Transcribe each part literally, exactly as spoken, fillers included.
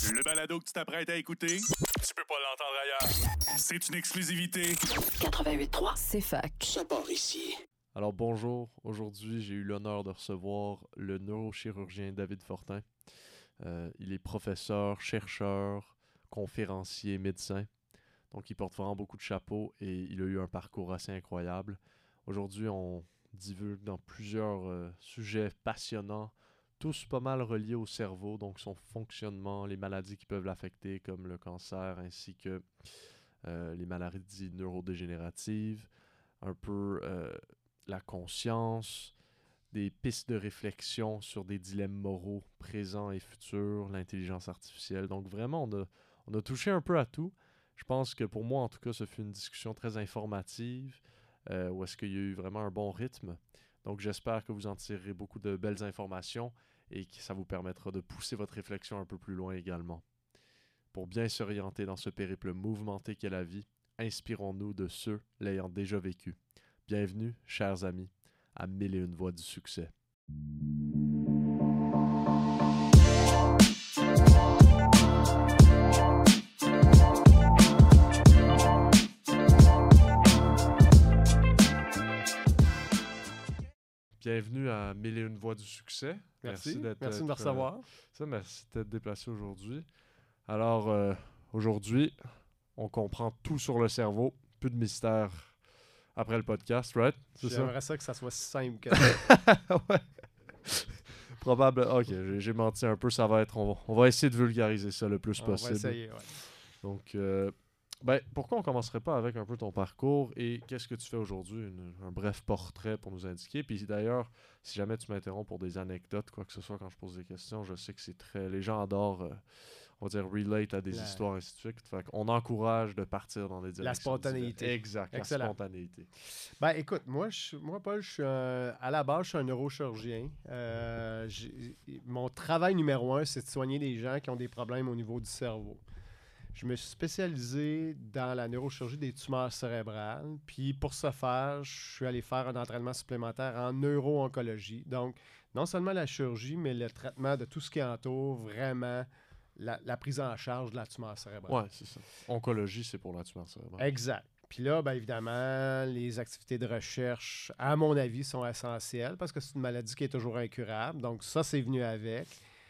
Le balado que tu t'apprêtes à écouter, tu peux pas l'entendre ailleurs. C'est une exclusivité. quatre-vingt-huit point trois, c'est fac. Ça part ici. Alors bonjour, aujourd'hui j'ai eu l'honneur de recevoir le neurochirurgien David Fortin. Euh, il est professeur, chercheur, conférencier, médecin. Donc il porte vraiment beaucoup de chapeaux et il a eu un parcours assez incroyable. Aujourd'hui on divulgue dans plusieurs euh, sujets passionnants, tous pas mal reliés au cerveau, donc son fonctionnement, les maladies qui peuvent l'affecter comme le cancer ainsi que euh, les maladies neurodégénératives, un peu euh, la conscience, des pistes de réflexion sur des dilemmes moraux présents et futurs, l'intelligence artificielle. Donc vraiment, on a, on a touché un peu à tout. Je pense que pour moi, en tout cas, ce fut une discussion très informative, euh, où est-ce qu'il y a eu vraiment un bon rythme. Donc j'espère que vous en tirerez beaucoup de belles informations et que ça vous permettra de pousser votre réflexion un peu plus loin également. Pour bien s'orienter dans ce périple mouvementé qu'est la vie, inspirons-nous de ceux l'ayant déjà vécu. Bienvenue, chers amis, à Mille et une voix du succès. Bienvenue à Mille et une voix du succès. Merci, d'être, merci de me être, recevoir. euh, ça, merci d'être déplacé aujourd'hui. Alors, euh, aujourd'hui, on comprend tout sur le cerveau. Plus de mystère après le podcast, right? C'est ça? J'aimerais ça que ça soit si simple que ça. Ouais. Probable. Ok, j'ai, j'ai menti un peu. Ça va être. On va, on va essayer de vulgariser ça le plus On possible. va essayer, ouais. Donc, euh, ben, pourquoi on commencerait pas avec un peu ton parcours et qu'est-ce que tu fais aujourd'hui? Une- un bref portrait pour nous indiquer. Puis d'ailleurs, si jamais tu m'interromps pour des anecdotes, quoi que ce soit, quand je pose des questions, je sais que c'est très. Les gens adorent, euh, on va dire, relate à des La- histoires, ainsi de suite. Fait qu'on encourage de partir dans des directions. spontanéité. diverses. Exact, Excellent. la spontanéité. Ben écoute, moi, je, moi Paul, je suis un- à la base, je suis un neurochirurgien. Euh, j'ai- mon travail numéro un, c'est de soigner les gens qui ont des problèmes au niveau du cerveau. Je me suis spécialisé dans la neurochirurgie des tumeurs cérébrales. Puis pour ce faire, je suis allé faire un entraînement supplémentaire en neuro-oncologie. Donc, non seulement la chirurgie, mais le traitement de tout ce qui entoure vraiment la, la prise en charge de la tumeur cérébrale. Ouais, c'est ça. Oncologie, c'est pour la tumeur cérébrale. Exact. Puis là, bien évidemment, les activités de recherche, à mon avis, sont essentielles parce que c'est une maladie qui est toujours incurable. Donc ça, c'est venu avec.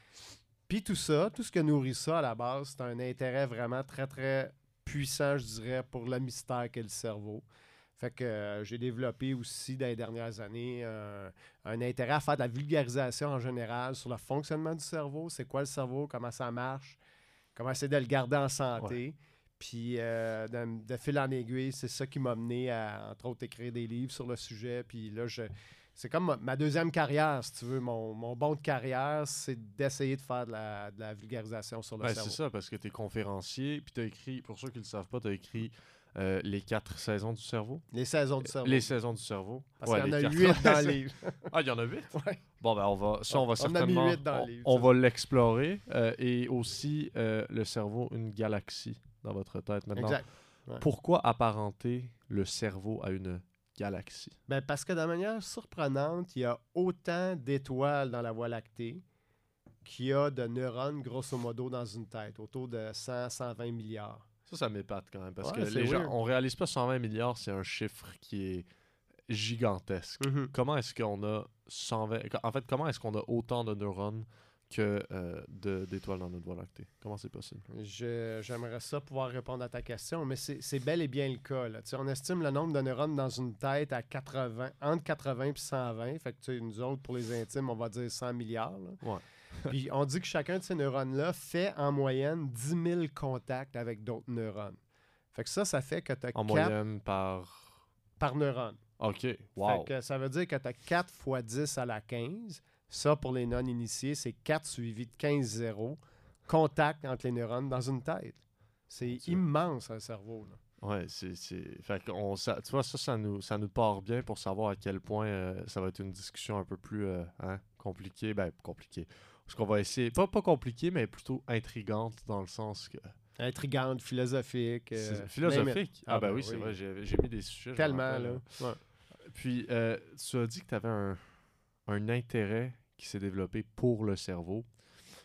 Puis tout ça, tout ce que nourrit ça à la base, c'est un intérêt vraiment très, très puissant, je dirais, pour le mystère qu'est le cerveau. Fait que euh, j'ai développé aussi dans les dernières années euh, un intérêt à faire de la vulgarisation en général sur le fonctionnement du cerveau. C'est quoi le cerveau, comment ça marche, comment essayer de le garder en santé. Puis euh, de, de fil en aiguille, c'est ça qui m'a mené à, entre autres, écrire des livres sur le sujet. Puis là, je, c'est comme ma, ma deuxième carrière, si tu veux. Mon, mon bon de carrière, c'est d'essayer de faire de la, de la vulgarisation sur le Ben, cerveau. c'est ça, parce que tu es conférencier, puis tu as écrit, pour ceux qui ne le savent pas, tu as écrit euh, Les quatre saisons du cerveau. Les saisons du cerveau. Les saisons du cerveau. Parce Ouais, qu'il y en les a quatre- huit dans le livre. Ah, il y en a huit? Ouais. Bon, ben, on va, ça, on va On en a certainement. mis huit dans le on- livre, on c'est va l'explorer. euh, et aussi, euh, le cerveau, une galaxie dans votre tête maintenant. Exact. Ouais. Pourquoi apparenter le cerveau à une galaxie? Ben, parce que de manière surprenante, il y a autant d'étoiles dans la Voie lactée qu'il y a de neurones, grosso modo, dans une tête, autour de cent à cent vingt milliards. Ça, ça m'épate quand même, parce Ouais, que c'est les gens, weird. on réalise pas cent vingt milliards, c'est un chiffre qui est gigantesque. Mm-hmm. Comment est-ce qu'on a cent vingt... En fait, comment est-ce qu'on a autant de neurones que euh, de, d'étoiles dans notre Voie lactée? Comment c'est possible? Je- j'aimerais ça pouvoir répondre à ta question, mais c'est, c'est bel et bien le cas. Là. Tu sais, on estime le nombre de neurones dans une tête à quatre-vingts, entre quatre-vingts et cent vingt. Fait que tu sais, nous autres, pour les intimes, on va dire cent milliards. Là. Ouais. Puis on dit que chacun de ces neurones-là fait en moyenne dix mille contacts avec d'autres neurones. Fait que ça, ça fait que tu as En quatre moyenne par... par neurone. OK, wow. Fait que ça veut dire que tu as quatre fois dix à la quinze. Ça, pour les non-initiés, c'est quatre suivi de quinze zéros. Contact entre les neurones dans une tête. C'est Mon Dieu. immense, un cerveau. Là. Ouais, c'est... c'est... Fait qu'on, ça, tu vois, ça, ça nous, ça nous part bien pour savoir à quel point euh, ça va être une discussion un peu plus euh, hein, compliquée. Ben, compliquée. Parce qu'on va essayer... Pas, pas compliquée, mais plutôt intrigante dans le sens que... Intrigante, philosophique. euh, C'est name philosophique. it. Ah, Ah, ben ben oui, c'est oui. vrai, j'ai, j'ai mis des sujets. je me Tellement, rappelle, là. euh. Ouais. Puis, euh, tu as dit que tu avais un, un intérêt qui s'est développé pour le cerveau.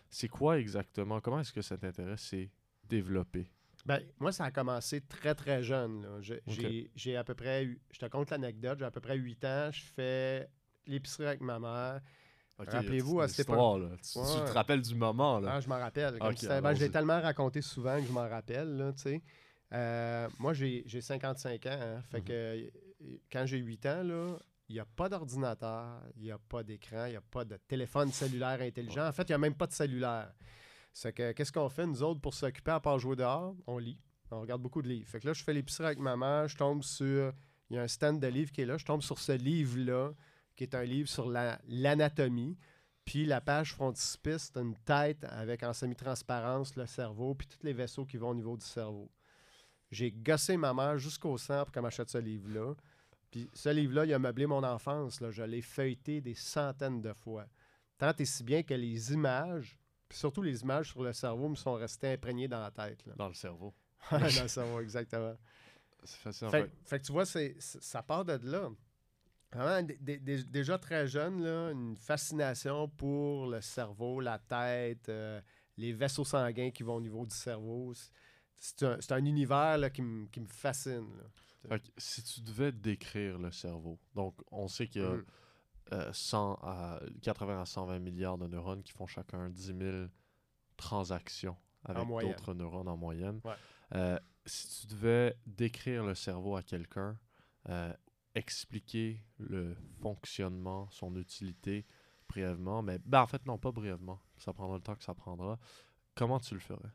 C'est quoi exactement? Comment est-ce que cet intérêt s'est développé? Ben, moi, ça a commencé très, très jeune. Là. Je- J'ai Ok. j'ai à peu près, eu- je te conte l'anecdote, j'ai à peu près huit ans, je fais l'épicerie avec ma mère. Ok, Rappelez-vous, c'est à une cette époque- histoire, là. Tu, tu Ouais. te rappelles du moment, là. Ah, je m'en rappelle. Comme Ok, si c'était- ben, je allons-y. l'ai tellement raconté souvent que je m'en rappelle, là, tu sais. Euh, moi, j'ai j'ai cinquante-cinq ans, hein, fait Mhm. que euh, quand j'ai huit ans, là, il n'y a pas d'ordinateur, il n'y a pas d'écran, il n'y a pas de téléphone cellulaire intelligent. En fait, il n'y a même pas de cellulaire. C'est que qu'est-ce qu'on fait, nous autres, pour s'occuper à part jouer dehors? On lit. On regarde beaucoup de livres. Fait que là, je fais l'épicerie avec ma mère, je tombe sur. Il y a un stand de livres qui est là, je tombe sur ce livre-là, qui est un livre sur la- l'anatomie. Puis la page frontispice, c'est une tête avec en semi-transparence le cerveau, puis tous les vaisseaux qui vont au niveau du cerveau. J'ai gossé ma mère jusqu'au sang pour qu'elle m'achète ce livre-là. Puis ce livre-là, il a meublé mon enfance. Là. Je l'ai feuilleté des centaines de fois. Tant et si bien que les images, puis surtout les images sur le cerveau, me sont restées imprégnées dans la tête. Là. Dans le cerveau. dans le cerveau, exactement. C'est facile, en Fait, fait. fait que tu vois, c'est, c'est- ça part de là. Vraiment, dé- dé- dé- déjà très jeune, là, une fascination pour le cerveau, la tête, euh, les vaisseaux sanguins qui vont au niveau du cerveau. C'est, c'est un, c'est un univers là, qui me qui me fascine. Là. Fait que si tu devais décrire le cerveau, donc on sait qu'il y a Mhm. euh, cent à quatre-vingts à cent vingt milliards de neurones qui font chacun dix mille transactions avec moyenne. d'autres neurones en moyenne. Ouais. Euh, si tu devais décrire le cerveau à quelqu'un, euh, expliquer le fonctionnement, son utilité brièvement, mais ben, en fait non, pas brièvement, ça prendra le temps que ça prendra, comment tu le ferais?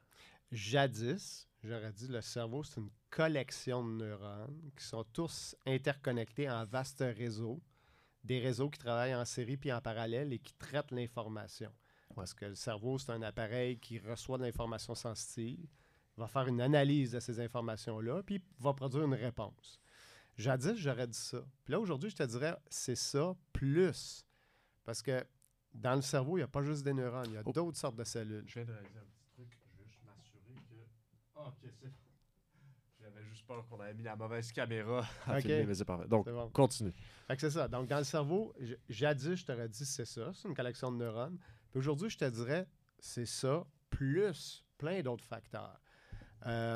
Jadis, j'aurais dit le cerveau, c'est une collection de neurones qui sont tous interconnectés en vastes réseaux, des réseaux qui travaillent en série puis en parallèle et qui traitent l'information. Parce que le cerveau, c'est un appareil qui reçoit de l'information sensitive, va faire une analyse de ces informations-là, puis va produire une réponse. Jadis, j'aurais dit ça. Puis là, aujourd'hui, je te dirais, c'est ça plus. Parce que dans le cerveau, il n'y a pas juste des neurones, il y a Oh. d'autres sortes de cellules. Je viens de réaliser un petit truc, je veux juste m'assurer que... Ah, ok, c'est... J'avais juste peur qu'on avait mis la mauvaise caméra à Ok. filmer, mais c'est parfait. Donc, C'est bon. continue. Fait que c'est ça. Donc, dans le cerveau, j- jadis, je t'aurais dit c'est ça, c'est une collection de neurones. Puis aujourd'hui, je te dirais c'est ça, plus plein d'autres facteurs. Euh,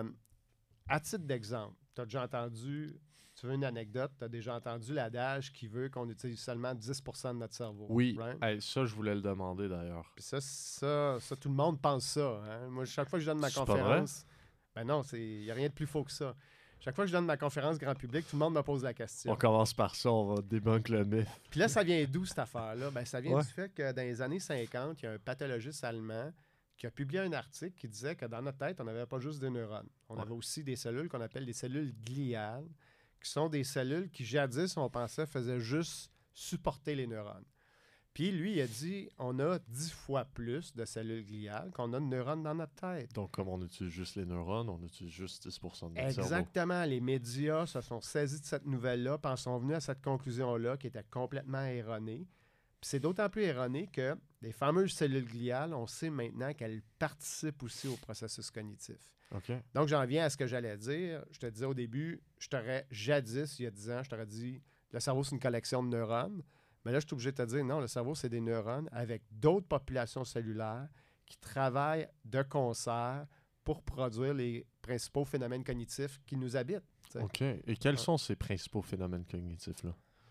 à titre d'exemple, tu as déjà entendu, tu veux une anecdote, tu as déjà entendu l'adage qui veut qu'on utilise seulement dix pour cent de notre cerveau. Oui, right? hey, ça, je voulais le demander d'ailleurs. Puis ça, ça, ça, tout le monde pense ça. hein. Moi, chaque fois que je donne ma C'est pas conférence, ben non, il n'y a rien de plus faux que ça. Chaque fois que je donne ma conférence grand public, tout le monde me pose la question. On commence par ça, on va débunk le mythe. Puis là, ça vient d'où cette affaire-là? Ben, ça vient Ouais. du fait que dans les années cinquante, il y a un pathologiste allemand qui a publié un article qui disait que dans notre tête, on n'avait pas juste des neurones. On Ouais. avait aussi des cellules qu'on appelle des cellules gliales, qui sont des cellules qui, jadis, on pensait, faisaient juste supporter les neurones. Puis lui, il a dit, on a dix fois plus de cellules gliales qu'on a de neurones dans notre tête. Donc, comme on utilise juste les neurones, on utilise juste dix pour cent de notre cerveau. Exactement. Les médias se sont saisis de cette nouvelle-là, puis en sont venus à cette conclusion-là qui était complètement erronée. Puis c'est d'autant plus erroné que les fameuses cellules gliales, on sait maintenant qu'elles participent aussi au processus cognitif. OK. Donc, j'en viens à ce que j'allais dire. Je te disais au début, je t'aurais jadis, il y a dix ans, je t'aurais dit le cerveau, c'est une collection de neurones. Mais là, je suis obligé de te dire non, le cerveau, c'est des neurones avec d'autres populations cellulaires qui travaillent de concert pour produire les principaux phénomènes cognitifs qui nous habitent. t'sais. OK. Et quels Ouais. sont ces principaux phénomènes cognitifs-là?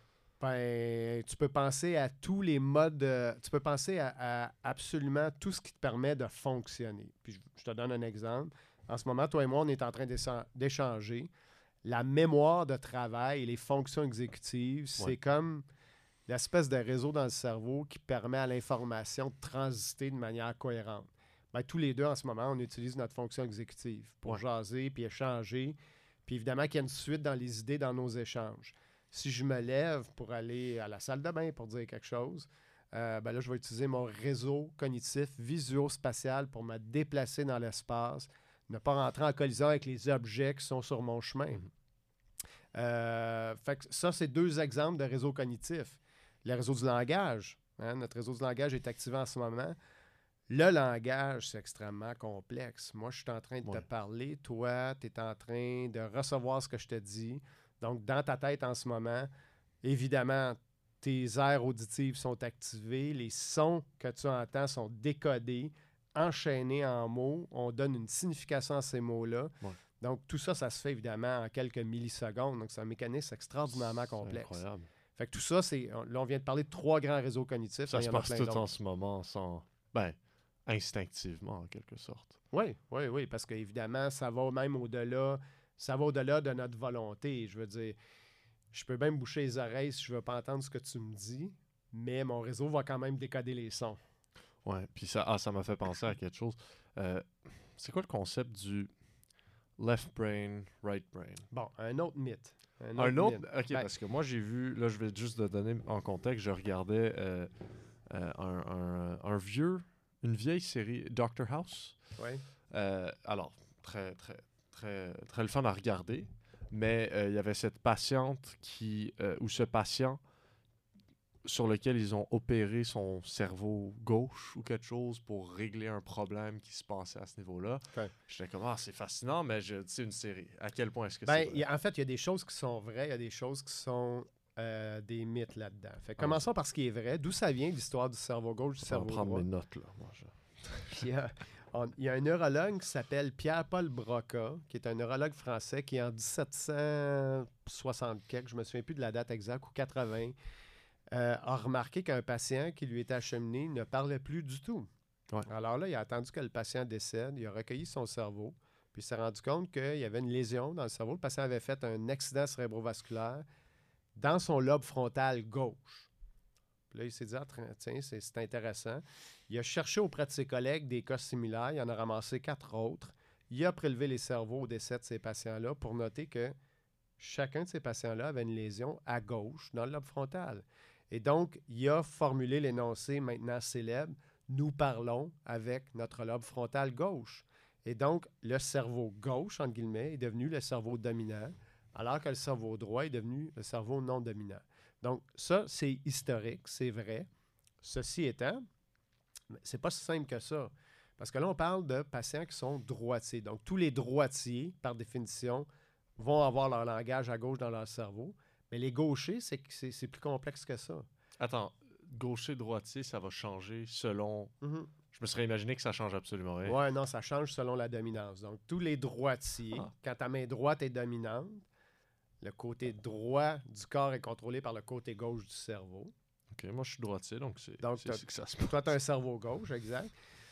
Ben, tu peux penser à tous les modes, euh, tu peux penser à, à absolument tout ce qui te permet de fonctionner. Puis je, je te donne un exemple. En ce moment, toi et moi, on est en train d'échan- d'échanger. La mémoire de travail et les fonctions exécutives, c'est Ouais. comme l'espèce de réseau dans le cerveau qui permet à l'information de transiter de manière cohérente. Ben, tous les deux, en ce moment, on utilise notre fonction exécutive pour Ouais. jaser puis échanger. Puis évidemment qu'il y a une suite dans les idées dans nos échanges. Si je me lève pour aller à la salle de bain pour dire quelque chose, euh, ben là, je vais utiliser mon réseau cognitif visuo-spatial pour me déplacer dans l'espace, ne pas rentrer en collision avec les objets qui sont sur mon chemin. Mhm. Euh, fait que ça, c'est deux exemples de réseau cognitif. Le réseau du langage. hein, notre réseau du langage est activé en ce moment. Le langage, c'est extrêmement complexe. Moi, je suis en train de Ouais. te parler. Toi, tu es en train de recevoir ce que je te dis. Donc, dans ta tête en ce moment, évidemment, tes aires auditives sont activées. Les sons que tu entends sont décodés enchaînés en mots, on donne une signification à ces mots-là. Ouais. Donc, tout ça, ça se fait évidemment en quelques millisecondes. Donc, c'est un mécanisme extraordinairement C'est complexe. incroyable. Fait que tout ça, c'est. Là, on vient de parler de trois grands réseaux cognitifs. Ça mais il se y en a passe plein tout d'autres. en ce moment sans... Ben, instinctivement, en quelque sorte. Oui, oui, oui, parce qu'évidemment, ça va même au-delà. Ça va au-delà de notre volonté. Je veux dire, je peux bien me boucher les oreilles si je ne veux pas entendre ce que tu me dis, mais mon réseau va quand même décoder les sons. Ouais, puis ça ah, ça m'a fait penser à quelque chose. Euh, c'est quoi le concept du left brain, right brain? Bon, un autre mythe. Un Un autre? mythe. Ok, Ben, parce que moi j'ai vu, là je vais juste te donner en contexte, je regardais euh, euh, un, un- un vieux, une vieille série, Doctor House. ouais. Euh, alors, très, très, très, très le fun à regarder, mais euh, il y avait cette patiente qui, euh, ou ce patient sur lequel ils ont opéré son cerveau gauche ou quelque chose pour régler un problème qui se passait à ce niveau-là. Ok. J'étais comme, ah, c'est fascinant, mais je c'est une série. À quel point est-ce que Ben, c'est il y vrai? a- en fait, il y a des choses qui sont vraies, il y a des choses qui sont euh, des mythes là-dedans. Fait que Ah, commençons par ce qui est vrai. D'où ça vient, l'histoire du cerveau gauche, du On va cerveau prendre droit? mes notes, là. Moi, je- Puis, euh, on- il y a un neurologue qui s'appelle Pierre-Paul Broca, qui est un neurologue français qui, en dix-sept cent soixante quelque, je me souviens plus de la date exacte, ou quatre-vingts, euh, a remarqué qu'un patient qui lui était acheminé ne parlait plus du tout. Ouais. Alors là, il a attendu que le patient décède, il a recueilli son cerveau, puis il s'est rendu compte qu'il y avait une lésion dans le cerveau. Le patient avait fait un accident cérébrovasculaire dans son lobe frontal gauche. Puis là, il s'est dit, ah, tiens, c'est c'est intéressant. Il a cherché auprès de ses collègues des cas similaires. Il en a ramassé quatre autres. Il a prélevé les cerveaux au décès de ces patients-là pour noter que chacun de ces patients-là avait une lésion à gauche dans le lobe frontal. Et donc, il a formulé l'énoncé maintenant célèbre « Nous parlons avec notre lobe frontal gauche ». Et donc, le cerveau gauche, entre guillemets, est devenu le cerveau dominant, alors que le cerveau droit est devenu le cerveau non dominant. Donc, ça, c'est historique, c'est vrai. Ceci étant, c'est pas si simple que ça. Parce que là, on parle de patients qui sont droitiers. Donc, tous les droitiers, par définition, vont avoir leur langage à gauche dans leur cerveau. Mais les gauchers, c'est, c'est, c'est plus complexe que ça. Attends, gaucher-droitier, ça va changer selon... Mm-hmm. Je me serais imaginé que ça change absolument rien. Ouais, non, ça change selon la dominance. Donc, tous les droitiers, Ah. quand ta main droite est dominante, le côté droit du corps est contrôlé par le côté gauche du cerveau. Ok, moi je suis droitier, donc c'est Donc, c'est t'as- ici que ça se passe. Toi, tu as un cerveau gauche, exact.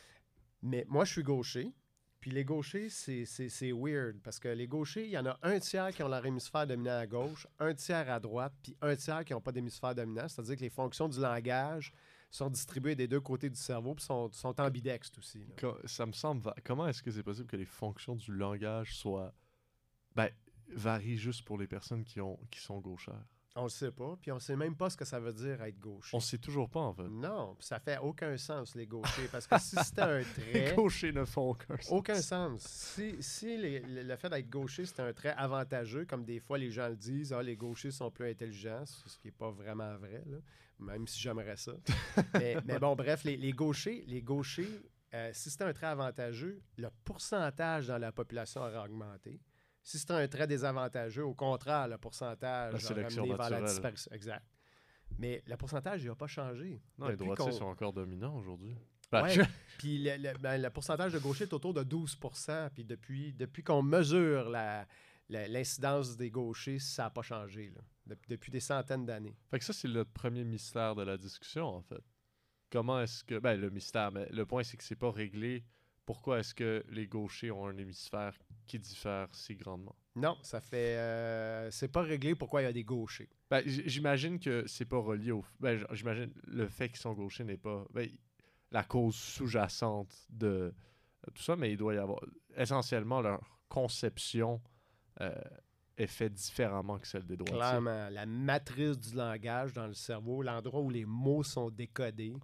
Mais moi, je suis gaucher. Puis les gauchers, c'est, c'est, c'est weird. Parce que les gauchers, il y en a un tiers qui ont leur hémisphère dominant à gauche, un tiers à droite, puis un tiers qui n'ont pas d'hémisphère dominant. C'est-à-dire que les fonctions du langage sont distribuées des deux côtés du cerveau, puis sont, sont ambidextres aussi. Là. Co- Ça me semble... va- Comment est-ce que c'est possible que les fonctions du langage soient... Ben, varient juste pour les personnes qui, ont, qui sont gauchères? On le sait pas, puis on sait même pas ce que ça veut dire être gaucher. On sait toujours pas, en fait. Non, puis ça fait aucun sens, les gauchers. Parce que si c'était un Les trait... gauchers ne font aucun sens. Aucun sens. Si, si les- le, le fait d'être gaucher, c'est un trait avantageux, comme des fois les gens le disent, ah, les gauchers sont plus intelligents, ce qui n'est pas vraiment vrai, là, même si j'aimerais ça. mais, mais bon, bref, les, les gauchers, les gauchers euh, si c'était un trait avantageux, le pourcentage dans la population aurait augmenté. Si c'était un trait désavantageux, au contraire, le pourcentage La aurait sélection amené vers la naturelle. disparition. Exact. Mais le pourcentage, il n'a pas changé. Non, les Depuis droitiers qu'on- sont encore dominants aujourd'hui. Ben, Ouais. Puis le, le- ben, le pourcentage de gauchers est autour de douze pour cent. Puis depuis, depuis qu'on mesure la, la- l'incidence des gauchers, ça n'a pas changé. Là. Depuis, depuis des centaines d'années. Fait que ça, c'est le premier mystère de la discussion, en fait. Comment est-ce que... Ben, le mystère, mais le point, c'est que c'est pas réglé. Pourquoi est-ce que les gauchers ont un hémisphère qui diffère si grandement? Non, ça fait. euh, c'est pas réglé pourquoi il y a des gauchers. Ben, j- j'imagine que c'est pas relié au... Ben, j- j'imagine le fait qu'ils sont gauchers n'est pas... Ben, la cause sous-jacente de euh, tout ça, mais il doit y avoir... Essentiellement, leur conception euh, est faite différemment que celle des droitiers. Clairement, la matrice du langage dans le cerveau, l'endroit où les mots sont décodés,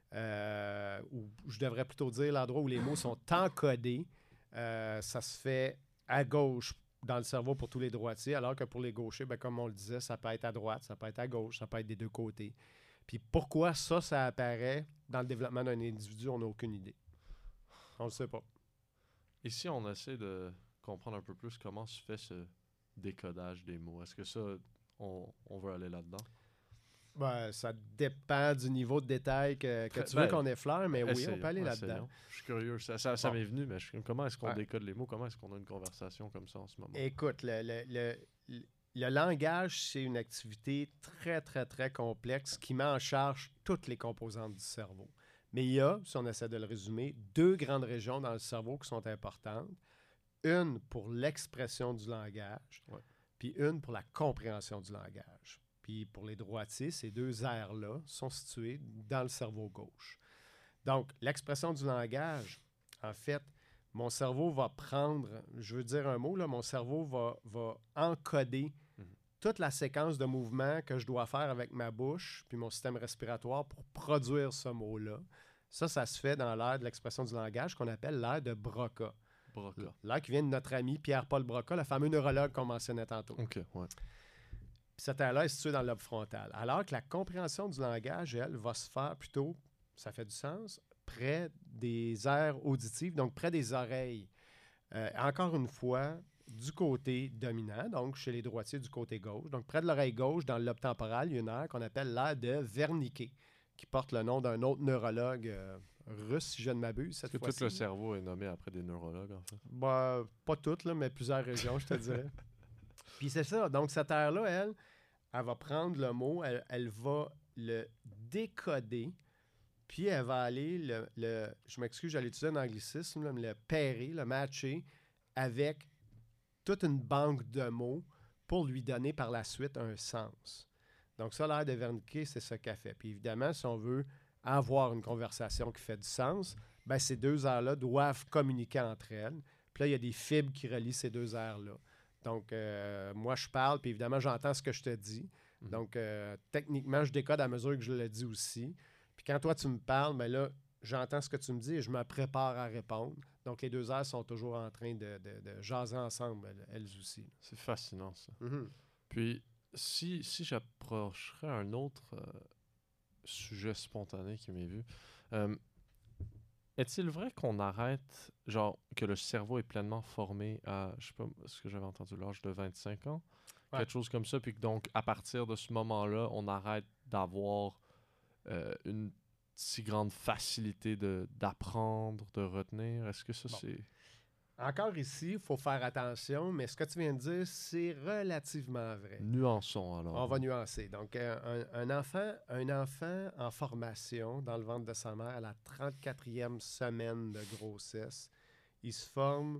euh, ou je devrais plutôt dire l'endroit où les mots sont encodés, euh, ça se fait à gauche dans le cerveau pour tous les droitiers, alors que pour les gauchers, ben, comme on le disait, ça peut être à droite, ça peut être à gauche, ça peut être des deux côtés. Puis pourquoi ça, ça apparaît dans le développement d'un individu, on n'a aucune idée. On ne le sait pas. Ici, on essaie de comprendre un peu plus comment se fait ce décodage des mots. Est-ce que ça, on, on veut aller là-dedans? Ben, ça dépend du niveau de détail que, que tu Ben, veux qu'on effleure, mais oui, essayons, on peut aller essayons. là-dedans. Je suis curieux. Ça, ça, ça Bon. m'est venu, mais je, comment est-ce qu'on Ouais. décode les mots? Comment est-ce qu'on a une conversation comme ça en ce moment? Écoute, le, le, le, le- le langage, c'est une activité très, très, très complexe qui met en charge toutes les composantes du cerveau. Mais il y a, si on essaie de le résumer, deux grandes régions dans le cerveau qui sont importantes. Une pour l'expression du langage, Ouais. puis une pour la compréhension du langage. Puis pour les droitiers, ces deux aires-là sont situées dans le cerveau gauche. Donc, l'expression du langage, en fait, mon cerveau va prendre, je veux dire un mot, là, mon cerveau va, va encoder Mhm. toute la séquence de mouvements que je dois faire avec ma bouche puis mon système respiratoire pour produire ce mot-là. Ça, ça se fait dans l'aire de l'expression du langage qu'on appelle l'aire de Broca. Broca. L'aire qui vient de notre ami Pierre-Paul Broca, le fameux neurologue qu'on mentionnait tantôt. OK, ouais. Puis cette aire-là est située dans le lobe frontal. Alors que la compréhension du langage, elle, va se faire plutôt, ça fait du sens, près des aires auditives, donc près des oreilles. Euh, encore une fois, du côté dominant, donc chez les droitiers du côté gauche. Donc près de l'oreille gauche, dans le lobe temporal, il y a une aire qu'on appelle l'aire de Wernicke, qui porte le nom d'un autre neurologue euh, russe, si je ne m'abuse, cette Est-ce que fois-ci. tout le cerveau est nommé après des neurologues, en fait? Bah, pas toutes, là, mais plusieurs régions, je te dirais. Puis c'est ça. Donc, cette aire-là, elle, elle va prendre le mot, elle, elle va le décoder, puis elle va aller, le, le- je m'excuse, j'allais utiliser un anglicisme, là, mais le pairer, le matcher avec toute une banque de mots pour lui donner par la suite un sens. Donc, ça, l'aire de Wernicke, c'est ce qu'elle fait. Puis évidemment, si on veut avoir une conversation qui fait du sens, ben, ces deux aires-là doivent communiquer entre elles. Puis là, il y a des fibres qui relient ces deux aires-là. Donc, euh, moi, je parle, puis évidemment, j'entends ce que je te dis. Mhm. Donc, euh, techniquement, je décode à mesure que je le dis aussi. Puis quand toi, tu me parles, ben là, j'entends ce que tu me dis et je me prépare à répondre. Donc, les deux aires sont toujours en train de, de- de jaser ensemble, elles, elles aussi. C'est fascinant, ça. Mhm. Puis, si, si j'approcherais un autre euh, sujet spontané qui m'est vu, euh, est-il vrai qu'on arrête, genre, que le cerveau est pleinement formé à, je sais pas, ce que j'avais entendu, l'âge de vingt-cinq ans? Ouais. Quelque chose comme ça, puis que donc, à partir de ce moment-là, on arrête d'avoir euh, une si grande facilité de, d'apprendre, de retenir? Est-ce que ça, Bon. c'est... Encore ici, il faut faire attention, mais ce que tu viens de dire, c'est relativement vrai. Nuançons, alors. On va nuancer. Donc, euh, un, un enfant, un enfant en formation dans le ventre de sa mère à la trente-quatrième semaine de grossesse, il se forme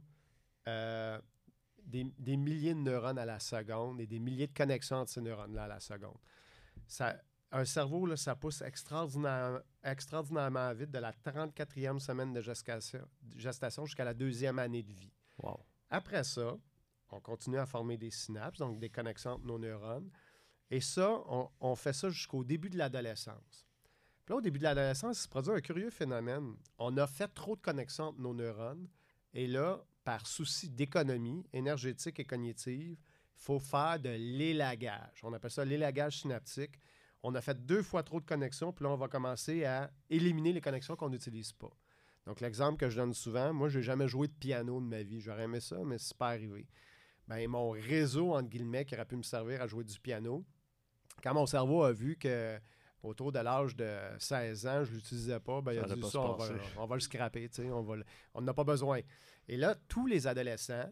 euh, des, des milliers de neurones à la seconde et des milliers de connexions entre ces neurones-là à la seconde. Ça, un cerveau, là, ça pousse extraordinaire- extraordinairement vite de la trente-quatrième semaine de gestation, gestation jusqu'à la deuxième année de vie. Wow. Après ça, on continue à former des synapses, donc des connexions entre nos neurones. Et ça, on, on fait ça jusqu'au début de l'adolescence. Puis là, au début de l'adolescence, il se produit un curieux phénomène. On a fait trop de connexions entre nos neurones. Et là, par souci d'économie énergétique et cognitive, il faut faire de l'élagage. On appelle ça l'élagage synaptique. On a fait deux fois trop de connexions, puis là, on va commencer à éliminer les connexions qu'on n'utilise pas. Donc, l'exemple que je donne souvent, moi, je n'ai jamais joué de piano de ma vie. J'aurais aimé ça, mais c'est pas arrivé. Ben, mon réseau, entre guillemets, qui aurait pu me servir à jouer du piano, quand mon cerveau a vu que autour de l'âge de seize ans, je ne l'utilisais pas, ben, il Ça a allait dit pas ça, se on va, passer. on va le scraper, tu sais, on va le- on n'en a pas besoin. Et là, tous les adolescents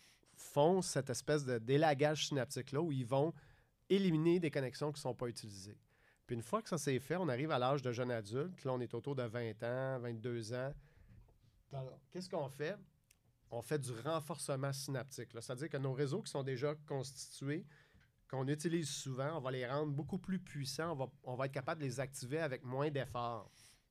font cette espèce de délagage synaptique-là où ils vont éliminer des connexions qui ne sont pas utilisées. Puis une fois que ça s'est fait, on arrive à l'âge de jeune adulte. Là, on est autour de vingt ans, vingt-deux ans. Alors, qu'est-ce qu'on fait? On fait du renforcement synaptique. là. C'est-à-dire que nos réseaux qui sont déjà constitués, qu'on utilise souvent, on va les rendre beaucoup plus puissants. On va, on va être capable de les activer avec moins d'efforts.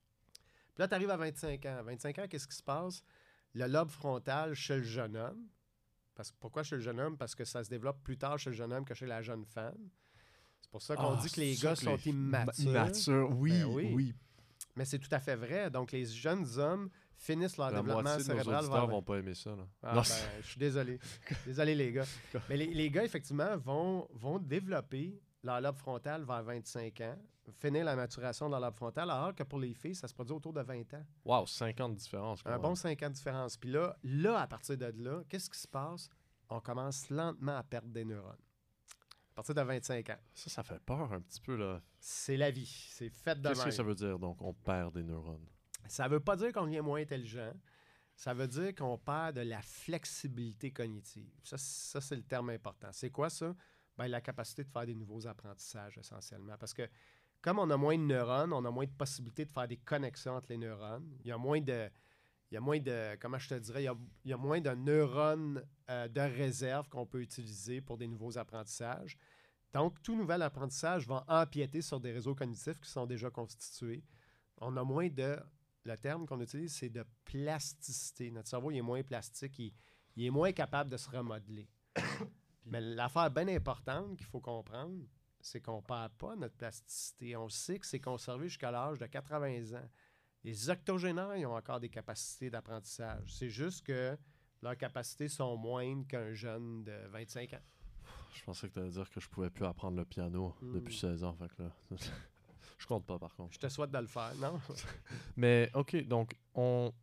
Puis là, tu arrives à vingt-cinq ans. À vingt-cinq ans, qu'est-ce qui se passe? Le lobe frontal chez le jeune homme. Parce, pourquoi chez le jeune homme? Parce que ça se développe plus tard chez le jeune homme que chez la jeune femme. C'est pour ça qu'on Ah, dit que les c'est gars ça sont que les- immatures. Immatures, oui, Ben oui. oui. Mais c'est tout à fait vrai. Donc, les jeunes hommes finissent leur La développement moitié de nos cérébral auditeurs vers vont pas aimer ça, là. Ah, Non, ben, c'est- je suis désolé. Désolé, les gars. Mais les, les gars, effectivement, vont, vont développer leur lobe frontal vers vingt-cinq ans, finir la maturation de leur lobe frontal, alors que pour les filles, ça se produit autour de vingt ans. Wow, cinq ans de différence. quand Un même. bon cinq ans de différence. Puis là, là, à partir de là, qu'est-ce qui se passe? On commence lentement à perdre des neurones. À partir de vingt-cinq ans. Ça, ça fait peur un petit peu, là. C'est la vie. C'est fait de Qu'est-ce même. que ça veut dire, donc, on perd des neurones? Ça ne veut pas dire qu'on devient moins intelligent. Ça veut dire qu'on perd de la flexibilité cognitive. Ça, ça c'est le terme important. C'est quoi ça? Ben, la capacité de faire des nouveaux apprentissages, essentiellement. Parce que comme on a moins de neurones, on a moins de possibilités de faire des connexions entre les neurones. Il y a moins de... Il y a moins de... Comment je te dirais? Il y a, il y a moins de neurones euh, de réserve qu'on peut utiliser pour des nouveaux apprentissages. Donc, tout nouvel apprentissage va empiéter sur des réseaux cognitifs qui sont déjà constitués. On a moins de... Le terme qu'on utilise, c'est de plasticité. Notre cerveau, il est moins plastique, il, il est moins capable de se remodeler. Mais l'affaire bien importante qu'il faut comprendre, c'est qu'on ne perd pas notre plasticité. On sait que c'est conservé jusqu'à l'âge de quatre-vingts ans. Les octogénaires, ils ont encore des capacités d'apprentissage. C'est juste que leurs capacités sont moindres qu'un jeune de vingt-cinq ans. Je pensais que tu allais dire que je pouvais plus apprendre le piano mm. depuis seize ans. Fait que là, je compte pas, par contre. Je te souhaite de le faire, non? Mais, OK, donc, on...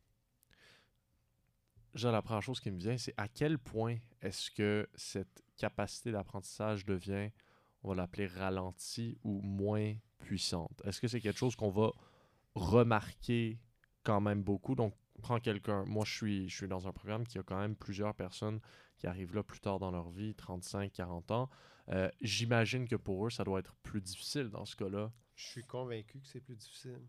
Genre, la première chose qui me vient, c'est à quel point est-ce que cette capacité d'apprentissage devient, on va l'appeler ralentie ou moins puissante? Est-ce que c'est quelque chose qu'on va remarquer quand même beaucoup? Donc, prends quelqu'un. Moi, je suis, je suis dans un programme qui a quand même plusieurs personnes qui arrivent là plus tard dans leur vie, trente-cinq, quarante ans. Euh, j'imagine que pour eux, ça doit être plus difficile dans ce cas-là. Je suis convaincu que c'est plus difficile.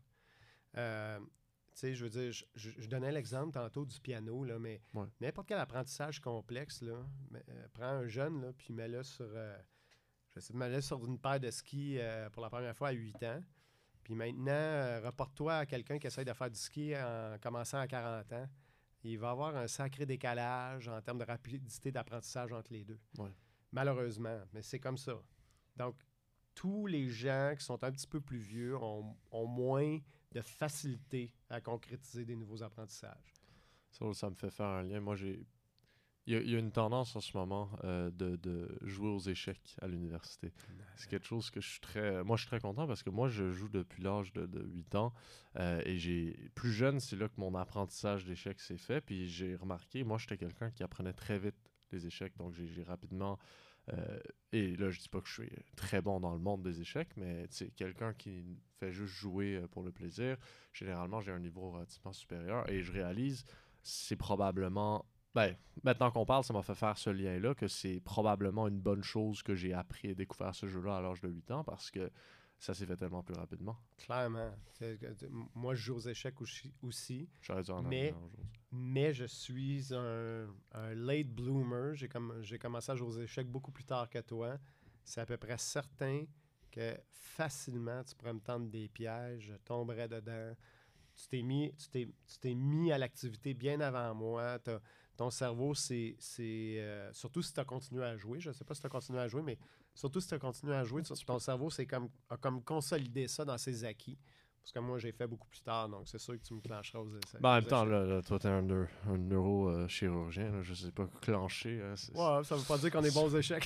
Euh, tu sais, je veux dire, je, je, je donnais l'exemple tantôt du piano, là, mais ouais. n'importe quel apprentissage complexe, là, mais, euh, prends un jeune, là, puis mets-le sur, euh, je sais, mets-le sur une paire de skis euh, pour la première fois à huit ans. Puis maintenant, euh, reporte-toi à quelqu'un qui essaie de faire du ski en commençant à quarante ans. Il va avoir un sacré décalage en termes de rapidité d'apprentissage entre les deux. Ouais. Malheureusement, mais c'est comme ça. Donc, tous les gens qui sont un petit peu plus vieux ont, ont moins de facilité à concrétiser des nouveaux apprentissages. Ça, ça me fait faire un lien. Moi, j'ai... Il y, a, il y a une tendance en ce moment euh, de, de jouer aux échecs à l'université. C'est quelque chose que je suis très... Moi, je suis très content parce que moi, je joue depuis l'âge de, de huit ans. Euh, et j'ai plus jeune, c'est là que mon apprentissage d'échecs s'est fait. Puis j'ai remarqué, moi, j'étais quelqu'un qui apprenait très vite les échecs. Donc, j'ai, j'ai rapidement... Euh, et là, je dis pas que je suis très bon dans le monde des échecs, mais c'est quelqu'un qui fait juste jouer pour le plaisir. Généralement, j'ai un niveau relativement supérieur. Et je réalise, c'est probablement... Ben, maintenant qu'on parle, ça m'a fait faire ce lien-là, que c'est probablement une bonne chose que j'ai appris et découvert ce jeu-là à l'âge de huit ans, parce que ça s'est fait tellement plus rapidement. Clairement. C'est, moi, je joue aux échecs aussi. J'aurais dû en mais, aujourd'hui. mais je suis un, un late bloomer. J'ai, com- j'ai commencé à jouer aux échecs beaucoup plus tard que toi. C'est à peu près certain que facilement, tu pourrais me tendre des pièges, je tomberais dedans. Tu t'es mis, tu t'es, tu t'es mis à l'activité bien avant moi. T'as, ton cerveau, c'est... c'est euh, surtout si tu as continué à jouer. Je ne sais pas si tu as continué à jouer, mais surtout si tu as continué à jouer, ton cerveau c'est comme, a comme consolidé ça dans ses acquis. Parce que moi, j'ai fait beaucoup plus tard, donc c'est sûr que tu me clencheras aux essais. Ben, en même temps, là, là, toi, tu es un, neur- un neurochirurgien. Là, je sais pas, clencher. Hein, c'est, ouais, ça veut pas dire qu'on est bons aux échecs.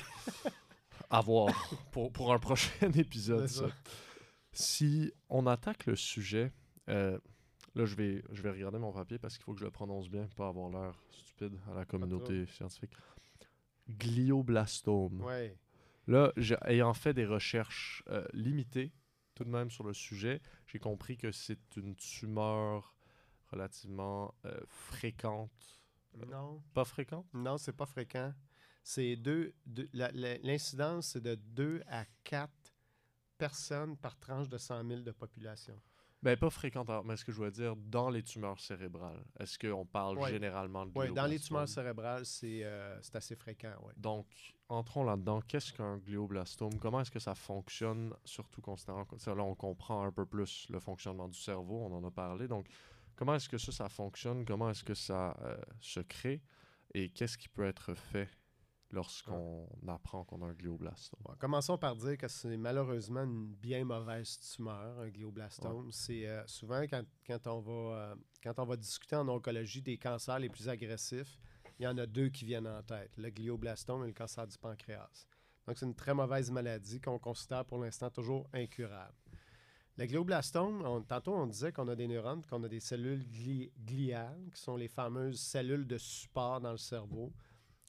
À voir pour, pour un prochain épisode. C'est ça. Ça. Si on attaque le sujet... Euh, Là, je vais, je vais regarder mon papier parce qu'il faut que je le prononce bien pour pas avoir l'air stupide à la communauté scientifique. Glioblastome. Ouais. Là, j'ai, ayant fait des recherches euh, limitées, tout de même sur le sujet, j'ai compris que c'est une tumeur relativement euh, fréquente. Non. Pas fréquente? Non, c'est pas fréquent. C'est deux, deux la, la, l'incidence, c'est de deux à quatre personnes par tranche de cent mille de population. Ben, pas fréquente, mais ce que je veux dire, dans les tumeurs cérébrales, est-ce qu'on parle ouais. généralement de glioblastome? Oui, dans les tumeurs cérébrales? cérébrales, c'est, euh, c'est assez fréquent, oui. Donc, entrons là-dedans. Qu'est-ce qu'un glioblastome? Comment est-ce que ça fonctionne, surtout considérant que là, on comprend un peu plus le fonctionnement du cerveau, on en a parlé. Donc, comment est-ce que ça, ça fonctionne? Comment est-ce que ça euh, se crée? Et qu'est-ce qui peut être fait lorsqu'on ouais. apprend qu'on a un glioblastome? Bon, commençons par dire que c'est malheureusement une bien mauvaise tumeur, un glioblastome. Ouais. C'est euh, souvent quand, quand, on va, euh, quand on va discuter en oncologie des cancers les plus agressifs, il y en a deux qui viennent en tête, le glioblastome et le cancer du pancréas. Donc, c'est une très mauvaise maladie qu'on considère pour l'instant toujours incurable. Le glioblastome, on, tantôt on disait qu'on a des neurones, qu'on a des cellules gli- gliales, qui sont les fameuses cellules de support dans le cerveau.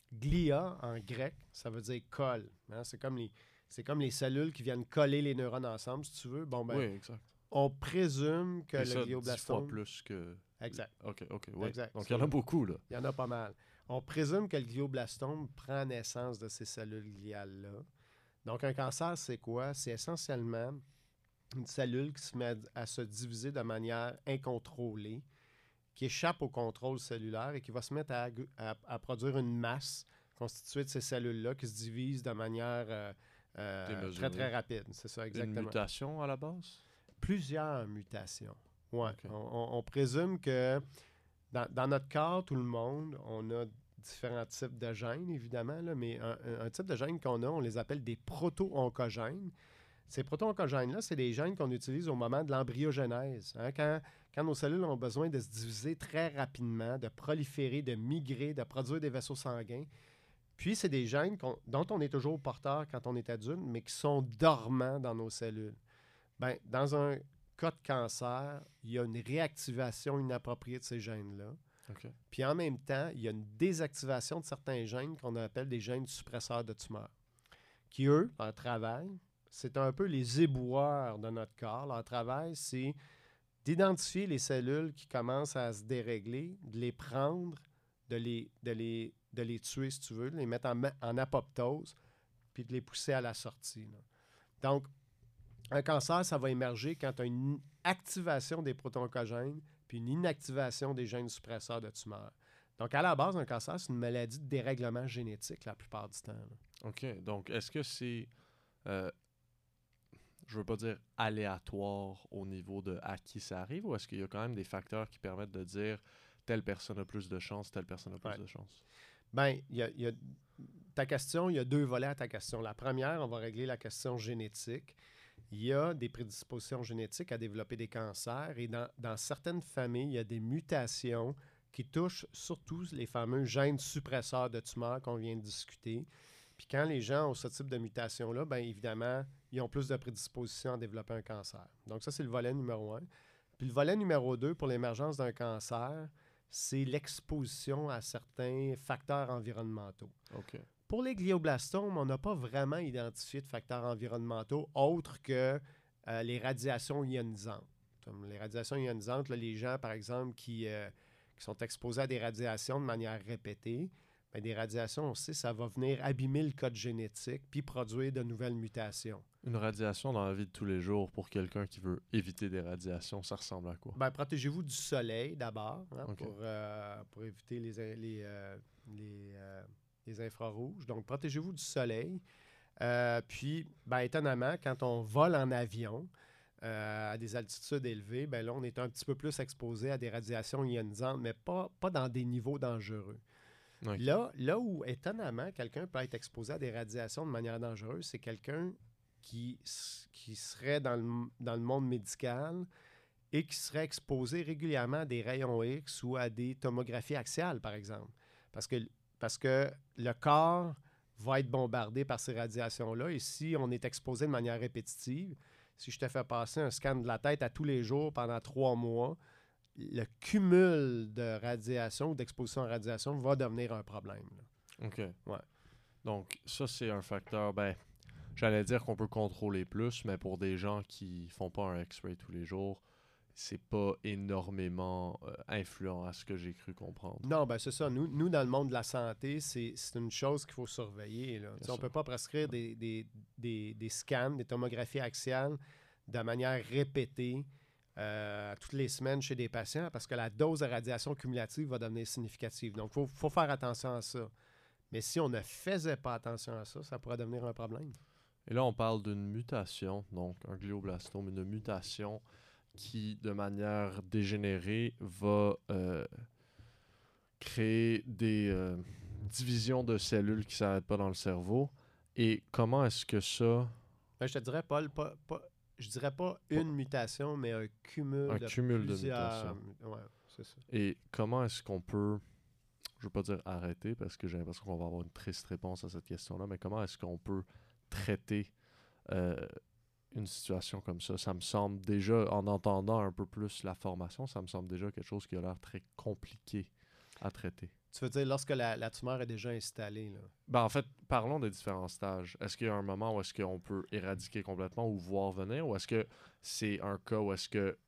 Glia, en grec, ça veut dire colle. Hein? C'est comme les, c'est comme les cellules qui viennent coller les neurones ensemble, si tu veux. Bon, ben, Oui, exact. on présume que Et le ça, dix fois glioblastome... plus que... Exact. OK, OK, oui. Exact. Donc, il y en a beaucoup, là. Il y en a pas mal. On présume que le glioblastome prend naissance de ces cellules gliales-là. Donc, un cancer, c'est quoi? C'est essentiellement une cellule qui se met à, à se diviser de manière incontrôlée, qui échappe au contrôle cellulaire et qui va se mettre à, à, à produire une masse constituée de ces cellules-là qui se divisent de manière euh, euh, très, très rapide. C'est ça, exactement. Une mutation à la base? Plusieurs mutations. Oui. Okay. On, on, on présume que dans, dans notre corps, tout le monde, on a différents types de gènes, évidemment, là, mais un, un, un type de gène qu'on a, on les appelle des proto-oncogènes. Ces proto-oncogènes-là, c'est des gènes qu'on utilise au moment de l'embryogenèse. Hein, quand, quand nos cellules ont besoin de se diviser très rapidement, de proliférer, de migrer, de produire des vaisseaux sanguins. Puis, c'est des gènes qu'on, dont on est toujours porteur quand on est adulte, mais qui sont dormants dans nos cellules. Bien, dans un cas de cancer, il y a une réactivation inappropriée de ces gènes-là. Okay. Puis en même temps, il y a une désactivation de certains gènes qu'on appelle des gènes suppresseurs de tumeurs, qui, eux, leur travail, c'est un peu les éboueurs de notre corps. Leur travail, c'est d'identifier les cellules qui commencent à se dérégler, de les prendre, de les, de les, de les tuer, si tu veux, de les mettre en, en apoptose, puis de les pousser à la sortie. Là. Donc, un cancer, ça va émerger quand tu as une activation des proto-oncogènes puis une inactivation des gènes suppresseurs de tumeurs. Donc, à la base, un cancer, c'est une maladie de dérèglement génétique la plupart du temps. Là. OK. Donc, est-ce que c'est, euh, je veux pas dire aléatoire au niveau de à qui ça arrive, ou est-ce qu'il y a quand même des facteurs qui permettent de dire telle personne a plus de chance, telle personne a plus ouais. de chance? Bien, il y a, y a ta question, il y a deux volets à ta question. La première, on va régler la question génétique. Il y a des prédispositions génétiques à développer des cancers et dans, dans certaines familles, il y a des mutations qui touchent surtout les fameux gènes suppresseurs de tumeurs qu'on vient de discuter. Puis quand les gens ont ce type de mutation-là, bien évidemment, ils ont plus de prédispositions à développer un cancer. Donc ça, c'est le volet numéro un. Puis le volet numéro deux pour l'émergence d'un cancer, c'est l'exposition à certains facteurs environnementaux. OK. Pour les glioblastomes, on n'a pas vraiment identifié de facteurs environnementaux autres que euh, les radiations ionisantes. Comme les radiations ionisantes, là, les gens, par exemple, qui, euh, qui sont exposés à des radiations de manière répétée, bien, des radiations, on sait, ça va venir abîmer le code génétique puis produire de nouvelles mutations. Une radiation dans la vie de tous les jours pour quelqu'un qui veut éviter des radiations, ça ressemble à quoi? Bien, protégez-vous du soleil d'abord hein, okay. pour, euh, pour éviter les... les, euh, les euh, les infrarouges. Donc, protégez-vous du soleil. Euh, puis, ben, étonnamment, quand on vole en avion euh, à des altitudes élevées, ben là, on est un petit peu plus exposé à des radiations ionisantes, mais pas, pas dans des niveaux dangereux. Okay. Là, là où, étonnamment, quelqu'un peut être exposé à des radiations de manière dangereuse, c'est quelqu'un qui, qui serait dans le, dans le monde médical et qui serait exposé régulièrement à des rayons X ou à des tomographies axiales, par exemple. Parce que Parce que le corps va être bombardé par ces radiations-là. Et si on est exposé de manière répétitive, si je te fais passer un scan de la tête à tous les jours pendant trois mois, le cumul de radiation ou d'exposition à radiation va devenir un problème. Là. OK. Ouais. Donc, ça, c'est un facteur, ben, j'allais dire qu'on peut contrôler plus, mais pour des gens qui font pas un X-ray tous les jours, c'est pas énormément euh, influent à ce que j'ai cru comprendre. Non, ben c'est ça. Nous, nous, dans le monde de la santé, c'est, c'est une chose qu'il faut surveiller. Là. On ne peut pas prescrire des, des, des, des scans, des tomographies axiales de manière répétée euh, toutes les semaines chez des patients parce que la dose de radiation cumulative va devenir significative. Donc, il faut, faut faire attention à ça. Mais si on ne faisait pas attention à ça, ça pourrait devenir un problème. Et là, on parle d'une mutation, donc un glioblastome, une mutation qui, de manière dégénérée, va euh, créer des euh, divisions de cellules qui ne s'arrêtent pas dans le cerveau. Et comment est-ce que ça... Ben, je te dirais, Paul, pas, pas, je dirais pas une pas... mutation, mais un cumul un de cumul plusieurs... de mutations. Ouais, c'est ça. Et comment est-ce qu'on peut, je ne veux pas dire arrêter, parce que j'ai l'impression qu'on va avoir une triste réponse à cette question-là, mais comment est-ce qu'on peut traiter... Euh, une situation comme ça? Ça me semble déjà, en entendant un peu plus la formation, ça me semble déjà quelque chose qui a l'air très compliqué à traiter. Tu veux dire lorsque la, la tumeur est déjà installée, là? Ben, en fait, parlons des différents stages. Est-ce qu'il y a un moment où est-ce qu'on peut éradiquer complètement ou voir venir, ou est-ce que c'est un cas où est-ce que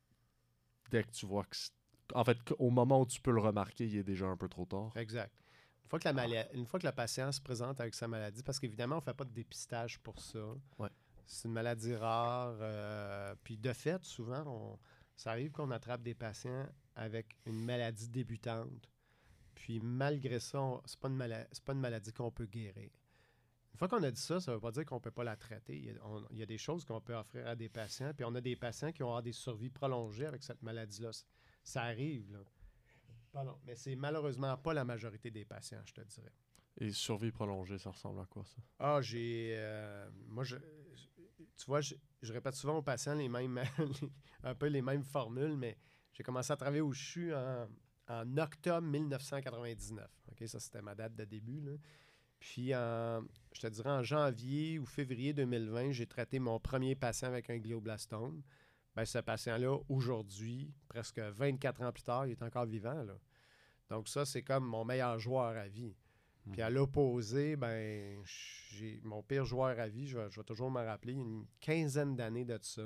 dès que tu vois que... c'est- En fait, au moment où tu peux le remarquer, il est déjà un peu trop tard? Exact. Une fois que la, mala- une fois que le patient se présente avec sa maladie, parce qu'évidemment, on ne fait pas de dépistage pour ça. Ouais. C'est une maladie rare. euh, puis de fait, souvent, on- ça arrive qu'on attrape des patients avec une maladie débutante. Puis malgré ça, on- c'est pas une mala- c'est pas une maladie qu'on peut guérir. Une fois qu'on a dit ça, ça ne veut pas dire qu'on ne peut pas la traiter. Il y, a, on- il y a des choses qu'on peut offrir à des patients. Puis on a des patients qui vont avoir des survies prolongées avec cette maladie-là. Ça, ça arrive, là. Pardon, mais c'est malheureusement pas la majorité des patients, je te dirais. Et survie prolongée, ça ressemble à quoi, ça? Ah, j'ai. euh, moi, je, je- tu vois, je, je répète souvent aux patients les mêmes, un peu les mêmes formules, mais j'ai commencé à travailler au C H U en, en octobre mille neuf cent quatre-vingt-dix-neuf. OK, ça, c'était ma date de début, là. Puis, en, je te dirais, en janvier ou février deux mille vingt, j'ai traité mon premier patient avec un glioblastome. Ben, ce patient-là, aujourd'hui, presque vingt-quatre ans plus tard, il est encore vivant, là. Donc, ça, c'est comme mon meilleur joueur à vie. Puis à l'opposé, ben, j'ai mon pire joueur à vie, je vais, je vais toujours me rappeler, il y a une quinzaine d'années de ça,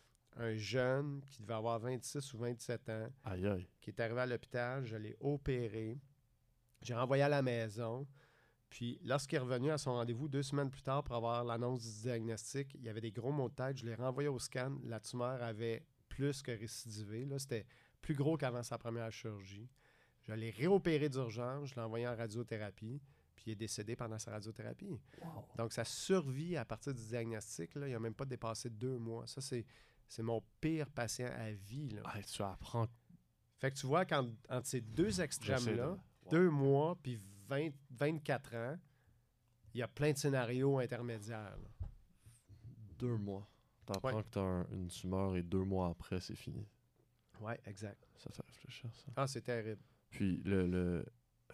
un jeune qui devait avoir vingt-six ou vingt-sept ans, Aïe, aïe. qui est arrivé à l'hôpital, je l'ai opéré, j'ai renvoyé à la maison, puis lorsqu'il est revenu à son rendez-vous deux semaines plus tard pour avoir l'annonce du diagnostic, il y avait des gros maux de tête, je l'ai renvoyé au scan, la tumeur avait plus que récidivé, là, c'était plus gros qu'avant sa première chirurgie. Je l'ai réopéré d'urgence, je l'ai envoyé en radiothérapie, puis il est décédé pendant sa radiothérapie. Wow. Donc, sa survie à partir du diagnostic, là, il n'a même pas dépassé deux mois. Ça, c'est, c'est mon pire patient à vie, là. Ah, tu apprends. Fait que tu vois qu'entre entre ces deux J'essaie de- extrêmes-là, Wow. deux mois puis vingt, vingt-quatre ans, il y a plein de scénarios intermédiaires, là. Deux mois. T'apprends Ouais. que t'as un- une tumeur et deux mois après, c'est fini. Oui, exact. Ça fait réfléchir, ça. Ah, c'est terrible. Puis, le, le...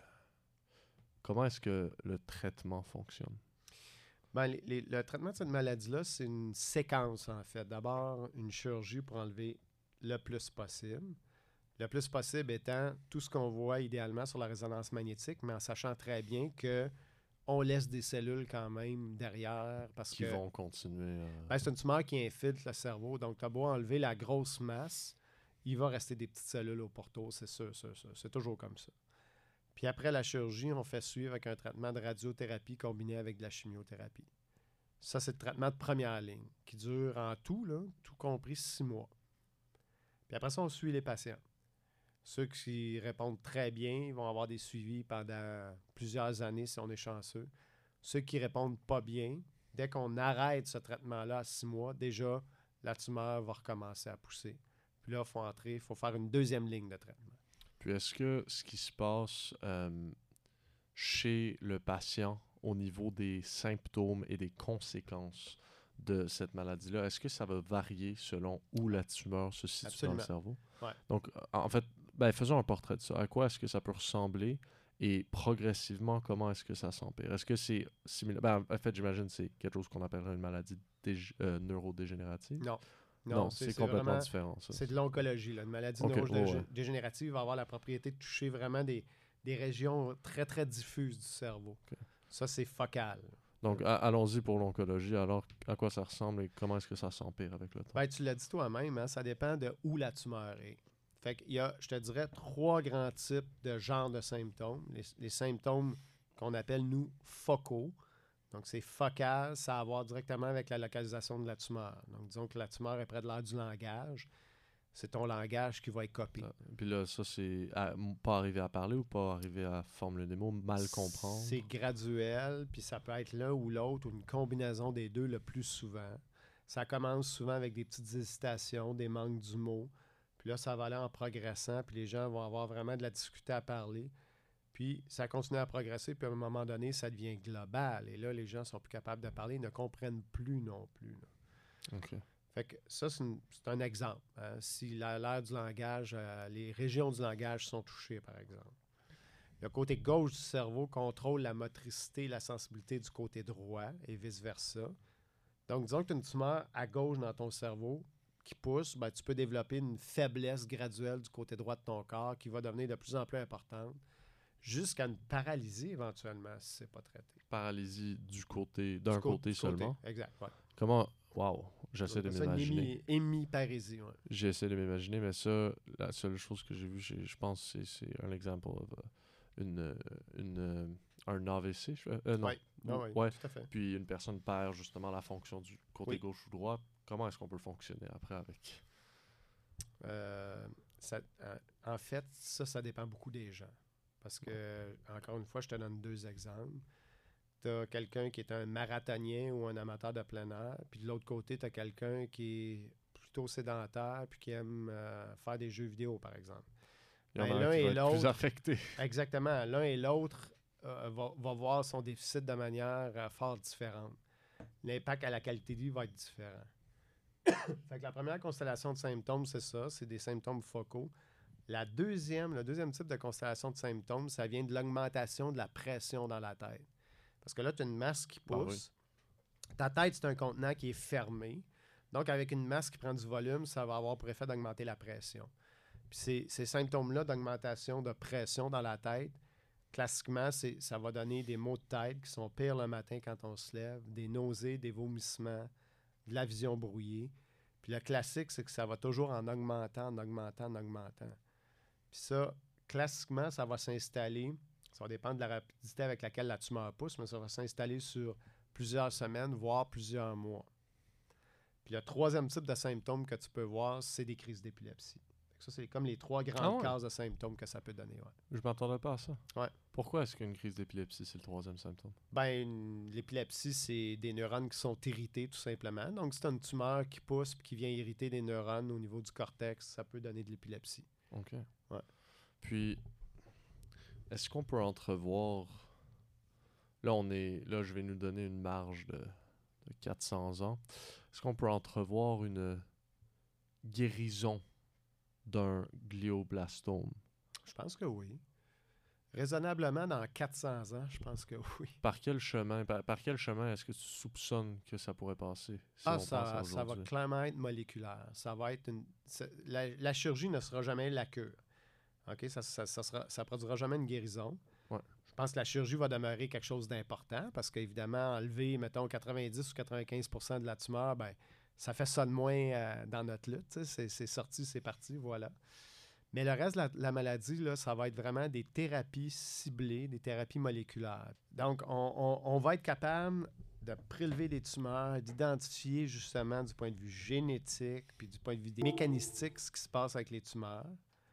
comment est-ce que le traitement fonctionne? Ben, les- les- le traitement de cette maladie-là, c'est une séquence, en fait. D'abord, une chirurgie pour enlever le plus possible. Le plus possible étant tout ce qu'on voit idéalement sur la résonance magnétique, mais en sachant très bien que on laisse des cellules quand même derrière parce Qui que vont continuer. euh, ben, c'est une tumeur qui infiltre le cerveau. Donc, tu as beau enlever la grosse masse, il va rester des petites cellules au pourtour, c'est sûr, sûr, sûr. C'est toujours comme ça. Puis après la chirurgie, on fait suivre avec un traitement de radiothérapie combiné avec de la chimiothérapie. Ça, c'est le traitement de première ligne, qui dure en tout, là, tout compris, six mois. Puis après ça, on suit les patients. Ceux qui répondent très bien, ils vont avoir des suivis pendant plusieurs années si on est chanceux. Ceux qui répondent pas bien, dès qu'on arrête ce traitement-là à six mois, déjà, la tumeur va recommencer à pousser. Puis là, il faut entrer, il faut faire une deuxième ligne de traitement. Puis est-ce que ce qui se passe euh, chez le patient au niveau des symptômes et des conséquences de cette maladie-là, est-ce que ça va varier selon où la tumeur se situe Absolument. dans le cerveau? Ouais. Donc, en fait, ben, faisons un portrait de ça. À quoi est-ce que ça peut ressembler et progressivement, comment est-ce que ça s'empire? Est-ce que c'est similaire? Ben, en fait, j'imagine que c'est quelque chose qu'on appellerait une maladie dég- euh, neurodégénérative. Non. Non, c'est complètement vraiment- différent, ça. C'est de l'oncologie. Là. Une maladie Ok, neurodégénérative ouais, ouais. va avoir la propriété de toucher vraiment des, des régions très, très diffuses du cerveau. Ok. Ça, c'est focal. Donc, a- allons-y pour l'oncologie. Alors, à quoi ça ressemble et comment est-ce que ça s'empire avec le temps? Ben, tu l'as dit toi-même, hein, ça dépend de où la tumeur est. Fait qu'il y a, je te dirais, trois grands types de genres de symptômes. Les, les symptômes qu'on appelle, nous, focaux. Donc, c'est focal, ça a à voir directement avec la localisation de la tumeur. Donc, disons que la tumeur est près de l'aire du langage. C'est ton langage qui va être copié. Ah, puis là, ça, c'est à- m- pas arriver à parler ou pas arriver à formuler des mots, mal comprendre? C'est graduel, puis ça peut être l'un ou l'autre, ou une combinaison des deux le plus souvent. Ça commence souvent avec des petites hésitations, des manques du mot. Puis là, ça va aller en progressant, puis les gens vont avoir vraiment de la difficulté à parler. Puis ça continue à progresser, puis à un moment donné, ça devient global. Et là, les gens sont plus capables de parler, ils ne comprennent plus non plus, là. OK. Fait que ça, c'est, une- c'est un exemple. hein. Si la- l'aire du langage, euh, les régions du langage sont touchées, par exemple. Le côté gauche du cerveau contrôle la motricité et la sensibilité du côté droit et vice-versa. Donc, disons que tu as une tumeur à gauche dans ton cerveau qui pousse, ben, tu peux développer une faiblesse graduelle du côté droit de ton corps qui va devenir de plus en plus importante jusqu'à une paralysie éventuellement si c'est pas traité. Paralysie du côté, d'un Du co- côté du côté, seulement. Exact, ouais. Comment... Wow, j'essaie de Ça, une m'imaginer. hémi- hémiparésie, ouais. J'essaie de m'imaginer, mais ça, la seule chose que j'ai vue, j'ai- je pense, c'est c'est un exemple de une, euh, une, euh, un A V C. Je, euh, non. Oui, ah oui, Ouais. tout à fait. Puis une personne perd justement la fonction du côté Oui. gauche ou droit. Comment est-ce qu'on peut fonctionner après avec? Euh, ça- euh, en fait, ça, ça dépend beaucoup des gens. Parce que, encore une fois, je te donne deux exemples. Tu as quelqu'un qui est un marathonien ou un amateur de plein air, puis de l'autre côté, tu as quelqu'un qui est plutôt sédentaire puis qui aime euh, faire des jeux vidéo, par exemple. Il y en Ben, a l'un un qui et va être plus l'autre- affecté. Exactement. L'un et l'autre euh, va, va voir son déficit de manière euh, fort différente. L'impact à la qualité de vie va être différent. Fait que la première constellation de symptômes, c'est ça, c'est des symptômes focaux. La deuxième, le deuxième type de constellation de symptômes, ça vient de l'augmentation de la pression dans la tête. Parce que là, tu as une masse qui Ah oui. pousse. Ta tête, c'est un contenant qui est fermé. Donc, avec une masse qui prend du volume, ça va avoir pour effet d'augmenter la pression. Puis ces, ces symptômes-là d'augmentation de pression dans la tête, classiquement, c'est, ça va donner des maux de tête qui sont pires le matin quand on se lève, des nausées, des vomissements, de la vision brouillée. Puis le classique, c'est que ça va toujours en augmentant, en augmentant, en augmentant. Puis ça, classiquement, ça va s'installer, ça va dépendre de la rapidité avec laquelle la tumeur pousse, mais ça va s'installer sur plusieurs semaines, voire plusieurs mois. Puis le troisième type de symptômes que tu peux voir, c'est des crises d'épilepsie. Fait que ça, c'est comme les trois grandes Ah ouais. cases de symptômes que ça peut donner. Ouais. Je m'attendais pas à ça. Ouais. Pourquoi est-ce qu'une crise d'épilepsie, c'est le troisième symptôme? Ben, une- l'épilepsie, c'est des neurones qui sont irrités, tout simplement. Donc, si tu as une tumeur qui pousse et qui vient irriter des neurones au niveau du cortex, ça peut donner de l'épilepsie. OK. Ouais. Puis, est-ce qu'on peut entrevoir... Là, on est... Là, je vais nous donner une marge de, de quatre cents ans. Est-ce qu'on peut entrevoir une guérison d'un glioblastome? Je pense que oui. Raisonnablement, dans quatre cents ans, je pense que oui. Par quel chemin, par, par quel chemin est-ce que tu soupçonnes que ça pourrait passer? Si Ah, on ça, pense à ça va aujourd'hui? clairement être moléculaire. Ça va être une... c'est- La, la chirurgie ne sera jamais la cure. OK? Ça ne ça, ça sera- ça produira jamais une guérison. Ouais. Je pense que la chirurgie va demeurer quelque chose d'important parce qu'évidemment, enlever, mettons, quatre-vingt-dix ou quatre-vingt-quinze pour cent de la tumeur, ben, ça fait ça de moins euh, dans notre lutte. tu sais. C'est, c'est sorti, c'est parti, voilà. Mais le reste de la, la maladie, là, ça va être vraiment des thérapies ciblées, des thérapies moléculaires. Donc, on, on- on va être capable de prélever des tumeurs, d'identifier justement du point de vue génétique, puis du point de vue des mécanistique, ce qui se passe avec les tumeurs.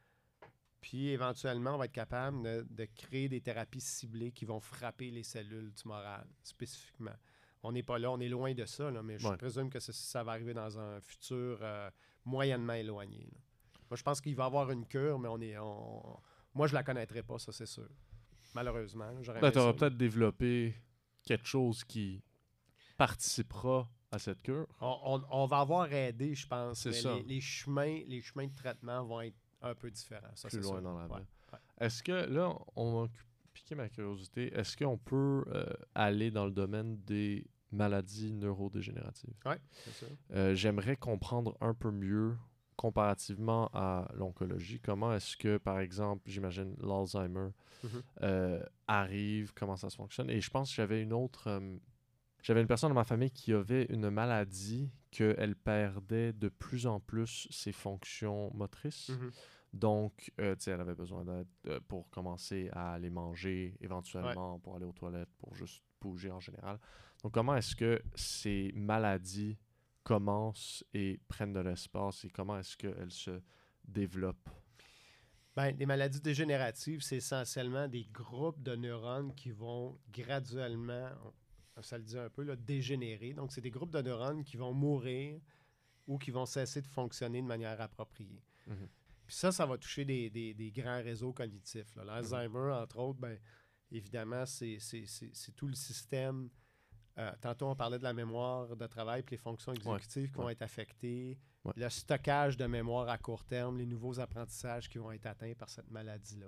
Puis, éventuellement, on va être capable de, de créer des thérapies ciblées qui vont frapper les cellules tumorales spécifiquement. On n'est pas là, on est loin de ça, là, mais je Ouais. présume que ça, ça va arriver dans un futur euh, moyennement éloigné. là. Moi, je pense qu'il va y avoir une cure, mais on est, on... moi, je la connaîtrais pas, ça, c'est sûr. Malheureusement. là, J'aurais Ben, aimé tu auras ça. peut-être développé quelque chose qui participera à cette cure. On, on- on va avoir aidé, je pense. C'est mais ça. Les, les chemins, les chemins de traitement vont être un peu différents. Ça, Plus c'est loin sûr. dans la Ouais, vie. ouais. Est-ce que, là, on va piquer ma curiosité, est-ce qu'on peut euh, aller dans le domaine des maladies neurodégénératives? Ouais, c'est sûr. Euh, J'aimerais comprendre un peu mieux, comparativement à l'oncologie, comment est-ce que, par exemple, j'imagine l'Alzheimer Mhm. euh, arrive, comment ça se fonctionne. Et je pense que j'avais une autre... euh, j'avais une personne dans ma famille qui avait une maladie qu'elle perdait de plus en plus ses fonctions motrices. Mhm. Donc, euh, tu sais, elle avait besoin d'aide euh, pour commencer à aller manger, éventuellement, pour aller aux toilettes, pour juste bouger en général. Donc, comment est-ce que ces maladies commencent et prennent de l'espace et comment est-ce qu'elles se développent? Ben, les maladies dégénératives, c'est essentiellement des groupes de neurones qui vont graduellement, on- ça le dit un peu, là, dégénérer. Donc, c'est des groupes de neurones qui vont mourir ou qui vont cesser de fonctionner de manière appropriée. Mhm. Puis ça, ça va toucher des, des- des grands réseaux cognitifs. là. L'Alzheimer, entre autres, ben, évidemment, c'est, c'est- c'est- c'est tout le système. Euh, tantôt, on parlait de la mémoire de travail puis les fonctions exécutives qui vont ouais. être affectées. Ouais. Le stockage de mémoire à court terme, les nouveaux apprentissages qui vont être atteints par cette maladie-là.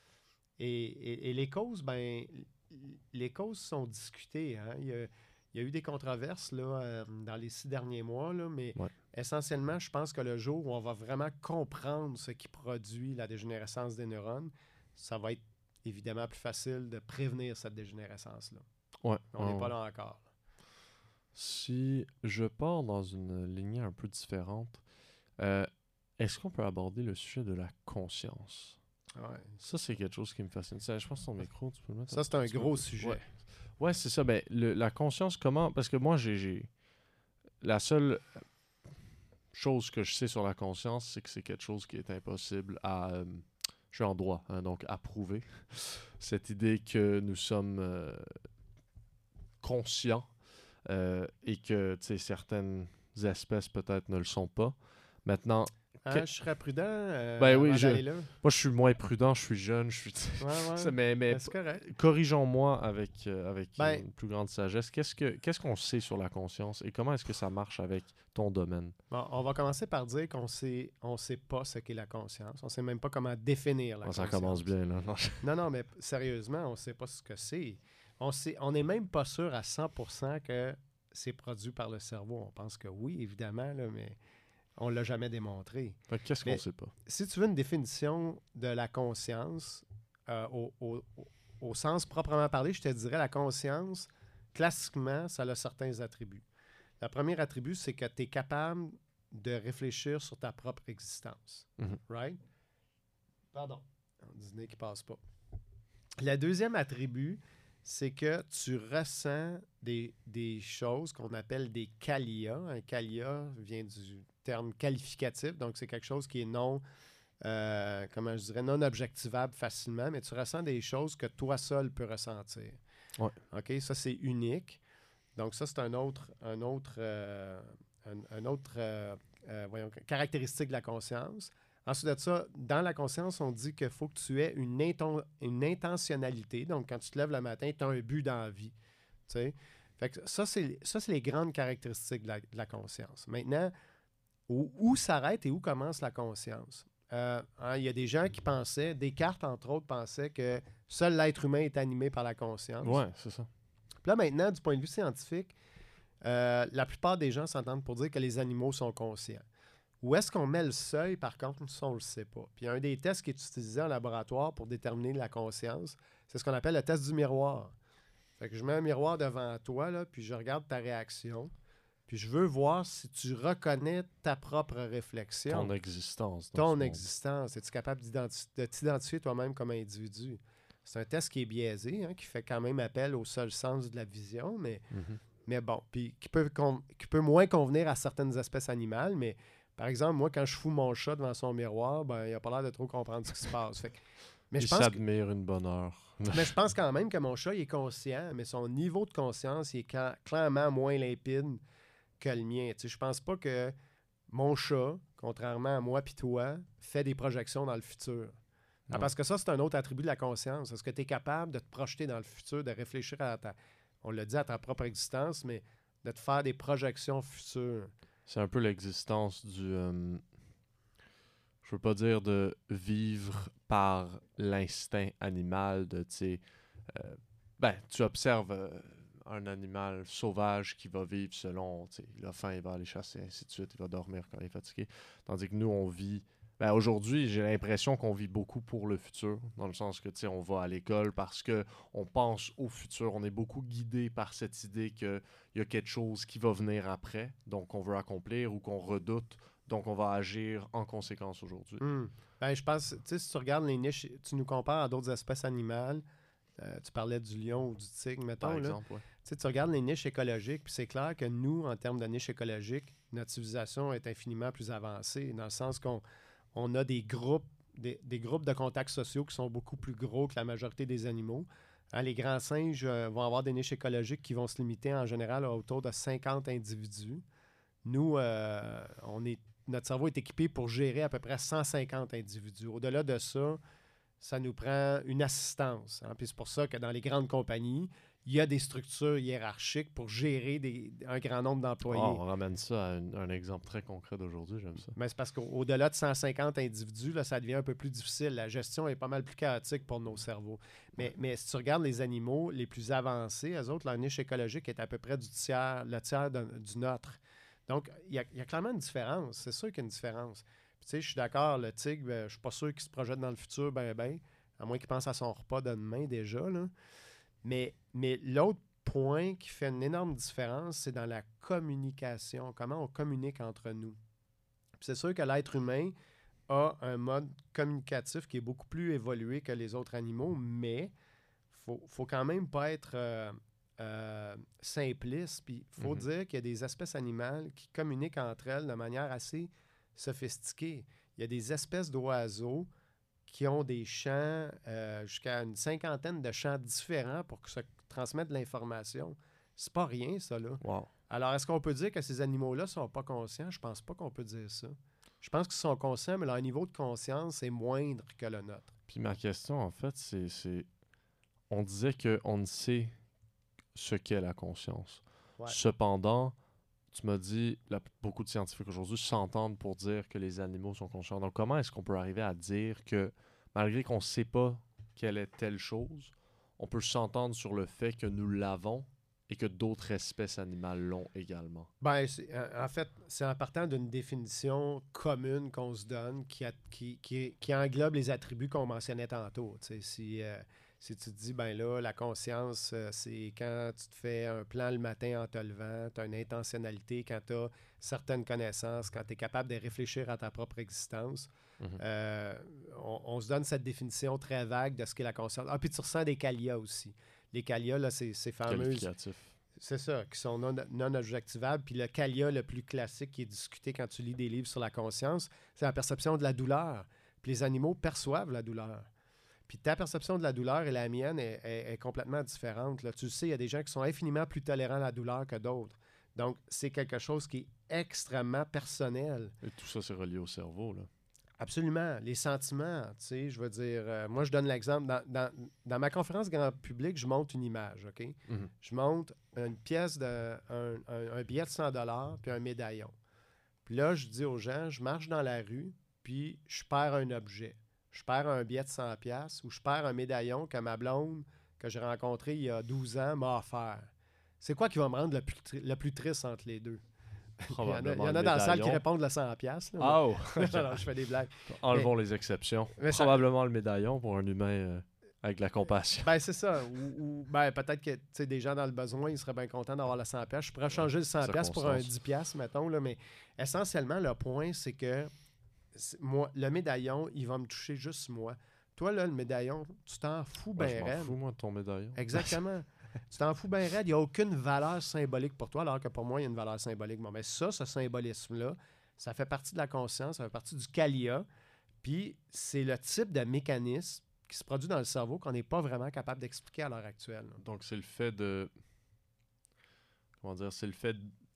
Et, et- et les causes, ben, les causes sont discutées. hein. Il y a, il y a eu des controverses là, euh, dans les six derniers mois, là, mais Ouais. essentiellement, je pense que le jour où on va vraiment comprendre ce qui produit la dégénérescence des neurones, ça va être évidemment plus facile de prévenir cette dégénérescence-là. Ouais. On n'est ouais, pas ouais. là encore. Si je pars dans une lignée un peu différente, euh, est-ce qu'on peut aborder le sujet de la conscience? Ouais. Ça, c'est quelque chose qui me fascine. Ça, je pense que ton micro, tu peux le mettre Ça, c'est un petit peu gros plus. sujet. Ouais, ouais c'est ça. Ben, le- la conscience, comment... Parce que moi, j'ai... j'ai... La seule chose que je sais sur la conscience, c'est que c'est quelque chose qui est impossible à... euh, je suis en droit, hein, donc à prouver. Cette idée que nous sommes euh, conscients euh, et que, tu sais, certaines espèces peut-être ne le sont pas. Maintenant, Hein, que- je serais prudent euh, Ben oui, avant je- d'aller là. moi, je suis moins prudent, je suis jeune, je suis... Ouais, ouais. Ça, mais mais Ben, c'est correct. corrigeons-moi avec, euh, avec Ben- une plus grande sagesse. Qu'est-ce que qu'est-ce qu'on sait sur la conscience et comment est-ce que ça marche avec ton domaine? Bon, on va commencer par dire qu'on sait, on sait pas ce qu'est la conscience. On sait même pas comment définir la Ah, ça conscience. commence bien, là. Non, je- Non, non, mais p- sérieusement, on sait pas ce que c'est. On sait, on n'est même pas sûr à cent pour cent que c'est produit par le cerveau. On pense que oui, évidemment, là, mais on l'a jamais démontré. Fait que qu'est-ce qu'on Mais- sait pas? Si tu veux une définition de la conscience, euh, au, au- au- au sens proprement parlé, je te dirais la conscience, classiquement, ça a certains attributs. Le premier attribut, c'est que tu es capable de réfléchir sur ta propre existence. Mhm. Right? Pardon. Un dîner qui passe pas. Le deuxième attribut, c'est que tu ressens des, des choses qu'on appelle des qualia. Un qualia vient du terme qualificatif, donc c'est quelque chose qui est non, euh, comment je dirais, non objectivable facilement, mais tu ressens des choses que toi seul peux ressentir. Ouais. OK? Ça, c'est unique. Donc, ça, c'est un autre, un autre, euh, un, un autre euh, euh, voyons, caractéristique de la conscience. Ensuite de ça, dans la conscience, on dit qu'il faut que tu aies une, inton- une intentionnalité. Donc, quand tu te lèves le matin, tu as un but dans la vie. Tu sais? Fait que ça, c'est, ça, c'est les grandes caractéristiques de la, de la conscience. Maintenant, où, où s'arrête et où commence la conscience? Euh, hein, il y a des gens qui pensaient, Descartes, entre autres, pensait que seul l'être humain est animé par la conscience. Ouais, c'est ça. Puis là, maintenant, du point de vue scientifique, euh, la plupart des gens s'entendent pour dire que les animaux sont conscients. Où est-ce qu'on met le seuil, par contre, ça, on ne le sait pas. Puis il y a un des tests qui est utilisé en laboratoire pour déterminer la conscience, c'est ce qu'on appelle le test du miroir. Fait que je mets un miroir devant toi, là, puis je regarde ta réaction, puis je veux voir si tu reconnais ta propre réflexion. Ton existence. dans Ton ce monde. existence. Es-tu capable d'identi- de t'identifier toi-même comme individu? C'est un test qui est biaisé, hein, qui fait quand même appel au seul sens de la vision, mais, Mhm. mais bon, puis qui peut, con- qui peut moins convenir à certaines espèces animales, mais par exemple, moi, quand je fous mon chat devant son miroir, ben, il n'a pas l'air de trop comprendre ce qui se passe. Fait que- mais, Il je pense que- s'admire une bonne heure. mais je pense quand même que mon chat, il est conscient, mais son niveau de conscience, il est cla- clairement moins limpide que le mien. Tu sais, je pense pas que mon chat, contrairement à moi puis toi, fait des projections dans le futur. Ah, Ouais. parce que ça, c'est un autre attribut de la conscience. Est-ce que tu es capable de te projeter dans le futur, de réfléchir à ta, on l'a dit, à ta propre existence, mais de te faire des projections futures? C'est un peu l'existence du... euh, je veux pas dire de vivre par l'instinct animal, de, tu sais... euh, ben, tu observes euh, un animal sauvage qui va vivre selon, tu sais, il a faim, il va aller chasser, ainsi de suite, il va dormir quand il est fatigué. Tandis que nous, on vit... Ben, aujourd'hui, j'ai l'impression qu'on vit beaucoup pour le futur, dans le sens que, tu sais, on va à l'école parce que on pense au futur. On est beaucoup guidé par cette idée qu'il y a quelque chose qui va venir après, donc qu'on veut accomplir ou qu'on redoute, donc on va agir en conséquence aujourd'hui. Hmm. Ben, je pense, tu sais, si tu regardes les niches, tu nous compares à d'autres espèces animales, euh, tu parlais du lion ou du tigre, mettons, Par là. exemple, ouais. Tu sais, tu regardes les niches écologiques, puis c'est clair que nous, en termes de niches écologiques, notre civilisation est infiniment plus avancée, dans le sens qu'on on a des groupes, des, des groupes de contacts sociaux qui sont beaucoup plus gros que la majorité des animaux. Hein, les grands singes euh, vont avoir des niches écologiques qui vont se limiter en général à autour de cinquante individus. Nous, euh, on est, notre cerveau est équipé pour gérer à peu près cent cinquante individus. Au-delà de ça, ça nous prend une assistance. Hein. Puis c'est pour ça que dans les grandes compagnies, il y a des structures hiérarchiques pour gérer des, un grand nombre d'employés. Ah, on ramène ça à un, un exemple très concret d'aujourd'hui, j'aime ça. Mais c'est parce qu'au-delà de cent cinquante individus, là, ça devient un peu plus difficile. La gestion est pas mal plus chaotique pour nos cerveaux. Mais, mais si tu regardes les animaux les plus avancés, eux autres, leur niche écologique est à peu près du tiers, le tiers de- du nôtre. Donc, il y, a, il y a clairement une différence. C'est sûr qu'il y a une différence. Puis, tu sais, je suis d'accord, le tigre, ben, je suis pas sûr qu'il se projette dans le futur, ben, ben. à moins qu'il pense à son repas de demain déjà. Là. Mais, mais l'autre point qui fait une énorme différence, c'est dans la communication, comment on communique entre nous. Puis c'est sûr que l'être humain a un mode communicatif qui est beaucoup plus évolué que les autres animaux, mais il faut, faut quand même pas être euh, euh, simpliste. Puis il faut Mhm. dire qu'il y a des espèces animales qui communiquent entre elles de manière assez sophistiquée. Il y a des espèces d'oiseaux qui ont des chants, euh, jusqu'à une cinquantaine de chants différents pour que se transmettre de l'information. C'est pas rien, ça, là. Wow. Alors, est-ce qu'on peut dire que ces animaux-là sont pas conscients? Je pense pas qu'on peut dire ça. Je pense qu'ils sont conscients, mais leur niveau de conscience est moindre que le nôtre. Puis ma question, en fait, c'est... c'est... On disait qu'on ne sait ce qu'est la conscience. Ouais. Cependant, tu m'as dit, la, beaucoup de scientifiques aujourd'hui s'entendent pour dire que les animaux sont conscients. Donc, comment est-ce qu'on peut arriver à dire que, malgré qu'on ne sait pas quelle est telle chose, on peut s'entendre sur le fait que nous l'avons et que d'autres espèces animales l'ont également? Ben, c'est- en en fait, c'est en partant d'une définition commune qu'on se donne qui, a- qui, qui, qui englobe les attributs qu'on mentionnait tantôt. Tu sais, si, euh, si tu te dis, ben là, la conscience, euh, c'est quand tu te fais un plan le matin en te levant, tu as une intentionnalité, quand tu as certaines connaissances, quand tu es capable de réfléchir à ta propre existence. Mhm. Euh, on, on se donne cette définition très vague de ce qu'est la conscience. Ah, puis tu ressens des qualia aussi. Les qualia, là, c'est ces fameuses... Qualificatif. C'est ça, qui sont non, non objectivables. Puis le qualia le plus classique qui est discuté quand tu lis des livres sur la conscience, c'est la perception de la douleur. Puis les animaux perçoivent la douleur. Puis ta perception de la douleur et la mienne est, est- est complètement différente. Là. Tu le sais, il y a des gens qui sont infiniment plus tolérants à la douleur que d'autres. Donc, c'est quelque chose qui est extrêmement personnel. Et tout ça, c'est relié au cerveau, là. Absolument. Les sentiments, tu sais, je veux dire, euh, moi, je donne l'exemple. Dans, dans, dans ma conférence grand public, je monte une image, OK? Mhm. Je monte une pièce, de, un, un- un billet de cent dollars puis un médaillon. Puis là, je dis aux gens, je marche dans la rue, puis je perds un objet. Je perds un billet de cent piastres ou je perds un médaillon que ma blonde, que j'ai rencontré il y a douze ans, m'a offert. C'est quoi qui va me rendre le plus, tri- le plus triste entre les deux? Il y en a, il y Probablement en a le dans la salle qui médaillon. répondent le cent piastres. là. Ah, oh! Alors, je fais des blagues. Enlevons les exceptions. mais ça- Probablement le médaillon pour un humain euh, avec de la compassion. Ben, c'est ça. Ou, ou- ben, peut-être que tu sais, des gens dans le besoin, ils seraient bien contents d'avoir le cent piastres. Je pourrais changer le cent piastres pour un Circonstance. dix piastres, mettons. Là, mais essentiellement, le point, c'est que c'est- moi, le médaillon, il va me toucher juste moi. Toi, là, le médaillon, tu t'en fous Ouais, bien je m'en raide. fous, moi, de ton médaillon. Exactement. Tu t'en fous bien raide. Il n'y a aucune valeur symbolique pour toi, alors que pour moi, il y a une valeur symbolique. Bon, mais ça, ce symbolisme-là, ça fait partie de la conscience, ça fait partie du qualia. Puis c'est le type de mécanisme qui se produit dans le cerveau qu'on n'est pas vraiment capable d'expliquer à l'heure actuelle. là. Donc, c'est le fait de... Comment dire? C'est le fait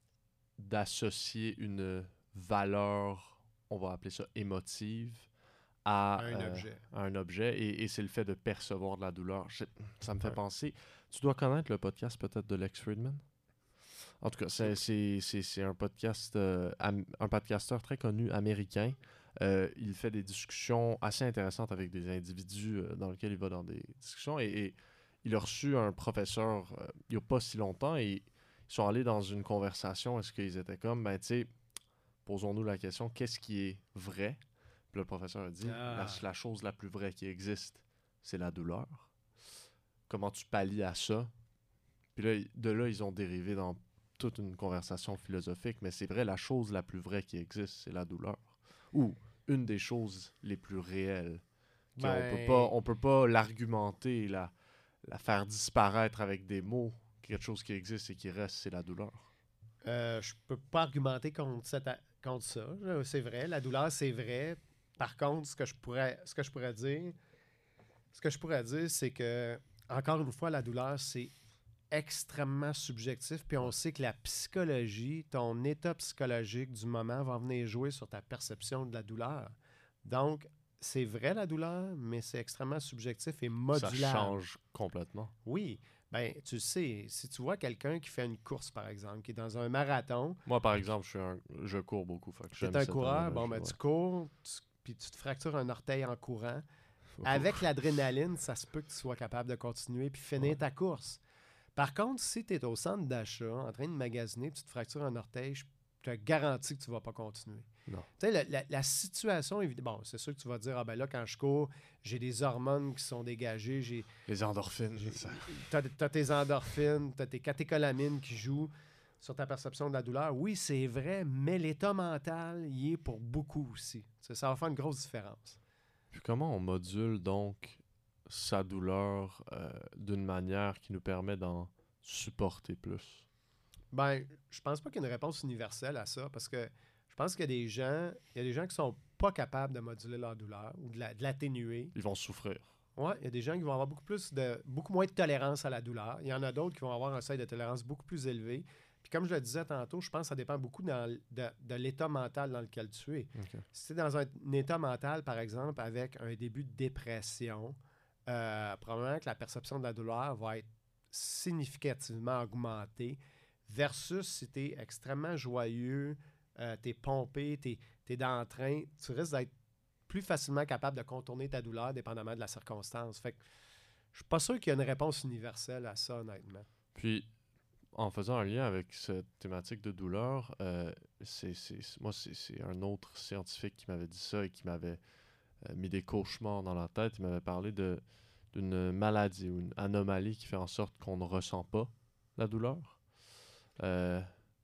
d'associer une valeur, on va appeler ça émotive, à, Un euh, objet. à un objet. Et, et c'est le fait de percevoir de la douleur. Je- ça me fait Ouais. penser... Tu dois connaître le podcast peut-être de Lex Friedman? En tout cas, c'est, c'est, c'est, c'est un podcast, euh, am- un podcasteur très connu américain. Euh, il fait des discussions assez intéressantes avec des individus euh, dans lesquels il va dans des discussions. Et, et il a reçu un professeur euh, il n'y a pas si longtemps et ils sont allés dans une conversation. Est-ce qu'ils étaient comme, ben tu sais, posons-nous la question, qu'est-ce qui est vrai? Puis le professeur a dit, Ah. la, la chose la plus vraie qui existe, c'est la douleur. Comment tu pallies à ça? Puis là, de là, ils ont dérivé dans toute une conversation philosophique, mais c'est vrai, la chose la plus vraie qui existe, c'est la douleur. Ou une des choses les plus réelles. Qu'on Ben- peut pas, on peut pas l'argumenter, la, la faire disparaître avec des mots. Quelque chose qui existe et qui reste, c'est la douleur. Euh, je peux pas argumenter contre, cette a- contre ça. Euh, C'est vrai, la douleur, c'est vrai. Par contre, ce que je pourrais, ce que je pourrais dire, ce que je pourrais dire, c'est que, encore une fois, la douleur, c'est extrêmement subjectif. Puis on sait que la psychologie, ton état psychologique du moment va venir jouer sur ta perception de la douleur. Donc, c'est vrai la douleur, mais c'est extrêmement subjectif et modulable. Ça change complètement. Oui. Ben, tu sais, si tu vois quelqu'un qui fait une course, par exemple, qui est dans un marathon, Moi, par exemple, je, suis un, je cours beaucoup. Fait que tu j'aime es un cette coureur, bon, ben, analogie, tu cours, tu- puis tu te fractures un orteil en courant. Avec l'adrénaline, ça se peut que tu sois capable de continuer puis finir Ouais. ta course. Par contre, si tu es au centre d'achat, en train de magasiner, puis tu te fractures un orteil, je te garantis que tu ne vas pas continuer. Non. Tu sais, la, la, la situation, évidemment, bon, c'est sûr que tu vas dire, ah ben là, quand je cours, j'ai des hormones qui sont dégagées, j'ai... Les endorphines, ça. Tu as tes endorphines, tu as tes catécholamines qui jouent sur ta perception de la douleur. Oui, c'est vrai, mais l'état mental y est pour beaucoup aussi. Ça, ça va faire une grosse différence. Puis comment on module donc sa douleur euh, d'une manière qui nous permet d'en supporter plus? Ben, je pense pas qu'il y ait une réponse universelle à ça, parce que je pense qu'il y a des gens, il y a des gens qui sont pas capables de moduler leur douleur ou de, la, de l'atténuer. Ils vont souffrir. Oui, il y a des gens qui vont avoir beaucoup plus de beaucoup moins de tolérance à la douleur. Il y en a d'autres qui vont avoir un seuil de tolérance beaucoup plus élevé. Puis comme je le disais tantôt, je pense que ça dépend beaucoup dans, de, de l'état mental dans lequel tu es. Okay. Si tu es dans un, un état mental, par exemple, avec un début de dépression, euh, probablement que la perception de la douleur va être significativement augmentée versus si tu es extrêmement joyeux, euh, tu es pompé, tu es d'entrain, tu risques d'être plus facilement capable de contourner ta douleur dépendamment de la circonstance. Fait que je suis pas sûr qu'il y ait une réponse universelle à ça, honnêtement. Puis, en faisant un lien avec cette thématique de douleur, euh, c'est, c'est, moi, c'est, c'est un autre scientifique qui m'avait dit ça et qui m'avait euh, mis des cauchemars dans la tête. Il m'avait parlé de, d'une maladie ou une anomalie qui fait en sorte qu'on ne ressent pas la douleur. Euh,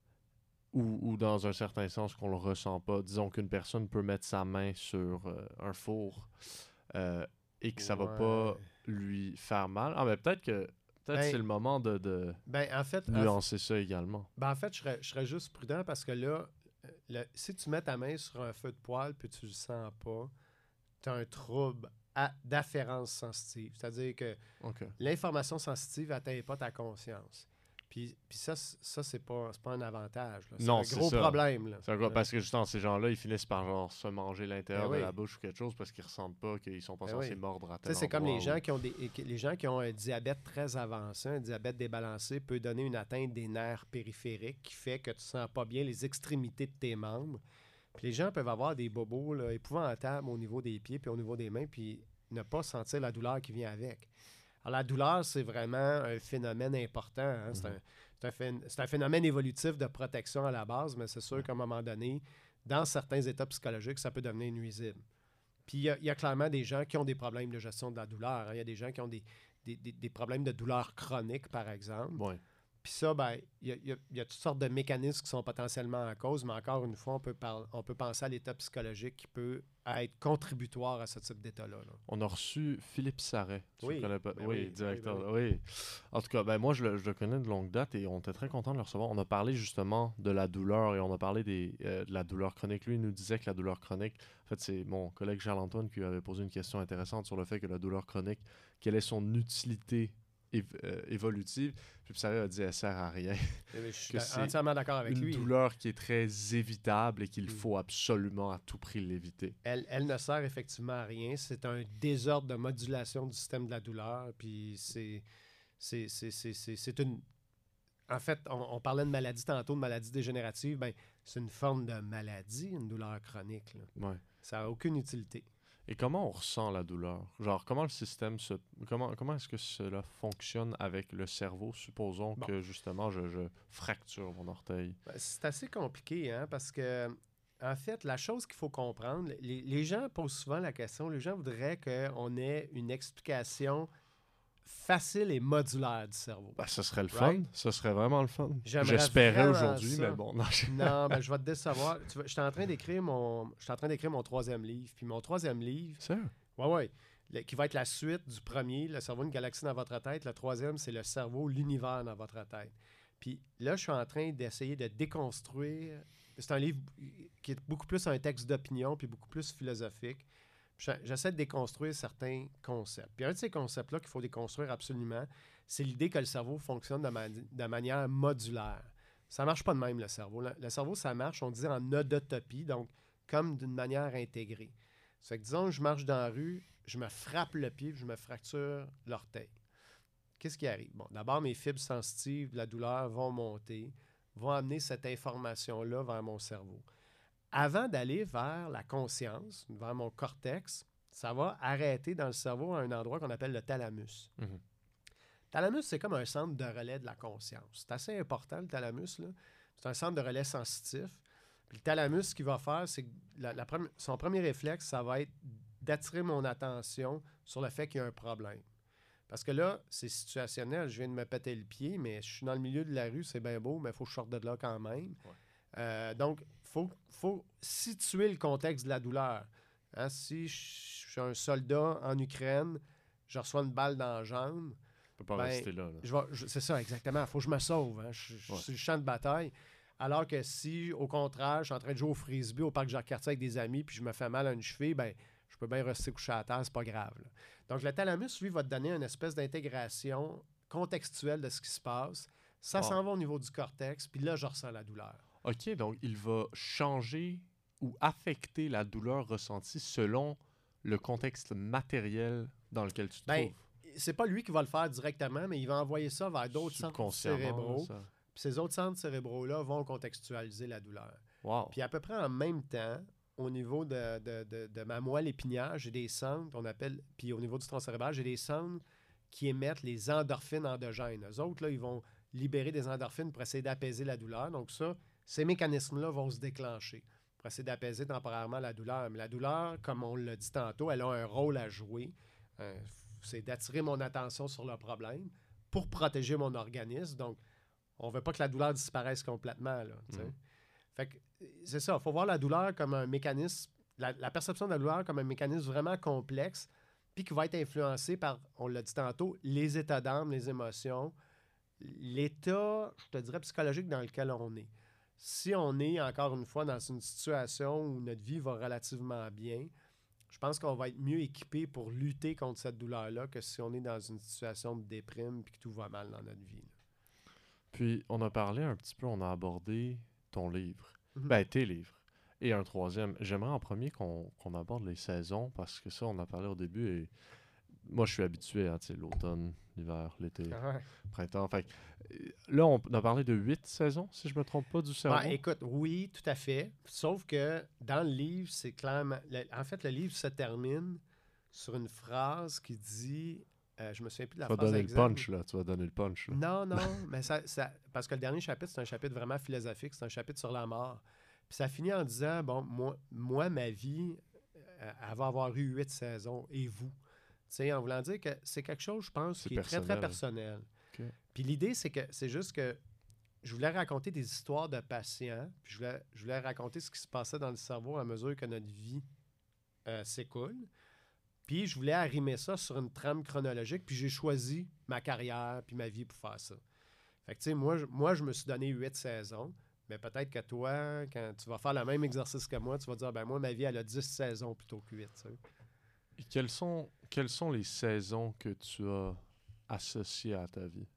ou, ou dans un certain sens qu'on ne le ressent pas. Disons qu'une personne peut mettre sa main sur euh, un four euh, et que ça ne ouais. va pas lui faire mal. Ah, mais peut-être que peut-être ben, c'est le moment de, de ben, en fait, nuancer en, ça également. Ben, en fait, je serais, je serais juste prudent parce que là, le, si tu mets ta main sur un feu de poêle puis tu le sens pas, tu as un trouble à, d'afférence sensitive. C'est-à-dire que okay. l'information sensitive n'atteint pas ta conscience. Puis, puis ça, ça c'est pas, c'est pas un avantage. Là. C'est non, un c'est gros ça. problème. Là. C'est un gros, parce que justement, ces gens-là, ils finissent par genre se manger l'intérieur ben oui. de la bouche ou quelque chose parce qu'ils ressentent pas, qu'ils sont pas ben censés oui. mordre à tel C'est comme les ou... gens qui ont des les gens qui ont un diabète très avancé, un diabète débalancé peut donner une atteinte des nerfs périphériques qui fait que tu sens pas bien les extrémités de tes membres. Puis les gens peuvent avoir des bobos là, épouvantables au niveau des pieds puis au niveau des mains puis ne pas sentir la douleur qui vient avec. Alors la douleur, c'est vraiment un phénomène important. Hein? C'est, mm-hmm. un, c'est, un phé- c'est un phénomène évolutif de protection à la base, mais c'est sûr qu'à un moment donné, dans certains états psychologiques, ça peut devenir nuisible. Puis il y, y a clairement des gens qui ont des problèmes de gestion de la douleur. Il hein? y a des gens qui ont des, des, des, des problèmes de douleur chronique, par exemple. Ouais. Puis ça, ben, il y, y, y a toutes sortes de mécanismes qui sont potentiellement en cause, mais encore une fois, on peut, par- on peut penser à l'état psychologique qui peut être contributoire à ce type d'état-là. Là. On a reçu Philippe Sarret. Tu oui, le connais pas? Ben oui, oui, directeur. ben oui, oui. En tout cas, ben moi, je le, je le connais de longue date et on était très content de le recevoir. On a parlé justement de la douleur et on a parlé des, euh, de la douleur chronique. Lui, il nous disait que la douleur chronique, en fait, c'est mon collègue Charles-Antoine qui lui avait posé une question intéressante sur le fait que la douleur chronique, quelle est son utilité év- euh, évolutive. Puis Sarret a dit elle sert à rien. Je suis entièrement d'accord avec une lui. Une douleur qui est très évitable et qu'il Mm. faut absolument à tout prix l'éviter. Elle, elle ne sert effectivement à rien. C'est un désordre de modulation du système de la douleur. Puis c'est, c'est, c'est, c'est, c'est, c'est une... En fait, on, on parlait de maladie tantôt, de maladie dégénérative. Ben, c'est une forme de maladie, une douleur chronique. Là. Ouais. Ça n'a aucune utilité. Et comment on ressent la douleur? Genre, comment le système se... Comment, comment est-ce que cela fonctionne avec le cerveau? Supposons bon. que, justement, je, je fracture mon orteil. Ben, c'est assez compliqué, hein, parce que, en fait, la chose qu'il faut comprendre, les, les gens posent souvent la question, les gens voudraient qu'on ait une explication facile et modulaire du cerveau. Ben, ce serait le right? fun. Ce serait vraiment le fun. J'aimerais J'espérais aujourd'hui, ça. mais bon. Non, je... non ben, je vais te décevoir. Tu vois, je suis en train d'écrire mon, je suis en train d'écrire mon troisième livre. Puis mon troisième livre... C'est Oui, oui. Le, qui va être la suite du premier, le cerveau, une galaxie dans votre tête. Le troisième, c'est le cerveau, l'univers dans votre tête. Puis là, je suis en train d'essayer de déconstruire... C'est un livre qui est beaucoup plus un texte d'opinion puis beaucoup plus philosophique. J'essaie de déconstruire certains concepts. Puis un de ces concepts-là qu'il faut déconstruire absolument, c'est l'idée que le cerveau fonctionne de, ma- de manière modulaire. Ça ne marche pas de même, le cerveau. Le, le cerveau, ça marche, on dit, en nodotopie, donc comme d'une manière intégrée. Ça fait que, disons, je marche dans la rue, je me frappe le pied, puis je me fracture l'orteil. Qu'est-ce qui arrive? Bon, d'abord, mes fibres sensitives de la douleur vont monter, vont amener cette information-là vers mon cerveau. Avant d'aller vers la conscience, vers mon cortex, ça va arrêter dans le cerveau à un endroit qu'on appelle le thalamus. Mm-hmm. Le thalamus, c'est comme un centre de relais de la conscience. C'est assez important, le thalamus, là. C'est un centre de relais sensitif. Puis le thalamus, ce qu'il va faire, c'est que la, la premi- son premier réflexe, ça va être d'attirer mon attention sur le fait qu'il y a un problème. Parce que là, c'est situationnel. Je viens de me péter le pied, mais je suis dans le milieu de la rue, c'est bien beau, mais il faut que je sorte de là quand même. Ouais. Euh, donc, il faut, faut situer le contexte de la douleur. Hein, si je suis un soldat en Ukraine, je reçois une balle dans la jambe, On peut pas ben, rester là. là. je vais- je- c'est ça, exactement. Il faut que je me sauve. Hein. Je, je suis Ouais. sur le champ de bataille. Alors que si, au contraire, je suis en train de jouer au frisbee au parc Jacques-Cartier avec des amis puis je me fais mal à une cheville, ben, je peux bien rester couché à terre, c'est pas grave. Là. Donc, le thalamus, lui, va te donner une espèce d'intégration contextuelle de ce qui se passe. Ça Ah. s'en va au niveau du cortex, puis là, je ressens la douleur. OK, donc il va changer ou affecter la douleur ressentie selon le contexte matériel dans lequel tu te Ben, trouves. c'est pas lui qui va le faire directement, mais il va envoyer ça vers d'autres centres Subconsciemment, cérébraux. ça. Puis ces autres centres cérébraux-là vont contextualiser la douleur. Wow. Puis à peu près en même temps, au niveau de, de, de, de ma moelle épinière, j'ai des centres qu'on appelle, puis au niveau du tronc cérébral, j'ai des centres qui émettent les endorphines endogènes. Eux autres, là, ils vont libérer des endorphines pour essayer d'apaiser la douleur. Donc ça, ces mécanismes-là vont se déclencher pour essayer d'apaiser temporairement la douleur. Mais la douleur, comme on l'a dit tantôt, elle a un rôle à jouer. Euh, c'est d'attirer mon attention sur le problème pour protéger mon organisme. Donc, on ne veut pas que la douleur disparaisse complètement. Là, tu sais. Mhm. Fait que c'est ça. Il faut voir la douleur comme un mécanisme, la, la perception de la douleur comme un mécanisme vraiment complexe, puis qui va être influencé par, on l'a dit tantôt, les états d'âme, les émotions, l'état, je te dirais, psychologique dans lequel on est. Si on est, encore une fois, dans une situation où notre vie va relativement bien, je pense qu'on va être mieux équipé pour lutter contre cette douleur-là que si on est dans une situation de déprime et que tout va mal dans notre vie. Là. Puis, on a parlé un petit peu, on a abordé ton livre. Mhm. Ben, tes livres. Et un troisième. J'aimerais en premier qu'on qu'on aborde les saisons, parce que ça, on a parlé au début, et moi, je suis habitué à l'automne, l'hiver, l'été, Ah ouais. printemps. Fait que, euh, là, on a parlé de huit saisons, si je me trompe pas, du cerveau. Ben, écoute, oui, tout à fait. Sauf que dans le livre, c'est clairement... le- en fait, le livre se termine sur une phrase qui dit... euh, je me souviens plus de la tu vas phrase donner le exacte. punch, là. Tu vas donner le punch, là. Non, non, mais ça, ça... Parce que le dernier chapitre, c'est un chapitre vraiment philosophique. C'est un chapitre sur la mort. Puis ça finit en disant, bon, moi, moi ma vie, euh, elle va avoir eu huit saisons. Et vous? Tu sais, en voulant dire que c'est quelque chose, je pense, C'est qui est très, très personnel. personnel. Ok. Puis l'idée, c'est que c'est juste que je voulais raconter des histoires de patients, puis je voulais, je voulais raconter ce qui se passait dans le cerveau à mesure que notre vie euh, s'écoule. Puis je voulais arrimer ça sur une trame chronologique, puis j'ai choisi ma carrière puis ma vie pour faire ça. Fait que, tu sais, moi, je- moi, je me suis donné huit saisons, mais peut-être que toi, quand tu vas faire le même exercice que moi, tu vas dire, ben moi, ma vie, elle a dix saisons plutôt que huit, tu sais. Et quelles sont, quelles sont les saisons que tu as associées à ta vie?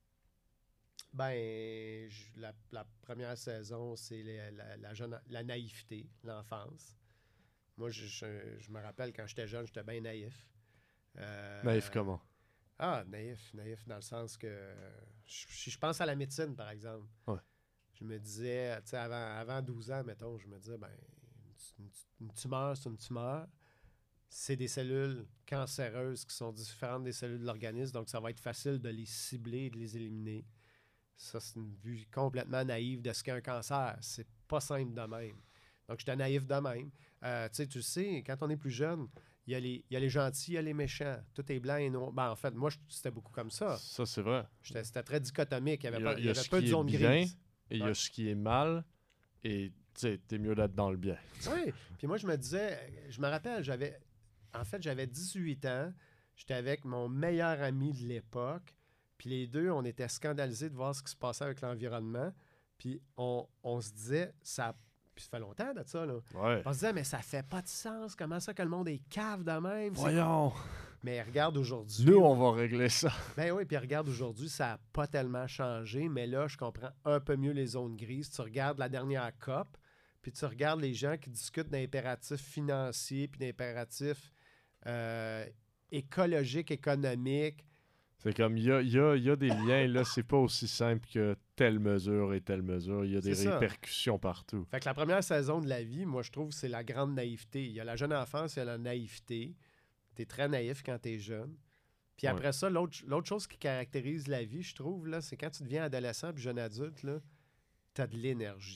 Ben, je- la, la première saison, c'est la, la, la jeune, la naïveté, l'enfance. Moi, je, je- je me rappelle quand j'étais jeune, j'étais bien naïf. Euh, Naïf comment? Ah, naïf, naïf dans le sens que je- si je pense à la médecine, par exemple, Ouais. je me disais, tu sais, avant, avant douze ans, mettons, je me disais, ben, une, une- une tumeur, c'est une tumeur. C'est des cellules cancéreuses qui sont différentes des cellules de l'organisme, donc ça va être facile de les cibler et de les éliminer. Ça, c'est une vue complètement naïve de ce qu'est un cancer. C'est pas simple de même. Donc, j'étais naïf de même. Euh, tu sais, tu sais, quand on est plus jeune, il y, a les- il y a les gentils, il y a les méchants. Tout est blanc et noir. Ben, en fait, moi, je- c'était beaucoup comme ça. Ça, c'est vrai. J'étais- C'était très dichotomique. Il n'y Il avait y a- pas, il y a il y avait ce pas de qui est zone bien, grise. Et il y a Ouais. ce qui est mal, et tu sais, t'es mieux d'être dans le bien. Oui. Puis moi, je me disais, je me rappelle, j'avais, en fait, j'avais dix-huit ans. J'étais avec mon meilleur ami de l'époque. Puis les deux, on était scandalisés de voir ce qui se passait avec l'environnement. Puis on, on se disait, ça. Puis ça fait longtemps de ça, là. Ouais. On se disait, mais ça fait pas de sens. Comment ça que le monde est cave de même? C'est- Voyons. Mais regarde aujourd'hui. Nous, on va régler ça. Ben oui, puis regarde aujourd'hui, ça n'a pas tellement changé, mais là, je comprends un peu mieux les zones grises. Tu regardes la dernière C O P, puis tu regardes les gens qui discutent d'impératifs financiers, puis d'impératifs euh, écologiques, économiques. C'est comme, il y a, il y a- il y a des liens, là, c'est pas aussi simple que telle mesure et telle mesure. Il y a des C'est ça. répercussions partout. Fait que la première saison de la vie, moi, je trouve, c'est la grande naïveté. Il y a la jeune enfance, il y a la naïveté. Tu es très naïf quand tu es jeune. Puis Ouais. après ça, l'autre l'autre chose qui caractérise la vie, je trouve, là, c'est quand tu deviens adolescent puis jeune adulte, tu as de l'énergie. Tu as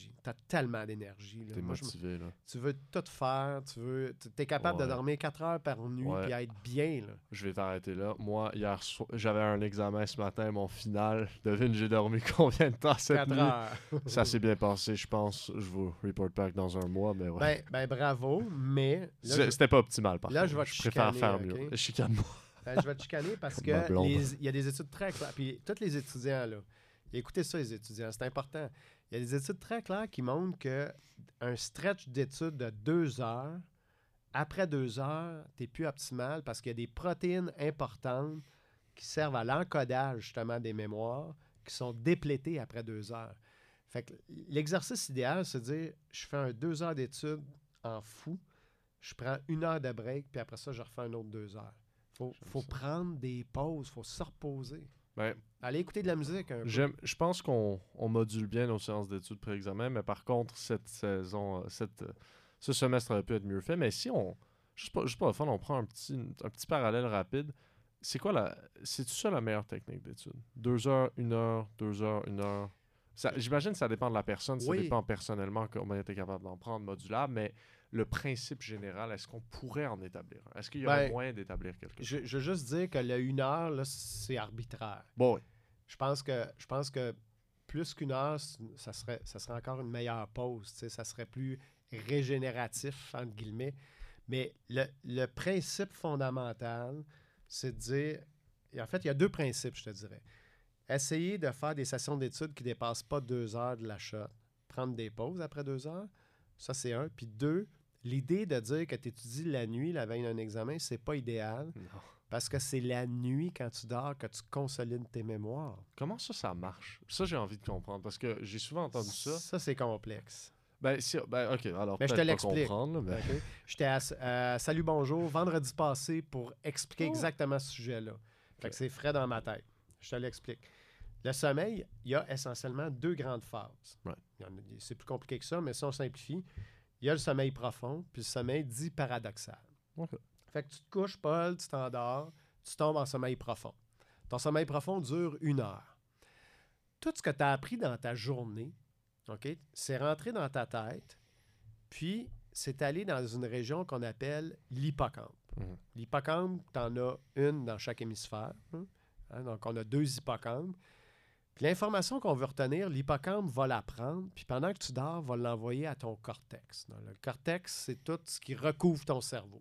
tellement d'énergie. Là. T'es Moi, je me- motivé, là. Tu veux tout faire, tu veux, tu es capable Ouais. de dormir quatre heures par nuit Ouais. et être bien. Là. Je vais t'arrêter là. Moi, hier soir, j'avais un examen ce matin, mon final. Devine, j'ai dormi combien de temps cette quatre nuit? heures. Ça s'est bien passé, je pense. Je vous report back dans un mois, mais ouais. Ben, ben bravo, mais là, C'est- je, C'était pas optimal, par là, contre. je vais te préfère chicaner, faire ok? mieux. Chicane-moi. ben, je vais te chicaner parce Ma que blonde. les- il y a des études très claires. Puis tous les étudiants, là, écoutez ça, les étudiants, c'est important. Il y a des études très claires qui montrent qu'un stretch d'études de deux heures, après deux heures, tu n'es plus optimal parce qu'il y a des protéines importantes qui servent à l'encodage justement des mémoires qui sont déplétées après deux heures. Fait que l'exercice idéal, c'est de dire je fais un deux heures d'études en fou, je prends une heure de break, puis après ça, je refais un autre deux heures. Il faut, J'aime faut ça. prendre des pauses, il faut se reposer. Ben, Aller écouter de la musique un peu. J'aime, je pense qu'on on module bien nos séances d'études pré-examen, mais par contre, cette saison, euh, cette, euh, ce semestre aurait pu être mieux fait. Mais si on, juste pour, juste pour le fun, on prend un petit, un petit parallèle rapide, c'est quoi la, c'est-tu ça la meilleure technique d'étude? Deux heures, une heure, deux heures, une heure? Ça, j'imagine que ça dépend de la personne, ça Oui. dépend personnellement comment tu es capable d'en prendre modulable, mais le principe général, est-ce qu'on pourrait en établir un? Est-ce qu'il y aurait Ben, moyen d'établir quelque chose? Je, je veux juste dire que le une heure, là, c'est arbitraire. Bon, oui. Je pense que, je pense que plus qu'une heure, c'est- ça serait, ça serait encore une meilleure pause. tu sais, Ça serait plus régénératif, entre guillemets. Mais le, le principe fondamental, c'est de dire... et en fait, il y a deux principes, je te dirais. Essayer de faire des sessions d'études qui ne dépassent pas deux heures de la shot. Prendre des pauses après deux heures, ça c'est un. Puis deux, l'idée de dire que tu étudies la nuit, la veille d'un examen, c'est pas idéal. Non. Parce que c'est la nuit, quand tu dors, que tu consolides tes mémoires. Comment ça, ça marche? Ça, j'ai envie de comprendre, parce que j'ai souvent entendu ça. Ça, c'est complexe. Ben, si, ben ok, alors Mais je peut-être te pas l'explique. comprendre, là, mais... OK? J'étais à, à Salut Bonjour vendredi passé pour expliquer Oh. exactement ce sujet-là. Fait que c'est frais dans ma tête. Je te l'explique. Le sommeil, il y a essentiellement deux grandes phases. Right. Il y en a- C'est plus compliqué que ça, mais si on simplifie, il y a le sommeil profond puis le sommeil dit paradoxal. Ok. Fait que tu te couches, Paul, tu t'endors, tu tombes en sommeil profond. Ton sommeil profond dure une heure. Tout ce que tu as appris dans ta journée, OK, c'est rentré dans ta tête, puis c'est allé dans une région qu'on appelle l'hippocampe. Mhm. L'hippocampe, tu en as une dans chaque hémisphère. hein. Hein, donc, on a deux hippocampes. Puis l'information qu'on veut retenir, l'hippocampe va la prendre, puis pendant que tu dors, va l'envoyer à ton cortex. Donc, le cortex, c'est tout ce qui recouvre ton cerveau.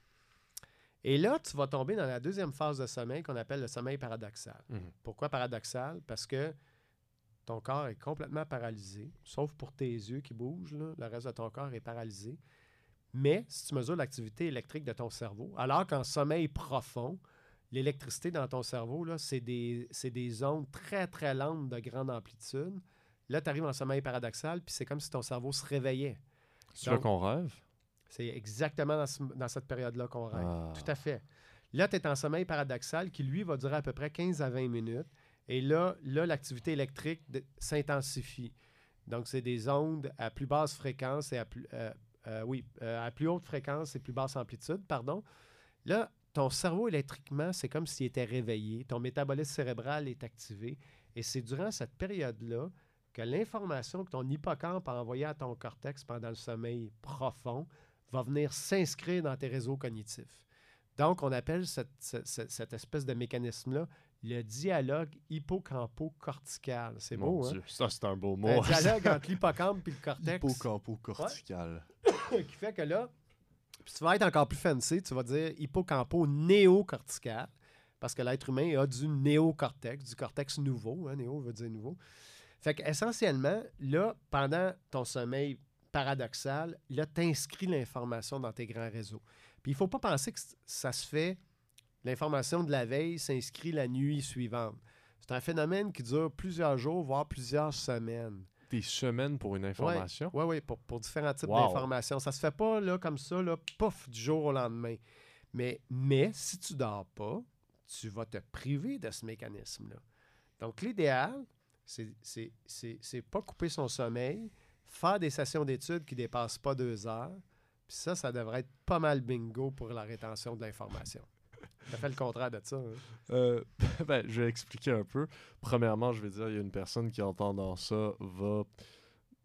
Et là, tu vas tomber dans la deuxième phase de sommeil qu'on appelle le sommeil paradoxal. Mhm. Pourquoi paradoxal? Parce que ton corps est complètement paralysé, sauf pour tes yeux qui bougent. Là, le reste de ton corps est paralysé. Mais si tu mesures l'activité électrique de ton cerveau, alors qu'en sommeil profond, l'électricité dans ton cerveau, là, c'est des, c'est des ondes très, très lentes de grande amplitude. Là, tu arrives en sommeil paradoxal, puis c'est comme si ton cerveau se réveillait. C'est là Donc, qu'on rêve? C'est exactement dans, ce- dans cette période-là qu'on rêve. Ah. Tout à fait. Là, tu es en sommeil paradoxal qui, lui, va durer à peu près quinze à vingt minutes. Et là, là l'activité électrique de- s'intensifie. Donc, c'est des ondes à plus basse fréquence et à plus, euh, euh, oui, euh, à plus haute fréquence et plus basse amplitude, pardon. Là, ton cerveau électriquement, c'est comme s'il était réveillé. Ton métabolisme cérébral est activé. Et c'est durant cette période-là que l'information que ton hippocampe a envoyée à ton cortex pendant le sommeil profond va venir s'inscrire dans tes réseaux cognitifs. Donc, on appelle cette, cette, cette- cette espèce de mécanisme-là le dialogue hippocampo-cortical. C'est Mon beau, hein? Dieu, ça c'est un beau mot. Un dialogue entre l'hippocampe et le cortex Hippocampo-cortical. qui fait que là, puis tu vas être encore plus fancy, tu vas dire hippocampo-néocortical, parce que l'être humain a du néocortex, du cortex nouveau. Hein, néo veut dire nouveau. Fait qu'essentiellement, là, pendant ton sommeil paradoxal, là, tu inscris l'information dans tes grands réseaux. Puis il ne faut pas penser que c- ça se fait, l'information de la veille s'inscrit la nuit suivante. C'est un phénomène qui dure plusieurs jours, voire plusieurs semaines. Des semaines pour une information? Oui, oui, pour, pour différents types Wow. d'informations. Ça se fait pas là, comme ça, là, pouf, du jour au lendemain. Mais, mais si tu dors pas, tu vas te priver de ce mécanisme-là. Donc, l'idéal, c'est c'est- c'est- c'est pas couper son sommeil, faire des sessions d'études qui ne dépassent pas deux heures. Puis ça, ça devrait être pas mal bingo pour la rétention de l'information. Ça fait le contraire de ça. hein. Euh, ben, je vais expliquer un peu. Premièrement, je vais dire, il y a une personne qui, entendant ça, va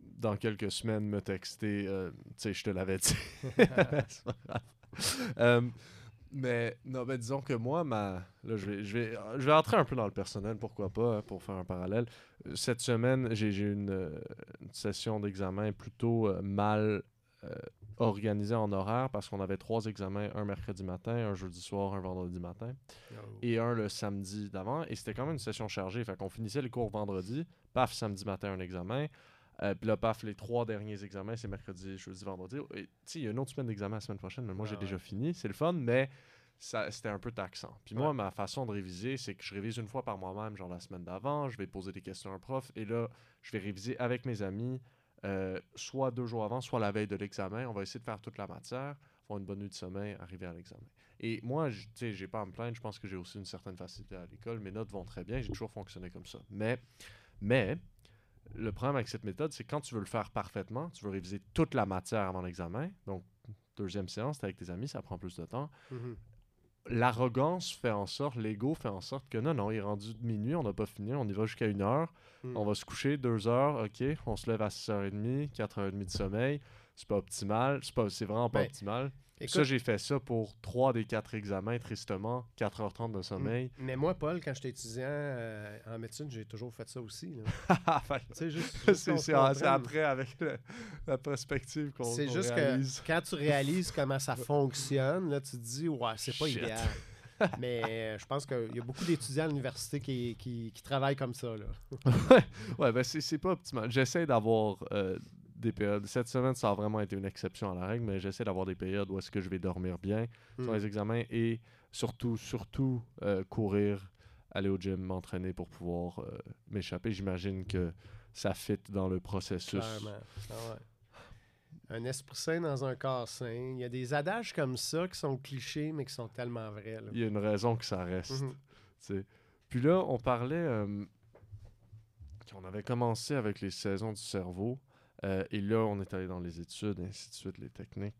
dans quelques semaines, me texter. Euh, tu sais, je te l'avais dit. C'est pas grave. Euh, mais non, ben, disons que moi, ma... là, je vais, je vais, je vais entrer un peu dans le personnel, pourquoi pas, hein, pour faire un parallèle. Cette semaine, j'ai, j'ai une, euh, une session d'examen plutôt euh, mal euh, organisée en horaire parce qu'on avait trois examens, un mercredi matin, un jeudi soir, un vendredi matin, Oh. et un le samedi d'avant. Et c'était quand même une session chargée. Fait qu'on finissait les cours vendredi, paf, samedi matin, un examen. Euh, puis là, paf, les trois derniers examens, c'est mercredi, jeudi, vendredi. Et tu sais, il y a une autre semaine d'examen la semaine prochaine, mais moi, Ah, j'ai ouais. déjà fini. C'est le fun, mais ça, c'était un peu taxant. Puis moi, Ouais. ma façon de réviser, c'est que je révise une fois par moi-même, genre la semaine d'avant. Je vais poser des questions à un prof. Et là, je vais réviser avec mes amis, euh, soit deux jours avant, soit la veille de l'examen. On va essayer de faire toute la matière, avoir une bonne nuit de sommeil, arriver à l'examen. Et moi, tu sais, j'ai pas à me plaindre. Je pense que j'ai aussi une certaine facilité à l'école. Mes notes vont très bien. J'ai toujours fonctionné comme ça. Mais, mais... le problème avec cette méthode, c'est que quand tu veux le faire parfaitement, tu veux réviser toute la matière avant l'examen. Donc, deuxième séance, t'es avec tes amis, ça prend plus de temps. Mhm. L'arrogance fait en sorte, l'ego fait en sorte que non, non, il est rendu de minuit, on n'a pas fini, on y va jusqu'à une heure, Mm. on va se coucher deux heures, ok, on se lève à six heures trente, quatre heures trente de sommeil, c'est pas optimal, c'est, pas, c'est vraiment pas Ben, optimal. Écoute, Ça, j'ai fait ça pour trois des quatre examens, tristement, quatre heures trente de sommeil. mm, mais moi, Paul, quand j'étais étudiant euh, en médecine, j'ai toujours fait ça aussi. Là. Fait Tu sais, juste, juste c'est, qu'on c'est, se comprenne. c'est après, avec le- la perspective qu'on, C'est qu'on juste réalise. que quand tu réalises comment ça fonctionne, là, tu te dis, ouais, c'est pas Shit. idéal. Mais euh, je pense qu'il y a beaucoup d'étudiants à l'université qui, qui, qui travaillent comme ça. Là. Ouais, ben c'est, c'est pas optimal. J'essaie d'avoir euh, des périodes. Cette semaine, ça a vraiment été une exception à la règle, mais j'essaie d'avoir des périodes où est-ce que je vais dormir bien sur Mm. les examens et surtout, surtout euh, courir, aller au gym, m'entraîner pour pouvoir euh, m'échapper. J'imagine que ça fit dans le processus. Clairement. Ah ouais. Un esprit sain dans un corps sain. Il y a des adages comme ça qui sont clichés, mais qui sont tellement vrais. Là. Il y a une raison que ça reste. Mhm. tu sais. Puis là, on parlait... euh, on avait commencé avec les saisons du cerveau. euh, et là, on est allé dans les études, et ainsi de suite, les techniques.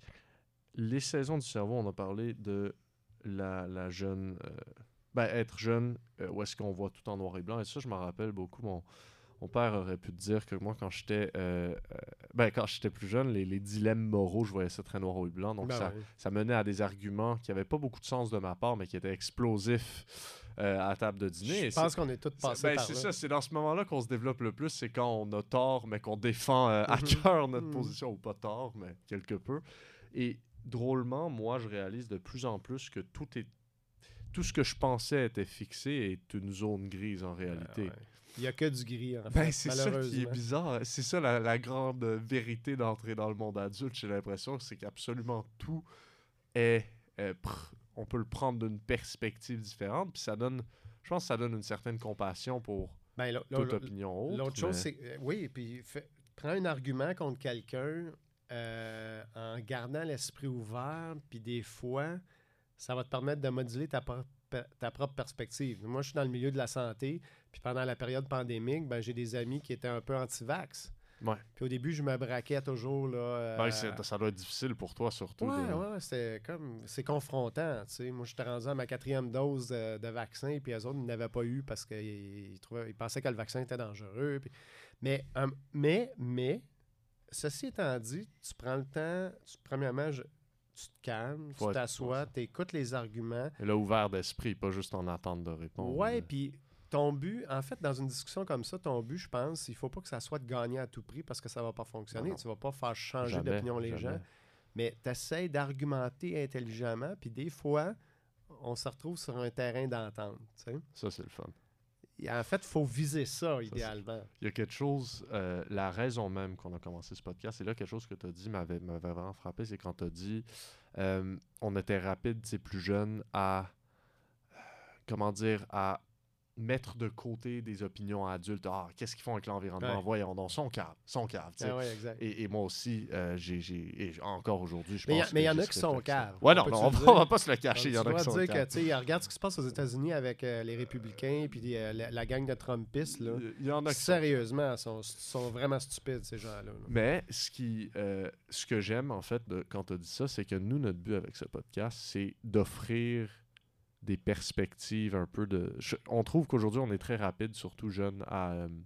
Les saisons du cerveau, on a parlé de la, la jeune... euh, ben, être jeune, euh, où est-ce qu'on voit tout en noir et blanc. Et ça, je m'en rappelle beaucoup. Mon, mon père aurait pu te dire que moi, quand j'étais... euh, euh, ben, quand j'étais plus jeune, les, les dilemmes moraux, je voyais ça très noir et blanc. Donc, Ben ça, ouais. ça menait à des arguments qui n'avaient pas beaucoup de sens de ma part, mais qui étaient explosifs euh, à la table de dîner. Et Je pense qu'on est tous c'est, passés ben, par c'est là. ça, c'est dans ce moment-là qu'on se développe le plus, c'est quand on a tort, mais qu'on défend euh, à Mhm. cœur notre Mhm. position, ou pas tort, mais quelque peu. Et drôlement, moi, je réalise de plus en plus que tout est tout ce que je pensais était fixé est une zone grise en réalité. Ouais, ouais. Il n'y a que du gris, en fait, Ben, c'est ça qui est malheureusement. bizarre. C'est ça la, la grande vérité d'entrer dans le monde adulte. J'ai l'impression que c'est qu'absolument tout est... euh, pr- on peut le prendre d'une perspective différente. Puis ça donne... Je pense que ça donne une certaine compassion pour Ben, l'au- toute l'au- opinion autre. L'autre chose, mais- c'est... euh, Oui, puis fait- prends un argument contre quelqu'un euh, en gardant l'esprit ouvert, puis des fois, ça va te permettre de moduler ta propre, ta propre perspective. Moi, je suis dans le milieu de la santé, puis pendant la période pandémique, ben, j'ai des amis qui étaient un peu anti-vax. Ouais. Puis au début, je me braquais toujours, là... euh, Ben, c'est- ça doit être difficile pour toi, surtout. Ouais, de- ouais, c'est comme c'est confrontant, tu sais. Moi, j'étais rendu à ma quatrième dose de, de vaccin, puis les autres, ils n'avaient pas eu parce qu'ils ils trouvaient, ils pensaient que le vaccin était dangereux. puis- Mais, euh, mais, mais, ceci étant dit, tu prends le temps, tu- premièrement, je- tu te calmes, Faut tu être- t'assois, faut tu écoutes les arguments. Et là, ouvert d'esprit, pas juste en attente de réponse. Ouais, mais- puis ton but, en fait, dans une discussion comme ça, ton but, je pense, il faut pas que ça soit de gagner à tout prix parce que ça va pas fonctionner. Non, non. Tu vas pas faire changer Jamais, d'opinion les jamais. gens. Mais tu essaies d'argumenter intelligemment, puis des fois, on se retrouve sur un terrain d'entente. tu sais. Ça, c'est le fun. Et en fait, il faut viser ça, idéalement. Il y a quelque chose, euh, la raison même qu'on a commencé ce podcast, et là, quelque chose que tu as dit m'avait, m'avait vraiment frappé, c'est quand tu as dit euh, on était rapide, tu sais, plus jeune, à, euh, comment dire, à mettre de côté des opinions adultes. Ah, qu'est-ce qu'ils font avec l'environnement? Ouais. Voyons donc, son cave, son cave. tu sais. Ah ouais, exact. Et, et moi aussi, euh, j'ai, j'ai, et encore aujourd'hui, je Mais il y a- pense mais il y que en j'ai a cette qui sont réflexion. caves. Ouais, On non, peut-tu non, on le va, dire? on va pas se le cacher, il y en tu a dois qui sont dire que, caves. tu sais, regarde ce qui se passe aux États-Unis avec euh, les républicains puis euh, la, la gang de Trumpistes, là. Il y en a qui sont Sérieusement, ils sont, sont vraiment stupides, ces gens-là. là. Mais ce, qui, euh, ce que j'aime, en fait, de, quand tu as dit ça, c'est que nous, notre but avec ce podcast, c'est d'offrir des perspectives un peu de... je- on trouve qu'aujourd'hui, on est très rapide, surtout jeune, à euh,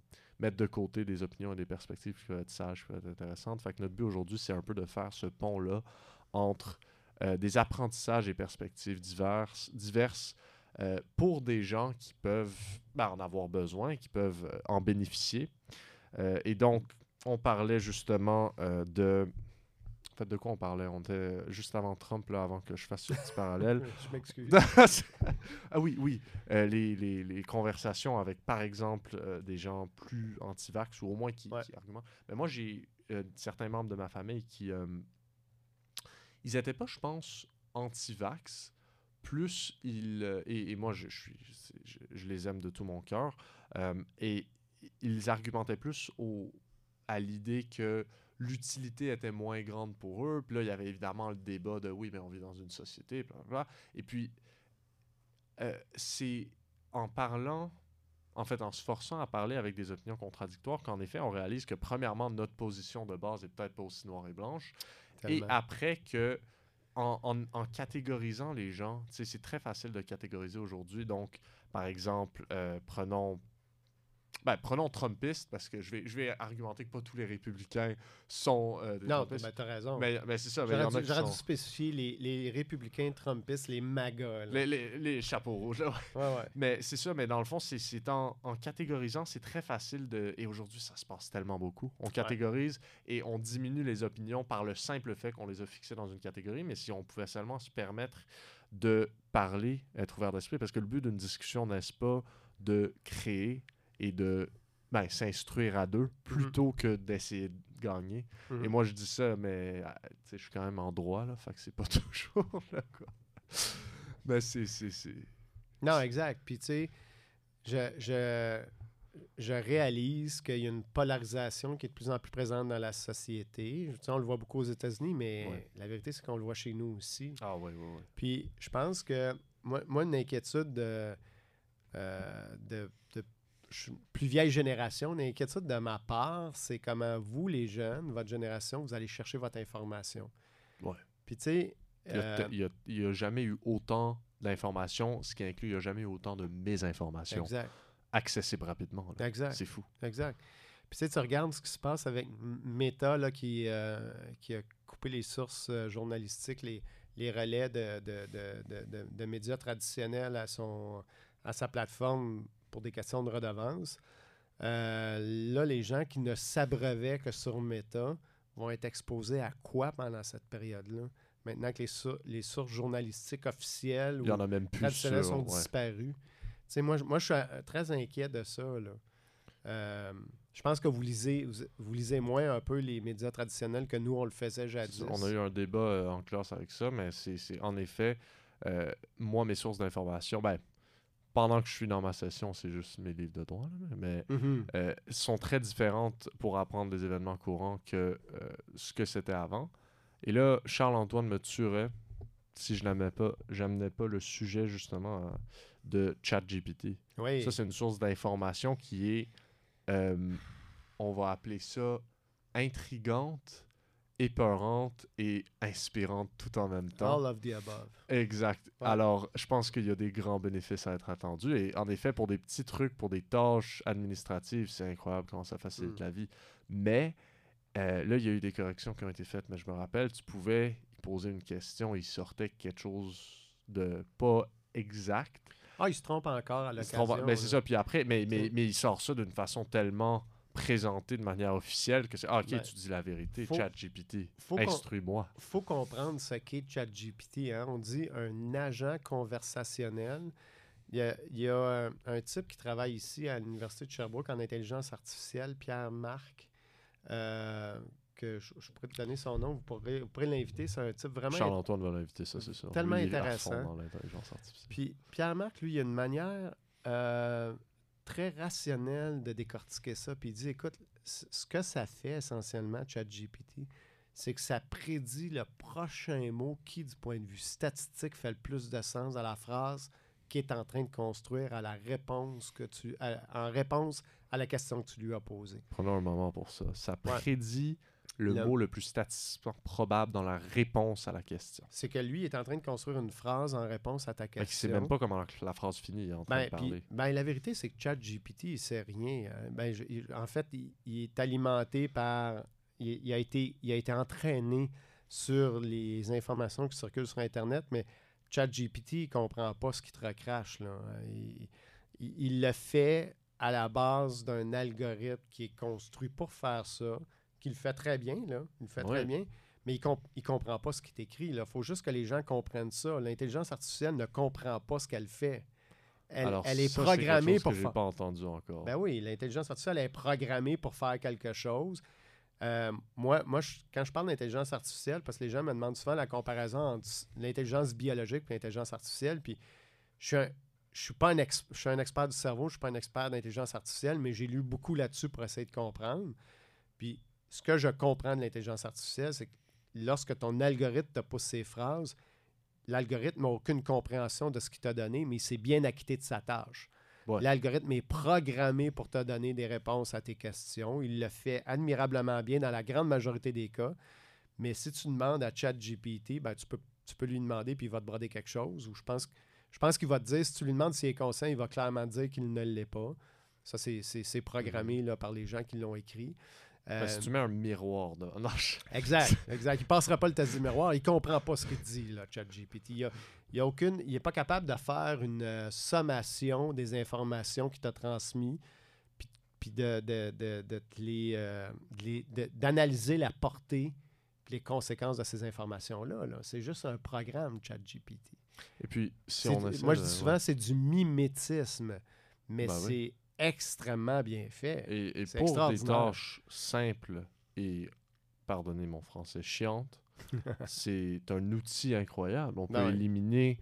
mettre de côté des opinions et des perspectives qui peuvent être sages, qui peuvent être intéressantes. Fait que notre but aujourd'hui, c'est un peu de faire ce pont-là entre euh, des apprentissages et perspectives diverses, diverses euh, pour des gens qui peuvent ben, en avoir besoin, qui peuvent euh, en bénéficier. Euh, et donc, on parlait justement euh, de... En fait, de quoi on parlait? On était juste avant Trump, là, avant que je fasse ce petit parallèle. Je m'excuse. Ah oui, oui. Euh, les, les, les conversations avec, par exemple, euh, des gens plus anti-vax ou au moins qui, Ouais. qui argumentent. Mais moi, j'ai euh, certains membres de ma famille qui... Euh, ils n'étaient pas, je pense, anti-vax. Plus ils... euh, et, et moi, je, je, suis, je, je les aime de tout mon cœur. Euh, et ils argumentaient plus au, à l'idée que l'utilité était moins grande pour eux. Puis là, il y avait évidemment le débat de oui, mais on vit dans une société, blablabla. Et puis, euh, c'est en parlant, en fait, en se forçant à parler avec des opinions contradictoires qu'en effet, on réalise que, premièrement, notre position de base est peut-être pas aussi noire et blanche. Tellement. Et après que, en, en, en catégorisant les gens, tu sais, c'est très facile de catégoriser aujourd'hui. Donc, par exemple, euh, prenons... Ben, prenons Trumpiste, parce que je vais, je vais argumenter que pas tous les républicains sont euh, des Non, Trumpistes. ben, t'as raison. Mais, mais c'est ça, mais il y J'aurais en a dû, qui j'aurais dû sont... spécifier les, les républicains trumpistes, les magas. là. Les, les, les chapeaux rouges, là, ouais. Ouais, ouais. Mais c'est ça, mais dans le fond, c'est, c'est en, en catégorisant, c'est très facile de... Et aujourd'hui, ça se passe tellement beaucoup. On catégorise et on diminue les opinions par le simple fait qu'on les a fixées dans une catégorie, mais si on pouvait seulement se permettre de parler, être ouvert d'esprit, parce que le but d'une discussion, n'est-ce pas, de créer et de ben, s'instruire à deux plutôt mm-hmm. que d'essayer de gagner. Mm-hmm. Et moi, je dis ça, mais je suis quand même en droit, là, fait que c'est pas toujours là, quoi. Mais c'est, c'est, c'est... Non, exact. Puis, tu sais, je, je, je réalise qu'il y a une polarisation qui est de plus en plus présente dans la société. Tu sais, on le voit beaucoup aux États-Unis, mais ouais. la vérité, c'est qu'on le voit chez nous aussi. Ah oui, oui, oui. Puis, je pense que, moi, moi une inquiétude de, euh, de, de plus vieille génération, une inquiétude de ma part, c'est comment vous, les jeunes, votre génération, vous allez chercher votre information. Ouais. Puis, tu sais... Il n'y a, a, a jamais eu autant d'informations, ce qui inclut, il n'y a jamais eu autant de mésinformations exact. accessibles rapidement. Là. Exact. C'est fou. Exact. Puis, tu sais, tu regardes ce qui se passe avec Meta, là, qui, euh, qui a coupé les sources euh, journalistiques, les, les relais de, de, de, de, de, de médias traditionnels à, son, à sa plateforme pour des questions de redevance. Euh, là, les gens qui ne s'abreuvaient que sur Meta vont être exposés à quoi pendant cette période-là? Maintenant que les, sur- les sources journalistiques officielles Il y en a même plus traditionnelles sur, sont ouais. disparues. Tu sais, moi, moi, je suis euh, très inquiet de ça, là. Euh, je pense que vous lisez, vous, vous lisez moins un peu les médias traditionnels que nous, on le faisait jadis. On a eu un débat euh, en classe avec ça, mais c'est, c'est en effet, euh, moi, mes sources d'information, ben, pendant que je suis dans ma session, c'est juste mes livres de droit, là, mais mm-hmm. euh, sont très différentes pour apprendre des événements courants que euh, ce que c'était avant. Et là, Charles-Antoine me tuerait si je n'amenais pas, j'amenais pas le sujet, justement, euh, de ChatGPT. Oui. Ça, c'est une source d'information qui est, euh, on va appeler ça, intrigante, épeurante et inspirante tout en même temps. All of the above. Exact. Ouais. Alors, je pense qu'il y a des grands bénéfices à être attendus. Et en effet, pour des petits trucs, pour des tâches administratives, c'est incroyable comment ça facilite mm. la vie. Mais euh, là, il y a eu des corrections qui ont été faites. Mais je me rappelle, tu pouvais poser une question et il sortait quelque chose de pas exact. Ah, il se trompe encore à l'occasion. Il se trompe... Mais c'est ça. Puis après, mais, mais, mais il sort ça d'une façon tellement... présenté de manière officielle que c'est ah, ok, ben, tu dis la vérité, faut, ChatGPT, instruis-moi. Il faut comprendre ce qu'est ChatGPT. Hein? On dit un agent conversationnel. Il y a, il y a un, un type qui travaille ici à l'Université de Sherbrooke en intelligence artificielle, Pierre-Marc, euh, que je, je pourrais te donner son nom, vous pourrez, vous pourrez l'inviter. C'est un type vraiment... Charles-Antoine va l'inviter, ça, c'est sûr. Tellement lui, intéressant. Il est à fond dans l'intelligence artificielle. Puis Pierre-Marc, lui, il a une manière... Euh, très rationnel de décortiquer ça. Puis il dit, écoute, c- ce que ça fait essentiellement, ChatGPT, c'est que ça prédit le prochain mot qui, du point de vue statistique, fait le plus de sens à la phrase qu'il est en train de construire à la réponse que tu, à, en réponse à la question que tu lui as posée. Prenons un moment pour ça. Ça prédit le, Le- mot le plus statistiquement probable dans la réponse à la question. C'est que lui est en train de construire une phrase en réponse à ta Fait qu'il question. sait même pas comment la, la phrase finit, il est en train Ben, de parler. puis- ben, la vérité, c'est que ChatGPT, il sait rien. hein. Ben, je- il- en fait, il, il est alimenté par... Il, il a été, il a été entraîné sur les informations qui circulent sur Internet, mais ChatGPT, il comprend pas ce qui te recrache. Là. Il, il- il le fait à la base d'un algorithme qui est construit pour faire ça, qui le fait très bien, là. Il le fait Ouais. très bien, mais il ne comprend pas ce qui est écrit. Il faut juste que les gens comprennent ça. L'intelligence artificielle ne comprend pas ce qu'elle fait. Elle, Alors, elle est ça, programmée c'est quelque chose pour que j'ai faire... pas entendu encore. Ben oui, l'intelligence artificielle est programmée pour faire quelque chose. Euh, moi, moi je- quand je parle d'intelligence artificielle, parce que les gens me demandent souvent la comparaison entre l'intelligence biologique et l'intelligence artificielle, puis je suis un, je suis pas un, ex- je suis un expert du cerveau, je suis pas un expert d'intelligence artificielle, mais j'ai lu beaucoup là-dessus pour essayer de comprendre. Puis ce que je comprends de l'intelligence artificielle, c'est que lorsque ton algorithme te pousse ses phrases, l'algorithme n'a aucune compréhension de ce qu'il t'a donné, mais il s'est bien acquitté de sa tâche. Ouais. L'algorithme est programmé pour te donner des réponses à tes questions. Il le fait admirablement bien dans la grande majorité des cas. Mais si tu demandes à ChatGPT, ben, tu peux, tu peux lui demander puis il va te broder quelque chose. Ou je pense, je pense qu'il va te dire, si tu lui demandes s'il est conscient, il va clairement dire qu'il ne l'est pas. Ça, c'est, c'est, c'est programmé là, par les gens qui l'ont écrit. Ben, si Euh, tu mets un miroir de... Non, je- Exact, exact. Il ne passera pas le test du miroir. Il ne comprend pas ce qu'il dit, là, ChatGPT. Il a, il a aucune, il n'est pas capable de faire une euh, sommation des informations qu'il t'a transmises, puis, puis de, de, de, de te les, euh, de les- de- d'analyser la portée puis les conséquences de ces informations-là. Là. C'est juste un programme, ChatGPT. Et puis, si C'est on du- essaie moi, je de- dis souvent, ouais. c'est du mimétisme, mais Ben c'est oui. extrêmement bien fait. Et, et C'est pour des extraordinaire. tâches simples et, pardonnez mon français, chiantes, c'est un outil incroyable. On peut Ben oui. éliminer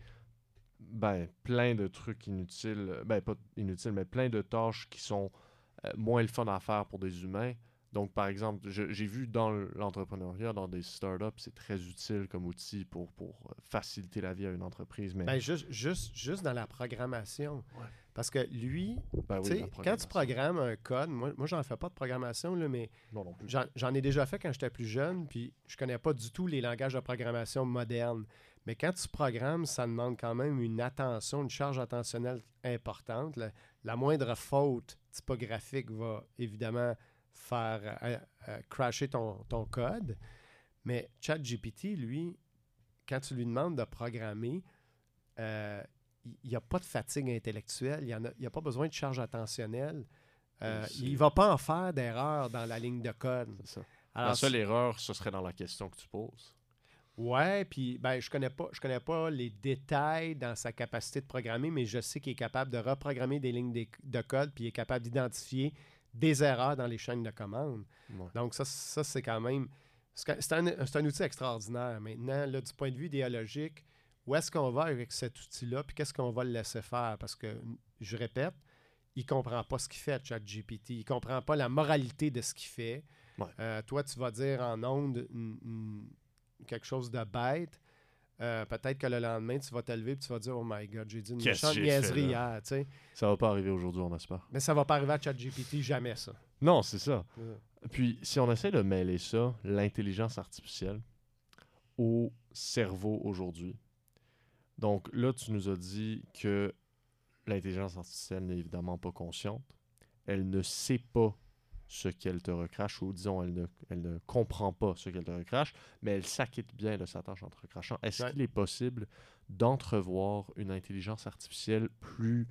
ben, plein de trucs inutiles, ben pas inutiles, mais plein de tâches qui sont euh, moins le fun à faire pour des humains. Donc, par exemple, je- j'ai vu dans l'entrepreneuriat, dans des startups, c'est très utile comme outil pour, pour euh, faciliter la vie à une entreprise. Mais Ben, juste, juste, juste dans la programmation. Ouais. Parce que lui, ben oui, tu sais, la quand tu programmation. programmes un code, moi, moi j'en fais pas de programmation, là, mais Non, non plus. j'en, j'en ai déjà fait quand j'étais plus jeune, puis je connais pas du tout les langages de programmation modernes. Mais quand tu programmes, ça demande quand même une attention, une charge attentionnelle importante. La, la moindre faute typographique va évidemment faire euh, euh, crasher ton, ton code. Mais ChatGPT, lui, quand tu lui demandes de programmer, euh, il n'y a pas de fatigue intellectuelle, il n'y a, a pas besoin de charge attentionnelle. Euh, C'est- il ne va pas en faire d'erreur dans la ligne de code. C'est ça. Alors, la seule erreur, ce serait dans la question que tu poses. ouais, puis ben, je connais pas, je connais pas les détails dans sa capacité de programmer, mais je sais qu'il est capable de reprogrammer des lignes de, de code, puis il est capable d'identifier des erreurs dans les chaînes de commande. Ouais. Donc ça, ça c'est quand même... C'est c'est un, c'est un outil extraordinaire. Maintenant, là, du point de vue idéologique, où est-ce qu'on va avec cet outil-là, puis qu'est-ce qu'on va le laisser faire? Parce que, je répète, il ne comprend pas ce qu'il fait, ChatGPT. Il ne comprend pas la moralité de ce qu'il fait. Ouais. Euh, toi, tu vas dire en ondes une- une- quelque chose de bête. Euh, peut-être que le lendemain, tu vas te lever et tu vas dire « Oh my God, j'ai dit une Qu'est-ce méchante que j'ai fait, niaiserie là? hier. » tu sais. Ça va pas arriver aujourd'hui, on espère. Mais ça ne va pas arriver à ChatGPT, jamais ça. Non, c'est ça. Ouais. Puis, si on essaie de mêler ça, l'intelligence artificielle, au cerveau aujourd'hui. Donc là, tu nous as dit que l'intelligence artificielle n'est évidemment pas consciente. Elle ne sait pas ce qu'elle te recrache, ou disons, elle ne, elle ne comprend pas ce qu'elle te recrache, mais elle s'acquitte bien de sa tâche en te recrachant. Est-ce Ouais. qu'il est possible d'entrevoir une intelligence artificielle plus,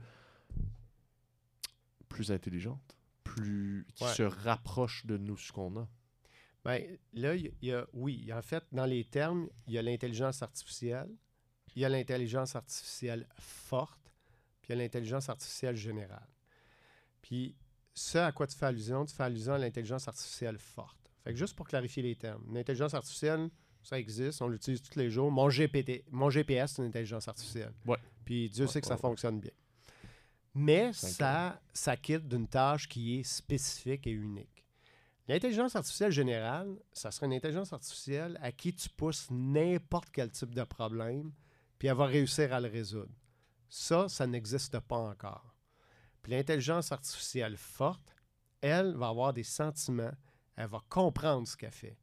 plus intelligente, plus qui Ouais. se rapproche de nous, ce qu'on a? Ben, là, il y a, oui, en fait, dans les termes, il y a l'intelligence artificielle, il y a l'intelligence artificielle forte, puis il y a l'intelligence artificielle générale. Puis, ce à quoi tu fais allusion, tu fais allusion à l'intelligence artificielle forte. Fait que juste pour clarifier les termes, l'intelligence artificielle, ça existe, on l'utilise tous les jours. Mon G P T, mon G P S, c'est une intelligence artificielle. Ouais. Puis Dieu Ouais, sait que ouais, ça ouais. fonctionne bien. Mais C'est ça s'acquitte d'une tâche qui est spécifique et unique. L'intelligence artificielle générale, ça serait une intelligence artificielle à qui tu pousses n'importe quel type de problème, puis elle va réussir à le résoudre. Ça, ça n'existe pas encore. Puis l'intelligence artificielle forte, elle va avoir des sentiments, elle va comprendre ce qu'elle fait.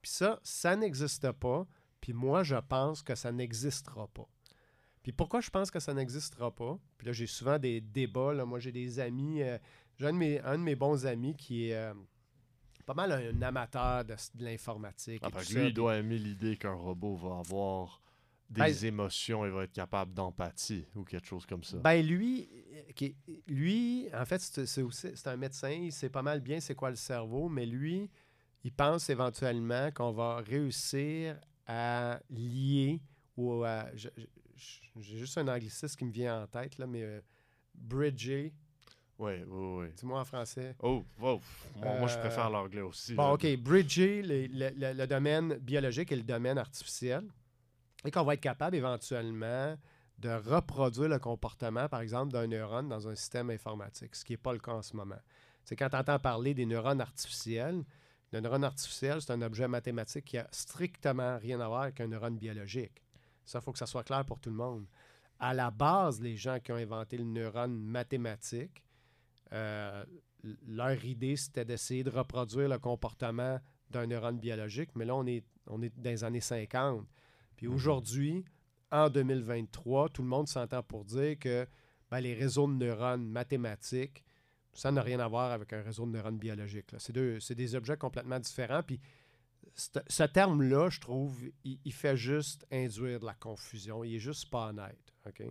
Puis ça, ça n'existe pas. Puis moi, je pense que ça n'existera pas. Puis pourquoi je pense que ça n'existera pas? Puis là, j'ai souvent des débats. Là. Moi, j'ai des amis. Euh, j'ai un de, mes, un de mes bons amis qui est euh, pas mal un, un amateur de, de l'informatique. Ah, et parce tout que lui, ça. il doit aimer l'idée qu'un robot va avoir des Ben, émotions et va être capable d'empathie ou quelque chose comme ça. Ben lui, qui- lui en fait, c'est, c'est aussi, c'est un médecin. Il sait pas mal bien c'est quoi le cerveau, mais lui, il pense éventuellement qu'on va réussir à lier ou à... je- je- j'ai juste un anglicisme qui me vient en tête, là, mais euh, bridger, Oui, oui, oui. dis-moi en français. Oh, oh, moi, moi, je Euh, préfère l'anglais aussi. Bon, là. OK, bridger le, le- le- le domaine biologique et le domaine artificiel. Et qu'on va être capable éventuellement de reproduire le comportement, par exemple, d'un neurone dans un système informatique, ce qui n'est pas le cas en ce moment. C'est quand tu entends parler des neurones artificiels, le neurone artificiel, c'est un objet mathématique qui a strictement rien à voir avec un neurone biologique. Ça, il faut que ça soit clair pour tout le monde. À la base, les gens qui ont inventé le neurone mathématique, euh, leur idée, c'était d'essayer de reproduire le comportement d'un neurone biologique, mais là, on est, on est dans les années cinquante. Puis aujourd'hui, en deux mille vingt-trois, tout le monde s'entend pour dire que ben, les réseaux de neurones mathématiques, ça n'a rien à voir avec un réseau de neurones biologiques. Là. C'est, deux, c'est des objets complètement différents. Puis ce, ce terme-là, je trouve, il, il fait juste induire de la confusion. Il est juste pas honnête. Okay?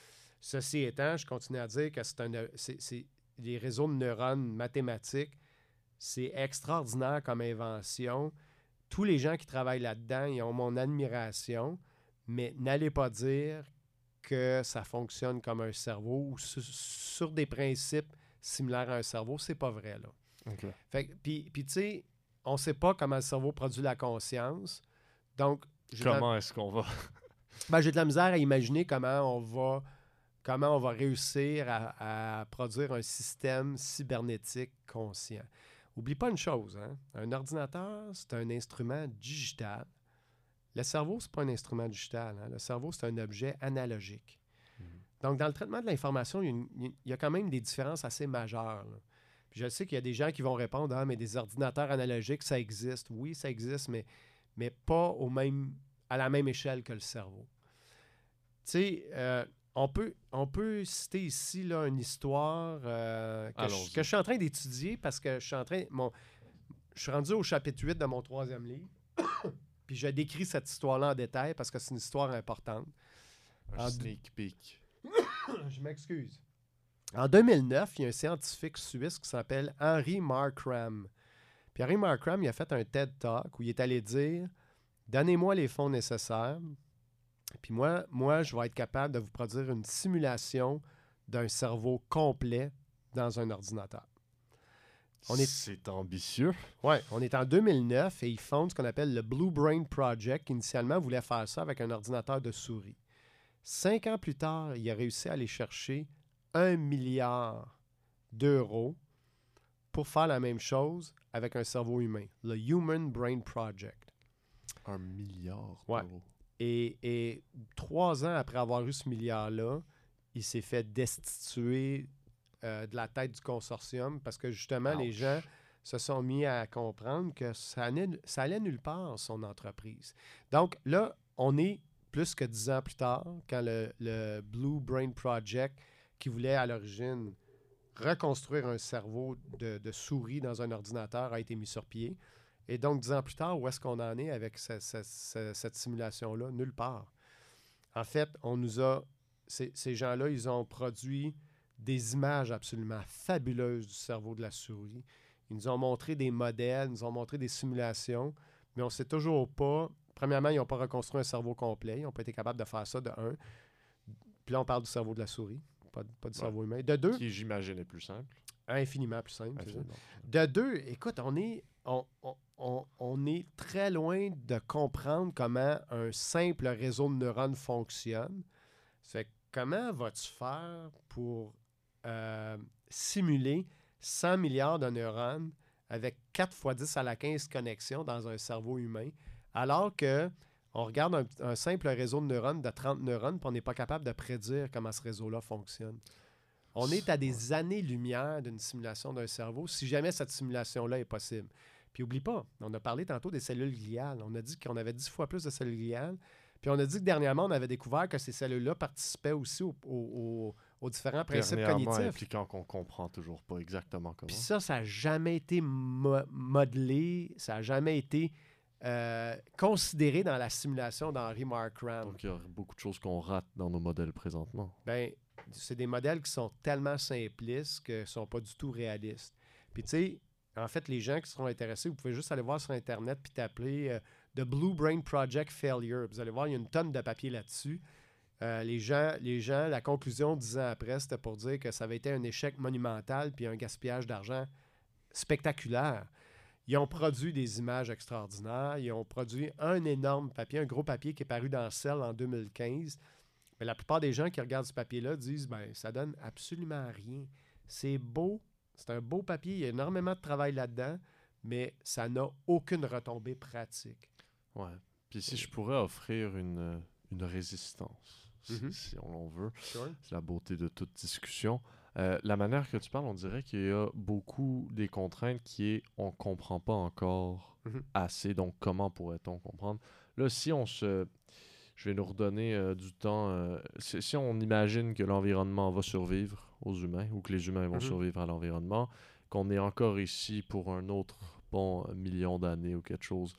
Ceci étant, je continue à dire que c'est un, c'est, c'est, les réseaux de neurones mathématiques, c'est extraordinaire comme invention. Tous les gens qui travaillent là-dedans, ils ont mon admiration, mais n'allez pas dire que ça fonctionne comme un cerveau ou sur, sur des principes similaires à un cerveau. C'est pas vrai, là. OK. Fait que- Puis, puis tu sais, on ne sait pas comment le cerveau produit la conscience. Donc, j'ai de la- Comment est-ce qu'on va... ben, j'ai de la misère à imaginer comment on va, comment on va réussir à, à produire un système cybernétique conscient. Oublie pas une chose, hein? Un ordinateur, c'est un instrument digital. Le cerveau, c'est pas un instrument digital. Hein? Le cerveau, c'est un objet analogique. Mhm. Donc, dans le traitement de l'information, il y a, une- il y a quand même des différences assez majeures. Là. Puis je sais qu'il y a des gens qui vont répondre « Ah, mais des ordinateurs analogiques, ça existe. » Oui, ça existe, mais, mais pas au même, à la même échelle que le cerveau. Tu sais, euh, on peut, on peut citer ici là, une histoire euh, que, je, Allons-y. que je suis en train d'étudier parce que je suis en train... Mon, je suis rendu au chapitre huit de mon troisième livre. Puis je décris cette histoire-là en détail parce que c'est une histoire importante. Un En- sneak peek. Je m'excuse. En deux mille neuf, il y a un scientifique suisse qui s'appelle Henry Markram. Puis Henry Markram, il a fait un TED Talk où il est allé dire « Donnez-moi les fonds nécessaires, puis moi, moi, je vais être capable de vous produire une simulation d'un cerveau complet dans un ordinateur. » On est- C'est ambitieux. Ouais, on est en deux mille neuf et ils fondent ce qu'on appelle le Blue Brain Project, qui initialement voulait faire ça avec un ordinateur de souris. Cinq ans plus tard, il a réussi à aller chercher un milliard d'euros pour faire la même chose avec un cerveau humain, le Human Brain Project. Un milliard Ouais. d'euros. Et, et trois ans après avoir eu ce milliard-là, il s'est fait destituer euh, de la tête du consortium parce que justement, les Ouch. gens se sont mis à comprendre que ça allait, ça allait nulle part, son entreprise. Donc là, on est plus que dix ans plus tard, quand le, le Blue Brain Project, qui voulait à l'origine reconstruire un cerveau de, de souris dans un ordinateur, a été mis sur pied. Et donc, dix ans plus tard, où est-ce qu'on en est avec ce- ce- ce- cette simulation-là? Nulle part. En fait, on nous a... Ces, ces gens-là, ils ont produit des images absolument fabuleuses du cerveau de la souris. Ils nous ont montré des modèles, ils nous ont montré des simulations, mais on ne sait toujours pas... Premièrement, ils n'ont pas reconstruit un cerveau complet. Ils n'ont pas été capables de faire ça, de un. Puis là, on parle du cerveau de la souris, pas, pas du Ouais. cerveau humain. De deux, Qui, j'imagine, est plus simple. infiniment plus simple. c'est ça. Infiniment. De deux, écoute, on est, on, on- on- on est très loin de comprendre comment un simple réseau de neurones fonctionne. Fait que comment vas-tu faire pour euh, simuler cent milliards de neurones avec quatre fois dix à la quinze connexions dans un cerveau humain, alors que on regarde un, un simple réseau de neurones de trente neurones puis on n'est pas capable de prédire comment ce réseau-là fonctionne. On est à des années-lumière d'une simulation d'un cerveau, si jamais cette simulation-là est possible. Puis oublie pas, on a parlé tantôt des cellules gliales. On a dit qu'on avait dix fois plus de cellules gliales. Puis on a dit que dernièrement, on avait découvert que ces cellules-là participaient aussi au, au, au, aux différents principes cognitifs. Impliquant qu'on comprend toujours pas exactement comment. Puis ça, ça n'a jamais été mo- modelé, ça n'a jamais été euh, considéré dans la simulation d'Henry Markram. Donc il y a beaucoup de choses qu'on rate dans nos modèles présentement. Ben, c'est des modèles qui sont tellement simplistes qu'ils ne sont pas du tout réalistes. Puis tu sais, en fait, les gens qui seront intéressés, vous pouvez juste aller voir sur Internet puis taper euh, The Blue Brain Project Failure. Vous allez voir, il y a une tonne de papier là-dessus. Euh, les, gens, les gens, la conclusion dix ans après, c'était pour dire que ça avait été un échec monumental puis un gaspillage d'argent spectaculaire. Ils ont produit des images extraordinaires. Ils ont produit un énorme papier, un gros papier qui est paru dans Cell en deux mille quinze. Mais la plupart des gens qui regardent ce papier-là disent ben ça donne absolument rien. C'est beau, c'est un beau papier, il y a énormément de travail là-dedans, mais ça n'a aucune retombée pratique. Ouais. Puis si je pourrais offrir une, une résistance, Mm-hmm. si, si on en veut, Sure. c'est la beauté de toute discussion. Euh, la manière que tu parles, on dirait qu'il y a beaucoup des contraintes qui est on comprend pas encore Mm-hmm. assez, donc comment pourrait-on comprendre? Là, si on se... Je vais nous redonner euh, du temps. Euh, si, si on imagine que l'environnement va survivre aux humains ou que les humains vont Mm-hmm. survivre à l'environnement, qu'on est encore ici pour un autre bon million d'années ou quelque chose,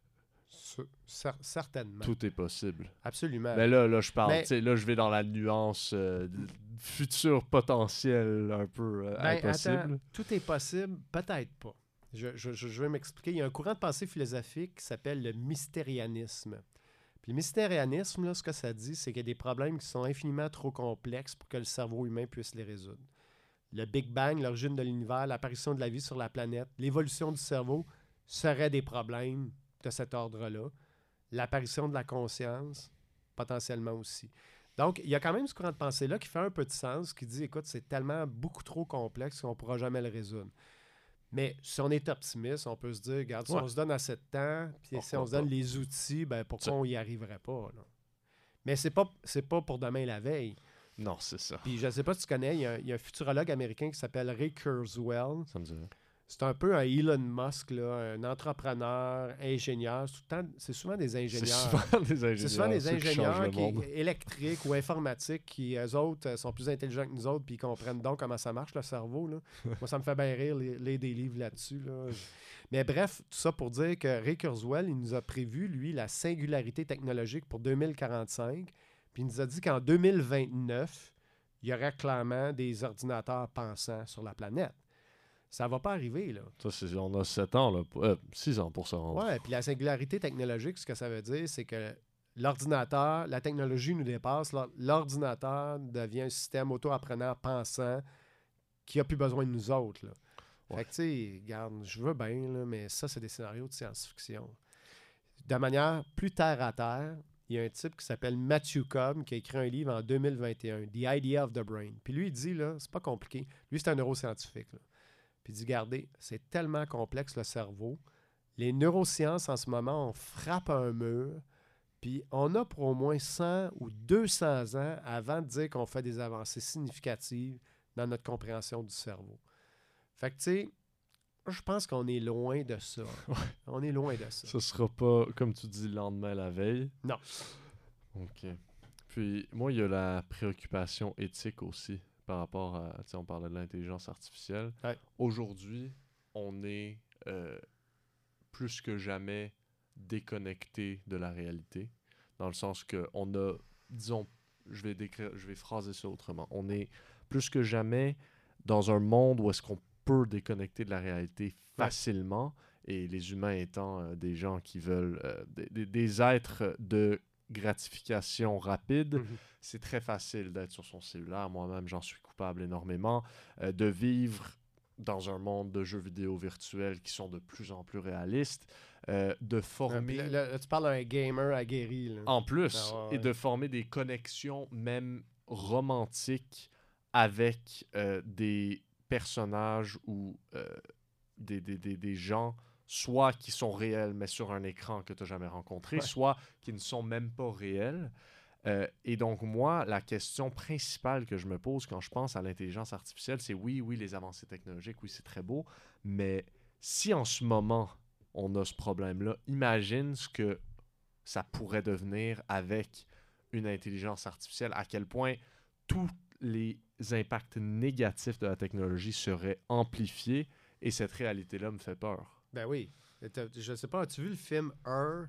Cer- certainement. tout est possible. Absolument. Mais là, là je parle, Mais- tu sais, là, je vais dans la nuance euh, d- futur potentiel un peu euh, Ben, impossible. attends, tout est possible, peut-être pas. Je, je, je, je vais m'expliquer. Il y a un courant de pensée philosophique qui s'appelle le mystérianisme. Puis le mystérianisme, là, ce que ça dit, c'est qu'il y a des problèmes qui sont infiniment trop complexes pour que le cerveau humain puisse les résoudre. Le Big Bang, l'origine de l'univers, l'apparition de la vie sur la planète, l'évolution du cerveau seraient des problèmes de cet ordre-là. L'apparition de la conscience, potentiellement aussi. Donc, il y a quand même ce courant de pensée-là qui fait un peu de sens, qui dit, écoute, c'est tellement beaucoup trop complexe qu'on ne pourra jamais le résoudre. Mais si on est optimiste, on peut se dire, regarde, si Ouais. on se donne assez de temps, puis si Pourquoi on se donne pas? les outils, ben pourquoi Ça- on n'y arriverait pas? Là? Mais c'est pas, c'est pas pour demain la veille. Non, c'est ça. Puis je ne sais pas si tu connais, il y, a, il y a un futurologue américain qui s'appelle Ray Kurzweil. Ça me dirait. C'est un peu un Elon Musk, là, un entrepreneur, ingénieur. C'est, tout le temps- c'est souvent des C'est ingénieurs. souvent des ingénieurs. C'est souvent des ceux qui changent ingénieurs le qui, monde. électriques ou informatiques qui, eux autres, euh, sont plus intelligents que nous autres puis ils comprennent donc comment ça marche, le cerveau. Là. Moi, ça me fait bien rire, lire, lire des livres là-dessus. Là. Mais bref, tout ça pour dire que Ray Kurzweil, il nous a prévu, lui, la singularité technologique pour deux mille quarante-cinq. Puis il nous a dit qu'en deux mille vingt-neuf, il y aurait clairement des ordinateurs pensants sur la planète. Ça va pas arriver, là. Ça, c'est, on a sept ans, là, pour- euh, six ans pour ça. Ouais, puis la singularité technologique, ce que ça veut dire, c'est que l'ordinateur, la technologie nous dépasse, l'or- l'ordinateur devient un système auto-apprenant pensant qui a plus besoin de nous autres, là. Ouais. Fait que, tu sais, regarde, je veux bien, là, mais ça, c'est des scénarios de science-fiction. De manière plus terre à terre, il y a un type qui s'appelle Matthew Cobb qui a écrit un livre en deux mille vingt et un, The Idea of the Brain. Puis lui, il dit, là, c'est pas compliqué. Lui, c'est un neuroscientifique, là. Puis il dit, regardez, c'est tellement complexe le cerveau. Les neurosciences, en ce moment, on frappe un mur, puis on a pour au moins cent ou deux cents ans avant de dire qu'on fait des avancées significatives dans notre compréhension du cerveau. Fait que, tu sais, je pense qu'on est loin de ça. On est loin de ça. Ce sera pas, comme tu dis, le lendemain, la veille. Non. OK. Puis, moi, il y a la préoccupation éthique aussi par rapport à, tu sais, on parlait de l'intelligence artificielle. Ouais. Aujourd'hui, on est euh, plus que jamais déconnecté de la réalité, dans le sens que on a, disons, je vais décrire, je vais phraser ça autrement. On est plus que jamais dans un monde où est-ce qu'on peut déconnecter de la réalité facilement, et les humains étant euh, des gens qui veulent euh, des, des, des êtres de gratification rapide, Mhm. c'est très facile d'être sur son cellulaire. Moi-même, j'en suis coupable énormément, euh, de vivre dans un monde de jeux vidéo virtuels qui sont de plus en plus réalistes, euh, de Ouais, puis former... là, là, tu parles d'un gamer aguerri, là. En plus, Ah ouais, et ouais. de former des connexions même romantiques avec euh, des personnages ou euh, des, des, des, des gens, soit qui sont réels mais sur un écran que tu n'as jamais rencontré, Ouais. soit qui ne sont même pas réels. Euh, et donc moi, la question principale que je me pose quand je pense à l'intelligence artificielle, c'est oui, oui, les avancées technologiques, oui, c'est très beau, mais si en ce moment, on a ce problème-là, imagine ce que ça pourrait devenir avec une intelligence artificielle, à quel point tous les impacts négatifs de la technologie seraient amplifiés, et cette réalité-là me fait peur. Ben oui. Je sais pas, as-tu vu le film Her?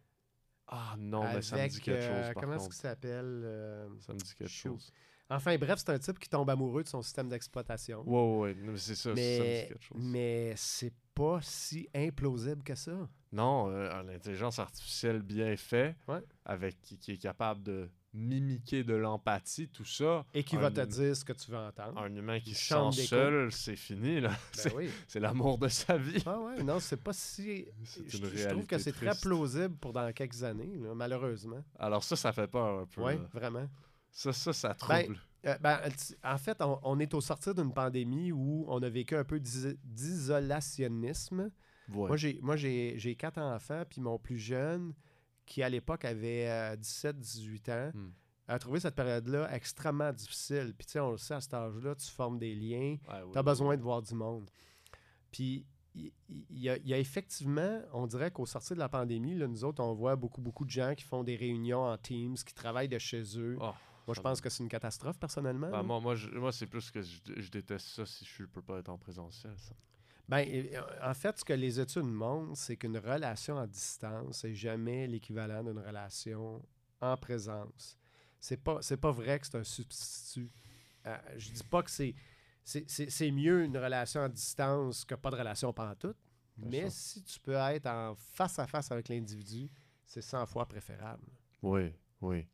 Ah non, avec, mais ça me dit quelque chose, euh, par comment est-ce contre. qu'il s'appelle? Euh, Ça me dit quelque Shoot. chose. Enfin, bref, c'est un type qui tombe amoureux de son système d'exploitation. Ouais, ouais, ouais, c'est ça, ça me dit Mais, quelque chose. mais c'est pas si implausible que ça. Non, euh, l'intelligence artificielle bien faite, Ouais. avec qui, qui est capable de mimiquer de l'empathie, tout ça. Et qui un va te hum- dire ce que tu veux entendre. Un humain qui Une se chambre sent d'écho. seul, c'est fini, là. Ben c'est, oui. c'est l'amour de sa vie. Ah ouais, non, c'est pas si... C'est Je, une je trouve que réalité c'est très triste. plausible pour dans quelques années, là, malheureusement. Alors ça, ça fait peur un peu. Oui, là. vraiment. Ça, ça, ça Ben, trouble. Euh, ben, t- en fait, on, on est au sortir d'une pandémie où on a vécu un peu d'is- d'isolationnisme. Ouais. Moi, j'ai, moi j'ai, j'ai quatre enfants, puis mon plus jeune, qui à l'époque avait euh, dix-sept dix-huit ans, Hmm. a trouvé cette période-là extrêmement difficile. Puis tu sais, on le sait, à cet âge-là, tu formes des liens, Ouais, ouais, tu as ouais, besoin ouais. de voir du monde. Puis il il y, a- il y a effectivement, on dirait qu'au sortir de la pandémie, là, nous autres, on voit beaucoup, beaucoup de gens qui font des réunions en Teams, qui travaillent de chez eux. Oh, Moi, je ça pense me- que c'est une catastrophe, personnellement. Ben, là. moi, moi, je- moi, c'est plus que je, je déteste ça si je ne peux pas être en présentiel. Ça. Ben, euh, en fait, ce que les études montrent, c'est qu'une relation à distance n'est jamais l'équivalent d'une relation en présence. C'est pas, c'est pas vrai que c'est un substitut. Euh, je dis pas que c'est, c'est, c'est, c'est mieux une relation à distance que pas de relation pantoute, Bien mais sûr. si tu peux être en face à face avec l'individu, c'est cent fois préférable. Oui, oui.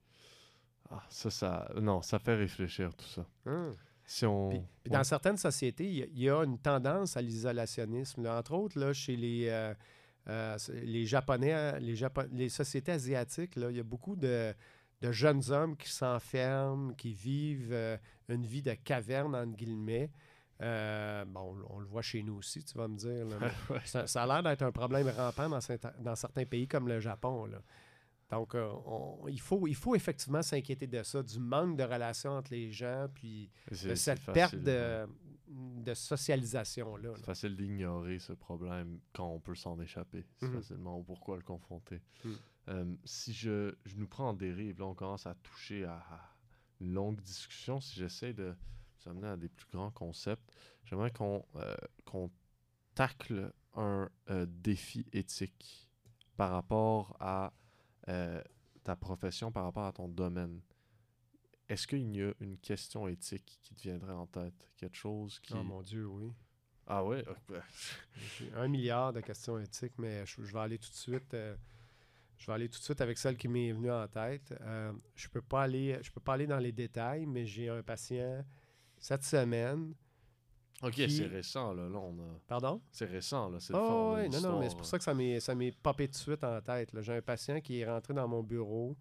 Ah, ça, ça... Non, ça fait réfléchir tout ça. Hum. Si on... Puis, puis Ouais. dans certaines sociétés, il y a- il y, a une tendance à l'isolationnisme. là. Entre autres, là, chez les, euh, euh, les Japonais, euh, les, Japo- les sociétés asiatiques, là, il y a beaucoup de, de jeunes hommes qui s'enferment, qui vivent euh, une vie de caverne, entre guillemets. Euh, bon, on, on le voit chez nous aussi, tu vas me dire. là, mais Ouais. ça, ça a l'air d'être un problème rampant dans, certains- dans certains pays comme le Japon. Là. Donc, euh, on- il, faut, il faut effectivement s'inquiéter de ça, du manque de relations entre les gens, puis C'est- de c'est cette facile, perte ouais. de, de socialisation-là. C'est là. facile d'ignorer ce problème quand on peut s'en échapper. C'est Mhm. facilement pourquoi le confronter. Mhm. Euh, si je, je nous prends en dérive, là, on commence à toucher à, à une longue discussion. Si j'essaie de nous amener à des plus grands concepts, j'aimerais qu'on euh, qu'on tacle un euh, défi éthique par rapport à euh, ta profession, par rapport à ton domaine. Est-ce qu'il y a une question éthique qui te viendrait en tête? Quelque chose qui... Oh mon Dieu, oui. Ah ouais? Ok. J'ai un milliard de questions éthiques, mais je, je vais aller tout de suite. euh, je vais aller tout de suite avec celle qui m'est venue en tête. Euh, je peux pas aller, je peux pas aller dans les détails, mais j'ai un patient cette semaine. Ok, Qui- c'est récent, là. Là, on a... Pardon? C'est récent, là. C'est le Oh, fond, on a oui, une non, non, mais c'est histoire, pour ça que ça m'est, ça m'est popé tout de suite en tête. là. J'ai un patient qui est rentré dans mon bureau,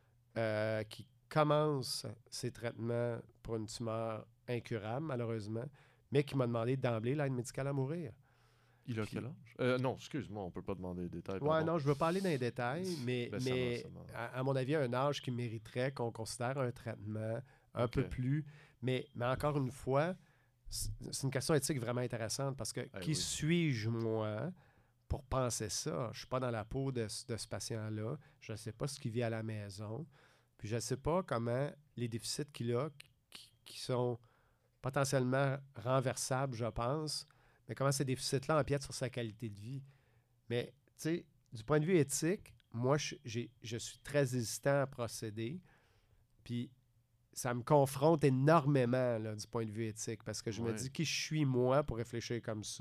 euh, qui commence ses traitements pour une tumeur incurable, malheureusement, mais qui m'a demandé d'emblée l'aide médicale à mourir. Il a Puis- quel âge? Euh, non, excuse-moi, on peut pas demander les détails. Ouais, pardon. non, je veux pas aller dans les détails, mais, Ben, ça va, mais ça va. à, à mon avis, un âge qui mériterait qu'on considère un traitement un Ok. peu plus. Mais, mais encore une fois, c'est c'est une question éthique vraiment intéressante parce que Eh qui oui. suis-je, moi, pour penser ça? Je suis pas dans la peau de, ce- de ce patient-là. Je ne sais pas ce qu'il vit à la maison. Puis je ne sais pas comment les déficits qu'il a, qui, qui sont potentiellement renversables, je pense, mais comment ces déficits-là empiètent sur sa qualité de vie. Mais, tu sais, du point de vue éthique, moi, je, j'ai- je suis très hésitant à procéder. Puis, ça me confronte énormément, là, du point de vue éthique, parce que je me Ouais. dis qui je suis, moi, pour réfléchir comme ça.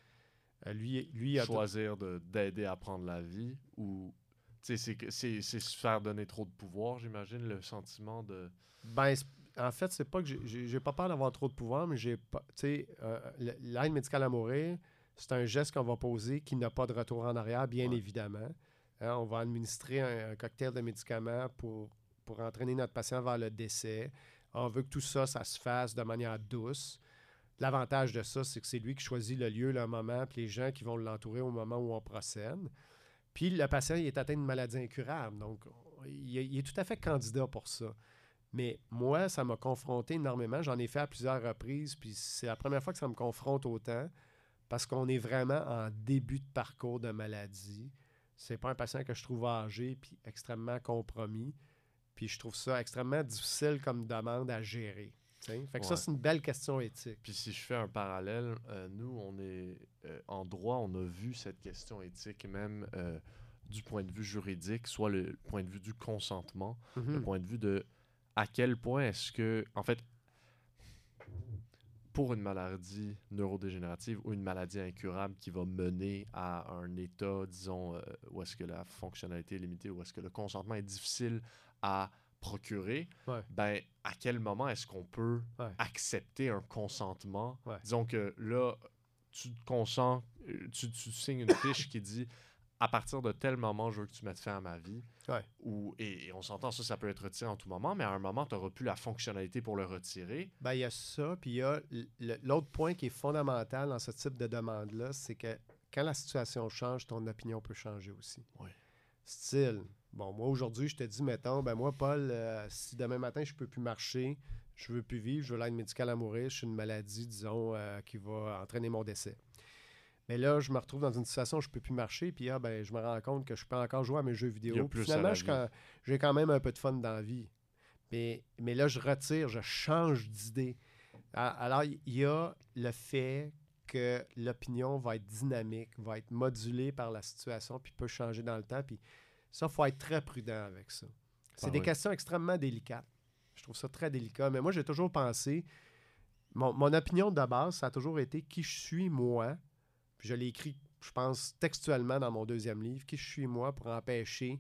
Euh, lui, lui il a... Choisir de, d'aider à prendre la vie ou... Tu sais, c'est, que- c'est, c'est se faire donner trop de pouvoir, j'imagine, le sentiment de... Ben, c'est- en fait, c'est pas que j'ai- j'ai j'ai pas peur d'avoir trop de pouvoir, mais j'ai pas. Tu sais, euh, l- l'aide médicale à mourir, c'est un geste qu'on va poser qui n'a pas de retour en arrière, bien Ouais. évidemment. Hein, on va administrer un, un cocktail de médicaments pour, pour entraîner notre patient vers le décès. On veut que tout ça, ça se fasse de manière douce. L'avantage de ça, c'est que c'est lui qui choisit le lieu, le moment, puis les gens qui vont l'entourer au moment où on procède. Puis le patient, il est atteint d'une maladie incurable. Donc, il est, il est tout à fait candidat pour ça. Mais moi, ça m'a confronté énormément. J'en ai fait à plusieurs reprises, puis c'est la première fois que ça me confronte autant parce qu'on est vraiment en début de parcours de maladie. C'est pas un patient que je trouve âgé puis extrêmement compromis. Puis je trouve ça extrêmement difficile comme demande à gérer. T'sais? Fait que ouais. Ça, c'est une belle question éthique. Puis si je fais un parallèle, euh, nous, on est euh, en droit, on a vu cette question éthique même euh, du point de vue juridique, soit le point de vue du consentement, mm-hmm. le point de vue de à quel point est-ce que, en fait, pour une maladie neurodégénérative ou une maladie incurable qui va mener à un état, disons, euh, où est-ce que la fonctionnalité est limitée, où est-ce que le consentement est difficile à procurer, ouais. ben à quel moment est-ce qu'on peut ouais. accepter un consentement? Ouais. Disons que là, tu te consens, tu, tu signes une fiche qui dit à partir de tel moment, je veux que tu mettes fin à ma vie. Ouais. Ou, et, et on s'entend, ça, ça peut être retiré en tout moment, mais à un moment, tu n'auras plus la fonctionnalité pour le retirer. Ben, il y a ça, puis il y a l'autre point qui est fondamental dans ce type de demande-là, c'est que quand la situation change, ton opinion peut changer aussi. Oui. Style, bon, moi, aujourd'hui, je te dis, mettons, ben moi, Paul, euh, si demain matin, je peux plus marcher, je veux plus vivre, je veux l'aide médicale à mourir, je suis une maladie, disons, euh, qui va entraîner mon décès. Mais là, je me retrouve dans une situation où je ne peux plus marcher, puis ah, ben, je me rends compte que je peux encore jouer à mes jeux vidéo. Puis finalement, je, quand, j'ai quand même un peu de fun dans la vie. Mais, mais là, je retire, je change d'idée. Alors, il y a le fait que l'opinion va être dynamique, va être modulée par la situation, puis peut changer dans le temps. Puis ça, il faut être très prudent avec ça. C'est ah, des oui. questions extrêmement délicates. Je trouve ça très délicat. Mais moi, j'ai toujours pensé, mon, mon opinion de base, ça a toujours été qui je suis, moi. Puis je l'ai écrit, je pense, textuellement dans mon deuxième livre, qui je suis, moi, pour empêcher,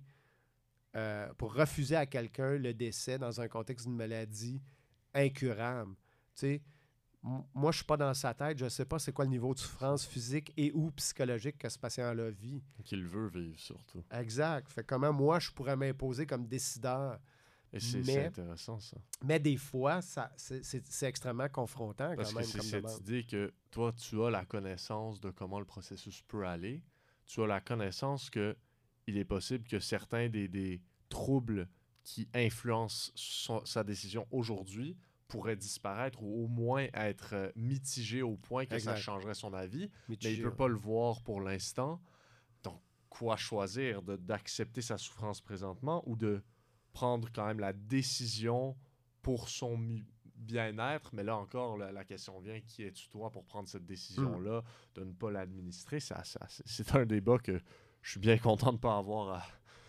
euh, pour refuser à quelqu'un le décès dans un contexte d'une maladie incurable. Tu sais, m- moi, je suis pas dans sa tête, je sais pas c'est quoi le niveau de souffrance physique et ou psychologique que ce patient-là vit. Qu'il veut vivre, surtout. Exact. Fait comment moi, je pourrais m'imposer comme décideur. Et c'est, mais, c'est intéressant, ça. Mais des fois, ça, c'est, c'est, c'est extrêmement confrontant Parce quand même. Parce que comme c'est demande. cette idée que toi, tu as la connaissance de comment le processus peut aller. Tu as la connaissance qu'il est possible que certains des, des troubles qui influencent son, sa décision aujourd'hui pourraient disparaître ou au moins être mitigés au point que exact. Ça changerait son avis. Mitigé, mais il ne peut pas le voir pour l'instant. Donc, quoi choisir? De, d'accepter sa souffrance présentement ou de prendre quand même la décision pour son mi- bien-être, mais là encore, la, la question vient, qui es-tu toi pour prendre cette décision-là, mmh. de ne pas l'administrer? Ça, ça, c'est, c'est un débat que je suis bien content de ne pas avoir à,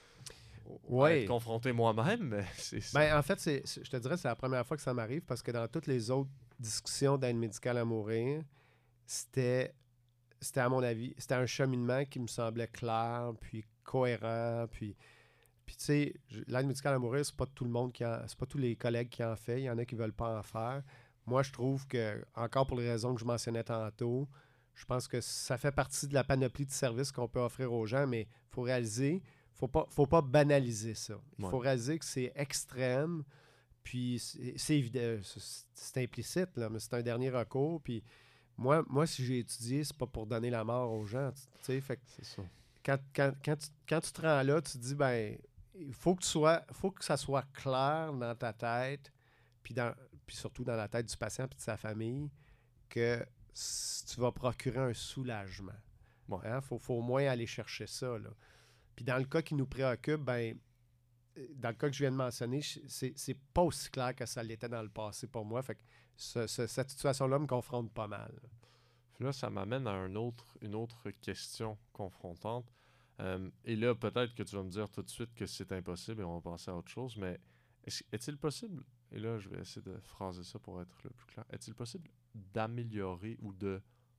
ouais. à être confronté moi-même, mais c'est ça. Ben, en fait, c'est, c'est, je te dirais que c'est la première fois que ça m'arrive, parce que dans toutes les autres discussions d'aide médicale à mourir, c'était, c'était à mon avis, c'était un cheminement qui me semblait clair, puis cohérent, puis... Puis, tu sais, l'aide médicale à mourir, c'est pas tout le monde qui en, c'est pas tous les collègues qui en fait. Il y en a qui veulent pas en faire. Moi, je trouve que, encore pour les raisons que je mentionnais tantôt, je pense que ça fait partie de la panoplie de services qu'on peut offrir aux gens, mais il faut réaliser, faut pas, faut pas banaliser ça. Il ouais. faut réaliser que c'est extrême, puis c'est, c'est évident, c'est, c'est implicite, là, mais c'est un dernier recours. Puis moi, moi, si j'ai étudié, c'est pas pour donner la mort aux gens, tu sais, fait que c'est ça. Quand, quand, quand, tu, quand tu te rends là, tu te dis, ben, il faut que tu sois, faut que ça soit clair dans ta tête, puis, dans, puis surtout dans la tête du patient et de sa famille, que tu vas procurer un soulagement. Il ouais. hein, faut, faut au moins aller chercher ça. Là. Puis dans le cas qui nous préoccupe, ben, dans le cas que je viens de mentionner, c'est, c'est pas aussi clair que ça l'était dans le passé pour moi. Fait que ce, ce, cette situation-là me confronte pas mal. Là, ça m'amène à un autre, une autre question confrontante. Euh, et là, peut-être que tu vas me dire tout de suite que c'est impossible et on va passer à autre chose, mais est-ce, est-il possible, et là, je vais essayer de phraser ça pour être le plus clair, est-il possible d'améliorer ou de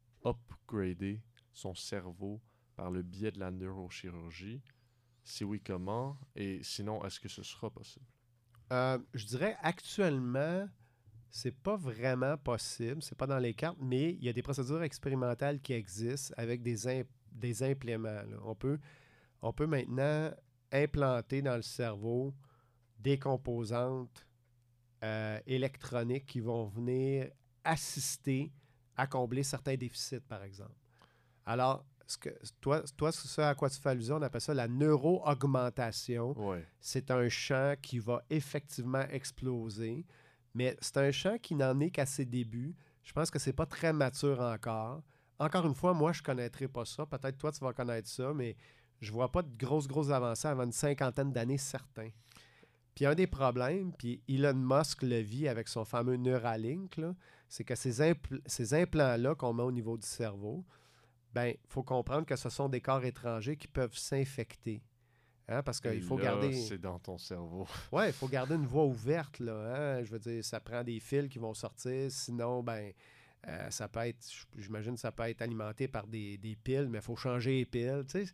upgrader son cerveau par le biais de la neurochirurgie? Si oui, comment? Et sinon, est-ce que ce sera possible? Euh, je dirais actuellement... C'est pas vraiment possible, c'est pas dans les cartes, mais il y a des procédures expérimentales qui existent avec des, imp- des impléments. Là. On peut, on peut maintenant implanter dans le cerveau des composantes euh, électroniques qui vont venir assister à combler certains déficits, par exemple. Alors, ce que, toi, toi, c'est ça à quoi tu fais allusion, on appelle ça la neuro-augmentation. Ouais. C'est un champ qui va effectivement exploser. Mais c'est un champ qui n'en est qu'à ses débuts. Je pense que c'est pas très mature encore. encore une fois, moi, je ne connaîtrai pas ça. Peut-être toi, tu vas connaître ça, mais je ne vois pas de grosses, grosses avancées avant une cinquantaine d'années, certains. Puis un des problèmes, puis Elon Musk le vit avec son fameux Neuralink, là, c'est que ces, impl- ces implants-là qu'on met au niveau du cerveau, ben, il faut comprendre que ce sont des corps étrangers qui peuvent s'infecter. Hein, parce qu'il faut là, garder. C'est dans ton cerveau. Oui, il faut garder une voie ouverte. Là, hein? Je veux dire, ça prend des fils qui vont sortir. Sinon, ben, euh, ça peut être, j'imagine, ça peut être alimenté par des, des piles, mais il faut changer les piles. Tu sais.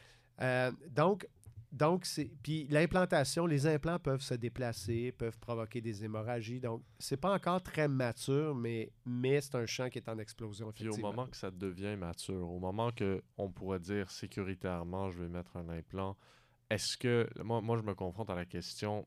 Euh, donc, donc c'est. Puis l'implantation, les implants peuvent se déplacer, peuvent provoquer des hémorragies. Donc, c'est pas encore très mature, mais, mais c'est un champ qui est en explosion. Puis au moment que ça devient mature, au moment qu'on pourrait dire sécuritairement, je vais mettre un implant. Est-ce que, moi, moi, je me confronte à la question,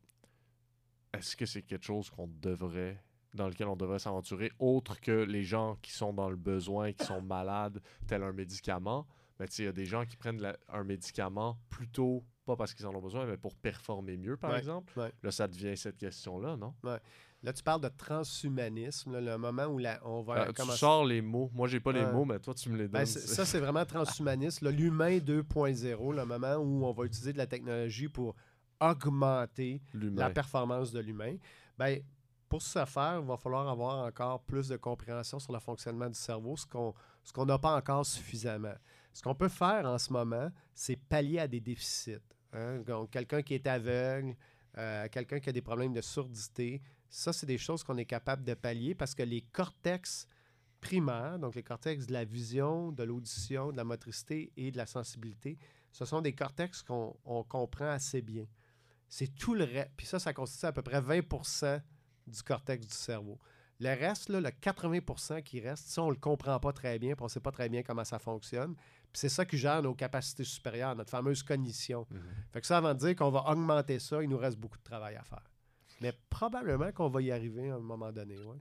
est-ce que c'est quelque chose qu'on devrait, dans lequel on devrait s'aventurer, autre que les gens qui sont dans le besoin, qui sont malades, tel un médicament? Mais tu sais, il y a des gens qui prennent la, un médicament plutôt, pas parce qu'ils en ont besoin, mais pour performer mieux, par ouais, exemple. Ouais. Là, ça devient cette question-là, non? Ouais. Là, tu parles de transhumanisme, là, le moment où la, on va Euh, commencer... Tu sors les mots. Moi, j'ai pas les Ouais. mots, mais toi, tu me les donnes. Ben, c'est, ça, c'est vraiment transhumanisme. Là, l'humain deux point zéro, le moment où on va utiliser de la technologie pour augmenter L'humain. la performance de l'humain. Ben, pour ce faire, il va falloir avoir encore plus de compréhension sur le fonctionnement du cerveau, ce qu'on ce qu'on n'a pas encore suffisamment. Ce qu'on peut faire en ce moment, c'est pallier à des déficits. Hein? Donc, quelqu'un qui est aveugle, euh, quelqu'un qui a des problèmes de surdité, ça, c'est des choses qu'on est capable de pallier parce que les cortex primaires, donc les cortex de la vision, de l'audition, de la motricité et de la sensibilité, ce sont des cortex qu'on on comprend assez bien. C'est tout le reste. Puis ça, ça constitue à peu près vingt pour cent du cortex du cerveau. Le reste, là, le quatre-vingts pour cent qui reste, ça, on ne le comprend pas très bien, puis on ne sait pas très bien comment ça fonctionne. Puis c'est ça qui gère nos capacités supérieures, notre fameuse cognition. Mhm. Fait que ça, avant de dire qu'on va augmenter ça, il nous reste beaucoup de travail à faire. Mais probablement qu'on va y arriver à un moment donné, oui.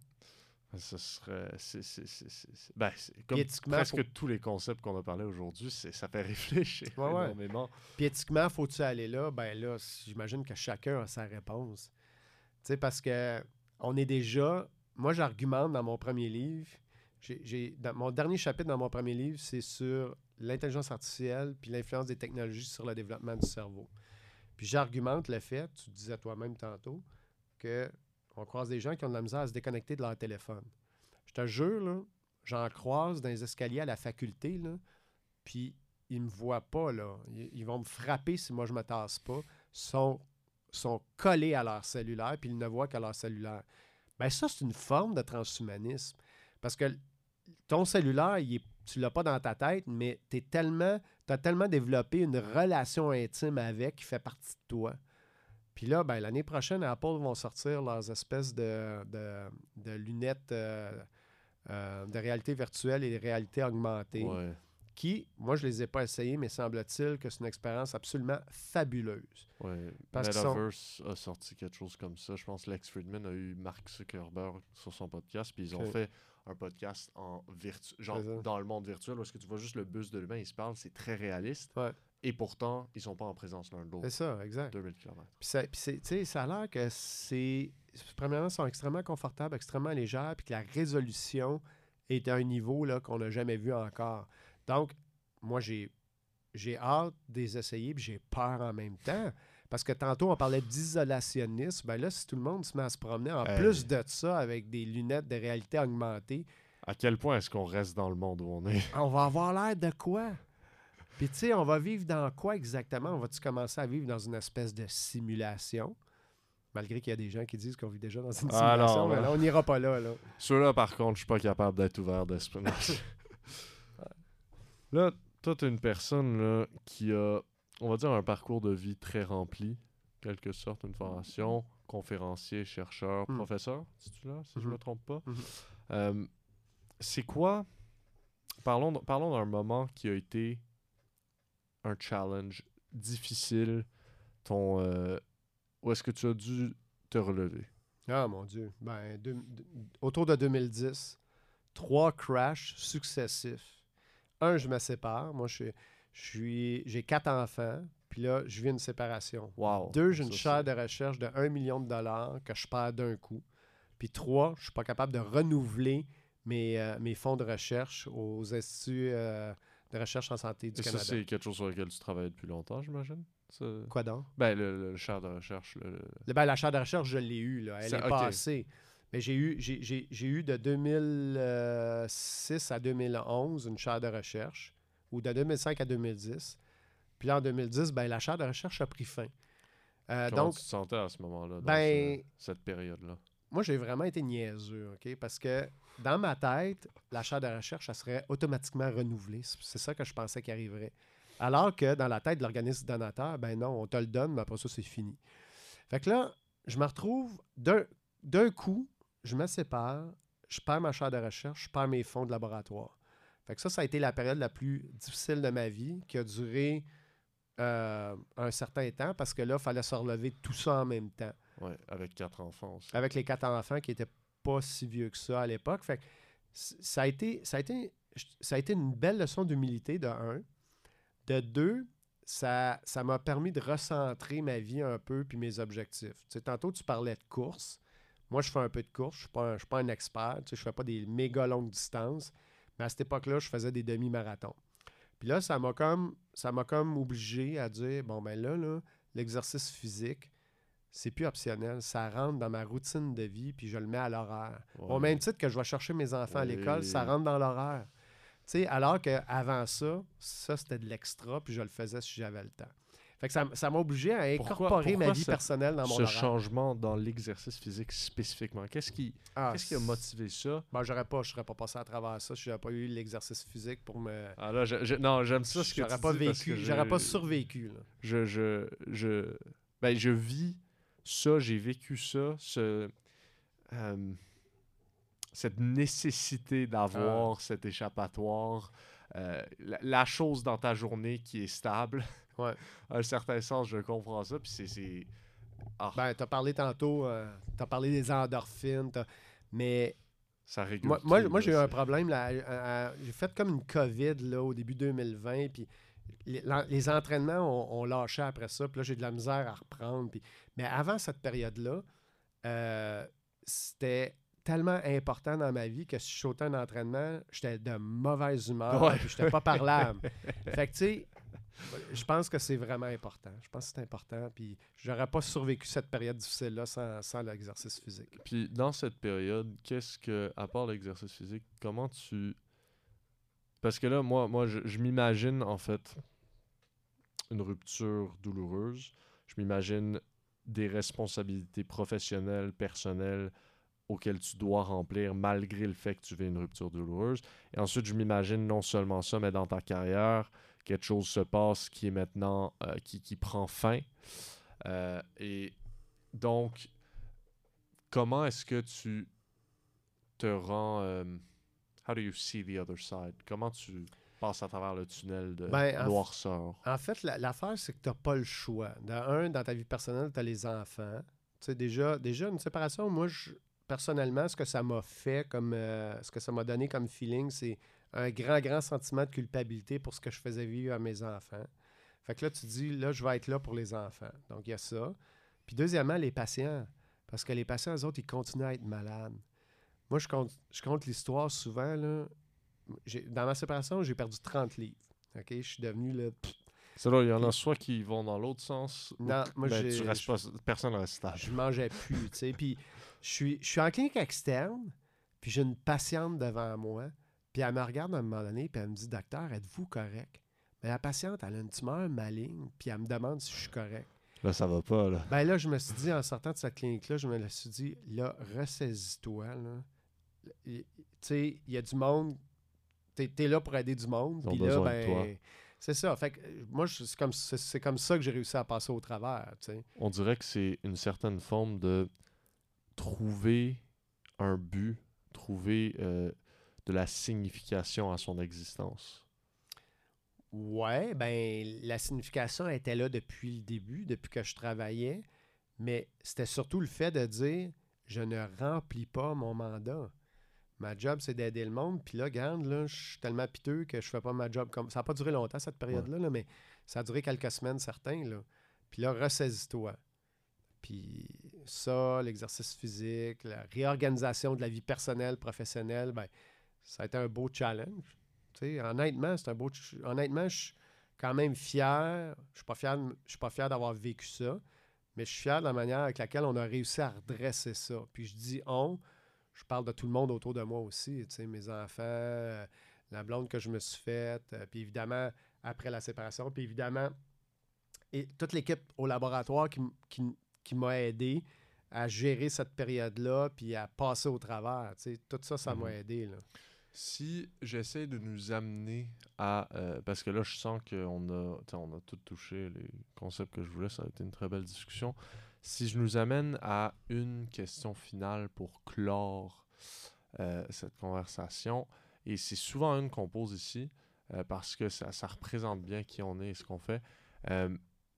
Ce serait. C'est, c'est, c'est, c'est, c'est... Ben, c'est comme Puis éthiquement, presque faut- tous les concepts qu'on a parlé aujourd'hui, c'est, ça fait réfléchir Ouais, ouais. énormément. Puis éthiquement, faut-tu aller là? Ben là, j'imagine que chacun a sa réponse. Tu sais, parce que on est déjà... Moi, j'argumente dans mon premier livre. J'ai, j'ai, dans mon dernier chapitre dans mon premier livre, c'est sur l'intelligence artificielle puis l'influence des technologies sur le développement du cerveau. Puis j'argumente le fait, tu disais toi-même tantôt, qu'on croise des gens qui ont de la misère à se déconnecter de leur téléphone. Je te jure, là, j'en croise dans les escaliers à la faculté, là, puis ils me voient pas, là. Ils, ils vont me frapper si moi je me tasse pas. Ils sont, sont collés à leur cellulaire, puis ils ne voient qu'à leur cellulaire. Bien, ça, c'est une forme de transhumanisme. Parce que ton cellulaire, il est, tu l'as pas dans ta tête, mais tu tellement, as tellement développé une relation intime avec qui fait partie de toi. Puis là, ben, l'année prochaine, Apple vont sortir leurs espèces de, de, de lunettes euh, euh, de réalité virtuelle et de réalité augmentée. Ouais. Qui, moi, je les ai pas essayés, mais semble-t-il que c'est une expérience absolument fabuleuse. Ouais. Parce qu'ils Metaverse a sorti quelque chose comme ça. Je pense que Lex Fridman a eu Mark Zuckerberg sur son podcast, puis ils ont Ok. fait un podcast en virtu... genre C'est ça. dans le monde virtuel, où est-ce que tu vois juste le bus de l'humain, ils se parlent, c'est très réaliste. Ouais. Et pourtant, ils sont pas en présence l'un de l'autre. C'est ça, exact. deux mille kilomètres. Puis, ça, puis c'est, tu sais, ça a l'air que c'est... Premièrement, ils sont extrêmement confortables, extrêmement légères, puis que la résolution est à un niveau là, qu'on n'a jamais vu encore. Donc, moi, j'ai, j'ai hâte de les essayer, puis j'ai peur en même temps. Parce que tantôt, on parlait d'isolationnisme. Ben là, si tout le monde se met à se promener, en Hey. plus de ça, avec des lunettes de réalité augmentée, À quel point est-ce qu'on reste dans le monde où on est? on va avoir l'air de quoi? Puis, tu sais, on va vivre dans quoi exactement? On va-tu commencer à vivre dans une espèce de simulation? Malgré qu'il y a des gens qui disent qu'on vit déjà dans une Ah, simulation, non, mais non. là, on n'ira pas là, là. Ceux-là, par contre, je suis pas capable d'être ouvert d'esprit. Là, toi, t'es une personne là, qui a, on va dire, un parcours de vie très rempli, quelque sorte, une formation, conférencier, chercheur, Mm. professeur, si tu là, si je Mhm. me trompe pas. Mhm. Euh, c'est quoi, parlons, d- parlons d'un moment qui a été un challenge difficile, ton, euh, où est-ce que tu as dû te relever? Ah, mon Dieu. Ben, deux- deux- autour de deux mille dix, trois crashs successifs. Un, je me sépare. Moi, je suis, je suis, j'ai quatre enfants. Puis là, je vis une séparation. Wow. Deux, j'ai une Ça, chaire c'est- de recherche de un million de dollars que je perds d'un coup. Puis trois, je suis pas capable de renouveler mes, euh, mes fonds de recherche aux instituts euh, de recherche en santé du Et Canada. ça, c'est quelque chose sur lequel tu travailles depuis longtemps, j'imagine? Ça... Quoi donc? Ben, le, le, le chaire de recherche. Le, le... Le, ben, la chaire de recherche, je l'ai eue. Là. Elle C'est- est ok. passée. Mais j'ai eu, j'ai, j'ai, j'ai eu de deux mille six à deux mille onze une chaire de recherche, ou de deux mille cinq à deux mille dix. Puis là, en deux mille dix, ben, la chaire de recherche a pris fin. Euh, Comment donc, tu te sentais à ce moment-là, dans ben, ce- cette période-là? moi, j'ai vraiment été niaiseux, OK? Parce que dans ma tête, la chaire de recherche, elle serait automatiquement renouvelée. C'est c'est ça que je pensais qui arriverait. Alors que dans la tête de l'organisme donateur, ben non, on te le donne, mais après ça, c'est fini. Fait que là, je me retrouve d'un, d'un coup, je me sépare, je perds ma chaire de recherche, je perds mes fonds de laboratoire. Fait que ça, ça a été la période la plus difficile de ma vie, qui a duré euh, un certain temps, parce que là, il fallait se relever tout ça en même temps. Ouais, avec quatre enfants aussi. Avec les quatre enfants qui n'étaient pas si vieux que ça à l'époque. Fait que c- ça a été, ça a été, ça a été une belle leçon d'humilité, de un. De deux, ça, ça m'a permis de recentrer ma vie un peu puis mes objectifs. Tu sais, tantôt, tu parlais de course. Moi, je fais un peu de course. Je ne suis pas un, je suis pas un expert. Tu sais, je ne fais pas des méga longues distances. Mais à cette époque-là, je faisais des demi-marathons. Puis là, ça m'a comme, ça m'a comme obligé à dire, bon, ben là, là l'exercice physique, c'est plus optionnel. Ça rentre dans ma routine de vie, puis je le mets à l'horaire. Ouais. Au même titre que je vais chercher mes enfants à Oui. l'école, ça rentre dans l'horaire. Tu sais, alors qu'avant ça, ça, c'était de l'extra, puis je le faisais si j'avais le temps. Fait que ça, ça m'a obligé à Pourquoi- incorporer ma pourquoi vie ce- personnelle dans mon Ce horaire. changement dans l'exercice physique spécifiquement, qu'est-ce qui, Ah, qu'est-ce qui a motivé ça? Ben, j'aurais pas, je serais pas passé à travers ça si j'avais pas eu l'exercice physique pour me... Ah là, je- je- non, j'aime ça ce que J'aurais tu pas dis parce vécu, que j'aurais je- pas survécu, là. Je, je, je, ben, je vis ça, j'ai vécu ça, ce, euh, cette nécessité d'avoir cet échappatoire, euh, la, la chose dans ta journée qui est stable. Ouais. À un certain sens, je comprends ça, puis c'est... c'est... Ah, Ben, t'as parlé tantôt, euh, t'as parlé des endorphines, t'as- mais ça régule moi, moi, tout, moi, là, j'ai eu un c'est- problème, là, à- à- j'ai fait comme une COVID, là, au début deux mille vingt, puis les, l'en- les entraînements ont, ont lâché après ça, puis là, j'ai de la misère à reprendre, puis... mais avant cette période-là, euh, c'était tellement important dans ma vie que si je sautais un entraînement, j'étais de mauvaise humeur, Ouais. puis j'étais pas parlable. Fait que, tu sais, je pense que c'est vraiment important. Je pense que c'est important. Puis j'aurais pas survécu cette période difficile-là sans, sans l'exercice physique. Puis dans cette période, qu'est-ce que, à part l'exercice physique, comment tu... Parce que là, moi, moi je, je m'imagine en fait une rupture douloureuse. Je m'imagine des responsabilités professionnelles, personnelles auxquelles tu dois remplir malgré le fait que tu vis une rupture douloureuse. Et ensuite, je m'imagine non seulement ça, mais dans ta carrière, quelque chose se passe qui est maintenant, euh, qui, qui prend fin. Euh, et donc, comment est-ce que tu te rends... euh, how do you see the other side? Comment tu passes à travers le tunnel de Ben, en noirceur? En fait, la- l'affaire, c'est que tu n'as pas le choix. Dans un, dans ta vie personnelle, tu as les enfants. Tu sais, déjà, déjà, une séparation, moi, je, personnellement, ce que ça m'a fait, comme euh, ce que ça m'a donné comme feeling, c'est un grand, grand sentiment de culpabilité pour ce que je faisais vivre à mes enfants. Fait que là, tu te dis, là, je vais être là pour les enfants. Donc, il y a ça. Puis deuxièmement, les patients. Parce que les patients, eux autres, ils continuent à être malades. Moi, je compte, je compte l'histoire souvent, là. J'ai- dans ma séparation, j'ai perdu trente livres. OK? Je suis devenu, là... pff, C'est là, il y en a Puis- soit qui vont dans l'autre sens, ou Non, que- moi, ben, j'ai- tu restes je- pas, personne ne reste stable. je mangeais plus, tu sais. Puis je suis, je suis en clinique externe, puis j'ai une patiente devant moi, puis elle me regarde à un moment donné, puis elle me dit, docteur, êtes-vous correct? Mais la patiente, elle a une tumeur maligne, puis elle me demande si je suis correct. Là, ça va pas, là. Ben là, je me suis dit, en sortant de cette clinique-là, je me suis dit, là, ressaisis-toi, là. Tu sais, il y a du monde, t'es es là pour aider du monde, Ils ont puis là, besoin de toi. ben... C'est ça. Fait que euh, moi, je- c'est comme, c'est c'est comme ça que j'ai réussi à passer au travers, tu sais. On dirait que c'est une certaine forme de trouver un but, trouver euh, de la signification à son existence. Ouais, ben la signification était là depuis le début, depuis que je travaillais, mais c'était surtout le fait de dire je ne remplis pas mon mandat. Ma job, c'est d'aider le monde, puis là, regarde, là, je suis tellement piteux que je fais pas ma job comme... Ça n'a pas duré longtemps, cette période-là, là, mais ça a duré quelques semaines, certains, là. Puis là, ressaisis-toi. Puis ça, l'exercice physique, la réorganisation de la vie personnelle, professionnelle, ben ça a été un beau challenge. T'sais, honnêtement, c'est un beau... ch- Honnêtement, je suis quand même fier. Je suis pas fier, de- je suis pas fier d'avoir vécu ça, mais je suis fier de la manière avec laquelle on a réussi à redresser ça. Puis je dis on, je parle de tout le monde autour de moi aussi. T'sais, mes enfants, euh, la blonde que je me suis faite, euh, puis évidemment, après la séparation, puis évidemment, et toute l'équipe au laboratoire qui, m- qui, m- qui m'a aidé à gérer cette période-là, puis à passer au travers. T'sais, tout ça, ça m'a Mhm. aidé. Là. Si j'essaie de nous amener à... euh, parce que là, je sens qu'on a, tu sais, on a tout touché les concepts que je voulais, ça a été une très belle discussion. Si je nous amène à une question finale pour clore euh, cette conversation, et c'est souvent une qu'on pose ici, euh, parce que ça, ça représente bien qui on est et ce qu'on fait, euh,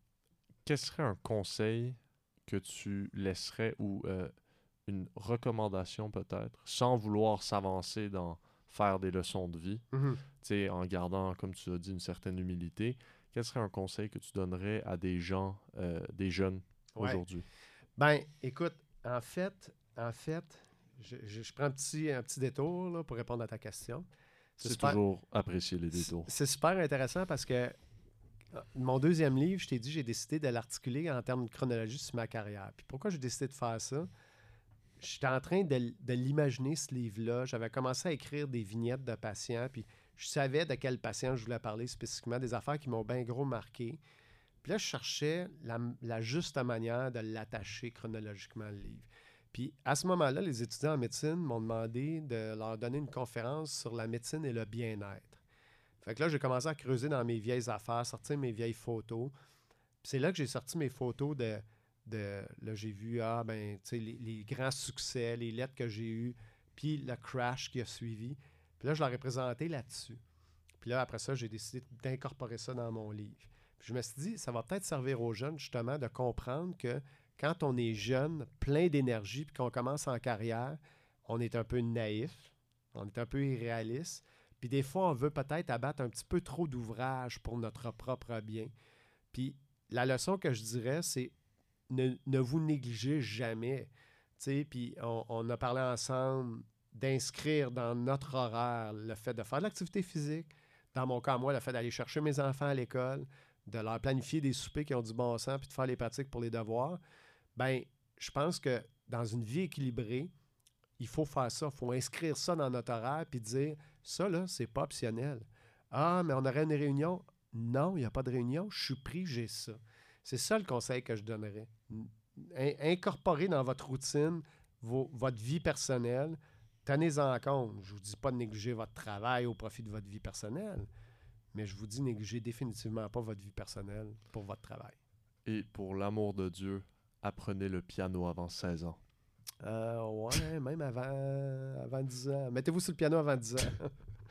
quel serait un conseil que tu laisserais ou euh, une recommandation peut-être, sans vouloir s'avancer dans faire des leçons de vie, Mhm. tu sais, en gardant, comme tu as dit, une certaine humilité, quel serait un conseil que tu donnerais à des gens, euh, des jeunes Ouais. aujourd'hui? Ben, écoute, en fait, en fait, je, je- je prends un petit, un petit détour là, pour répondre à ta question. C'est super- toujours apprécier les C'est détours. c'est super intéressant parce que euh, mon deuxième livre, je t'ai dit, j'ai décidé de l'articuler en termes de chronologie sur ma carrière. Puis pourquoi j'ai décidé de faire ça? J'étais en train de, l- de l'imaginer, ce livre-là. J'avais commencé à écrire des vignettes de patients, puis je savais de quel patient je voulais parler spécifiquement, des affaires qui m'ont bien gros marqué. Puis là, je cherchais la, la juste manière de l'attacher chronologiquement, le livre. Puis à ce moment-là, les étudiants en médecine m'ont demandé de leur donner une conférence sur la médecine et le bien-être. Fait que là, j'ai commencé à creuser dans mes vieilles affaires, sortir mes vieilles photos. Puis c'est là que j'ai sorti mes photos de... de là, j'ai vu, ah, ben, tu sais, les, les grands succès, les lettres que j'ai eues, puis le crash qui a suivi. Puis là, je leur ai présenté là-dessus. Puis là, après ça, j'ai décidé d'incorporer ça dans mon livre. Puis je me suis dit, ça va peut-être servir aux jeunes, justement, de comprendre que quand on est jeune, plein d'énergie, puis qu'on commence en carrière, on est un peu naïf, on est un peu irréaliste. Puis des fois, on veut peut-être abattre un petit peu trop d'ouvrages pour notre propre bien. Puis la leçon que je dirais, c'est ne, ne vous négligez jamais. Tu sais, puis on, on a parlé ensemble d'inscrire dans notre horaire le fait de faire de l'activité physique. Dans mon cas, moi, le fait d'aller chercher mes enfants à l'école, de leur planifier des soupers qui ont du bon sens, puis de faire les pratiques pour les devoirs. Ben, je pense que dans une vie équilibrée, il faut faire ça. Il faut inscrire ça dans notre horaire, puis dire, ça, là, c'est pas optionnel. Ah, mais on aurait une réunion. Non, il n'y a pas de réunion. Je suis pris, j'ai ça. C'est ça le conseil que je donnerais. In- incorporez dans votre routine vos- votre vie personnelle. Tenez-en compte. Je ne vous dis pas de négliger votre travail au profit de votre vie personnelle, mais je vous dis négligez définitivement pas votre vie personnelle pour votre travail. Et pour l'amour de Dieu, apprenez le piano avant seize ans. Euh, ouais, même avant, avant dix ans. Mettez-vous sur le piano avant dix ans.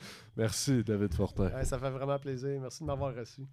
Merci, David Fortin. Ouais, ça fait vraiment plaisir. Merci de m'avoir reçu.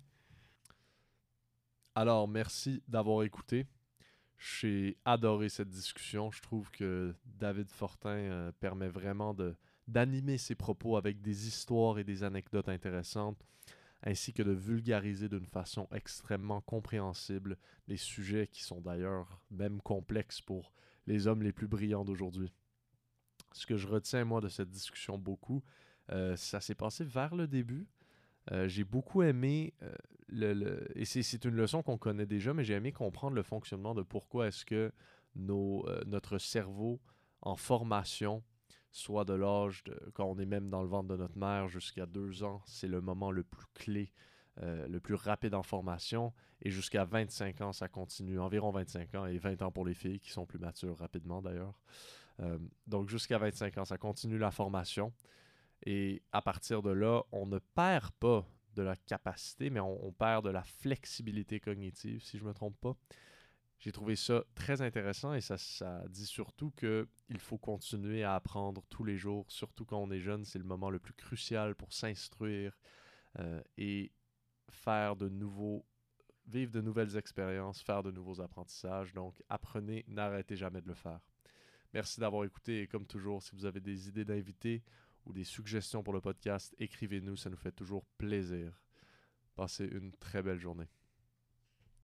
Alors, merci d'avoir écouté. J'ai adoré cette discussion. Je trouve que David Fortin euh, permet vraiment de, d'animer ses propos avec des histoires et des anecdotes intéressantes, ainsi que de vulgariser d'une façon extrêmement compréhensible les sujets qui sont d'ailleurs même complexes pour les hommes les plus brillants d'aujourd'hui. Ce que je retiens, moi, de cette discussion beaucoup, euh, ça s'est passé vers le début. Euh, j'ai beaucoup aimé, euh, le, le- et c'est, c'est une leçon qu'on connaît déjà, mais j'ai aimé comprendre le fonctionnement de pourquoi est-ce que nos, euh, notre cerveau en formation, soit de l'âge, de, quand on est même dans le ventre de notre mère jusqu'à deux ans, c'est le moment le plus clé, euh, le plus rapide en formation, et jusqu'à vingt-cinq ans, ça continue, environ vingt-cinq ans, et vingt ans pour les filles qui sont plus matures rapidement d'ailleurs. Euh, donc jusqu'à vingt-cinq ans, ça continue la formation. Et à partir de là, on ne perd pas de la capacité, mais on, on perd de la flexibilité cognitive, si je ne me trompe pas. J'ai trouvé ça très intéressant et ça, ça dit surtout qu'il faut continuer à apprendre tous les jours, surtout quand on est jeune. C'est le moment le plus crucial pour s'instruire euh, et faire de nouveaux, vivre de nouvelles expériences, faire de nouveaux apprentissages. Donc, apprenez, n'arrêtez jamais de le faire. Merci d'avoir écouté et comme toujours, si vous avez des idées d'invités ou des suggestions pour le podcast, écrivez-nous, ça nous fait toujours plaisir. Passez une très belle journée.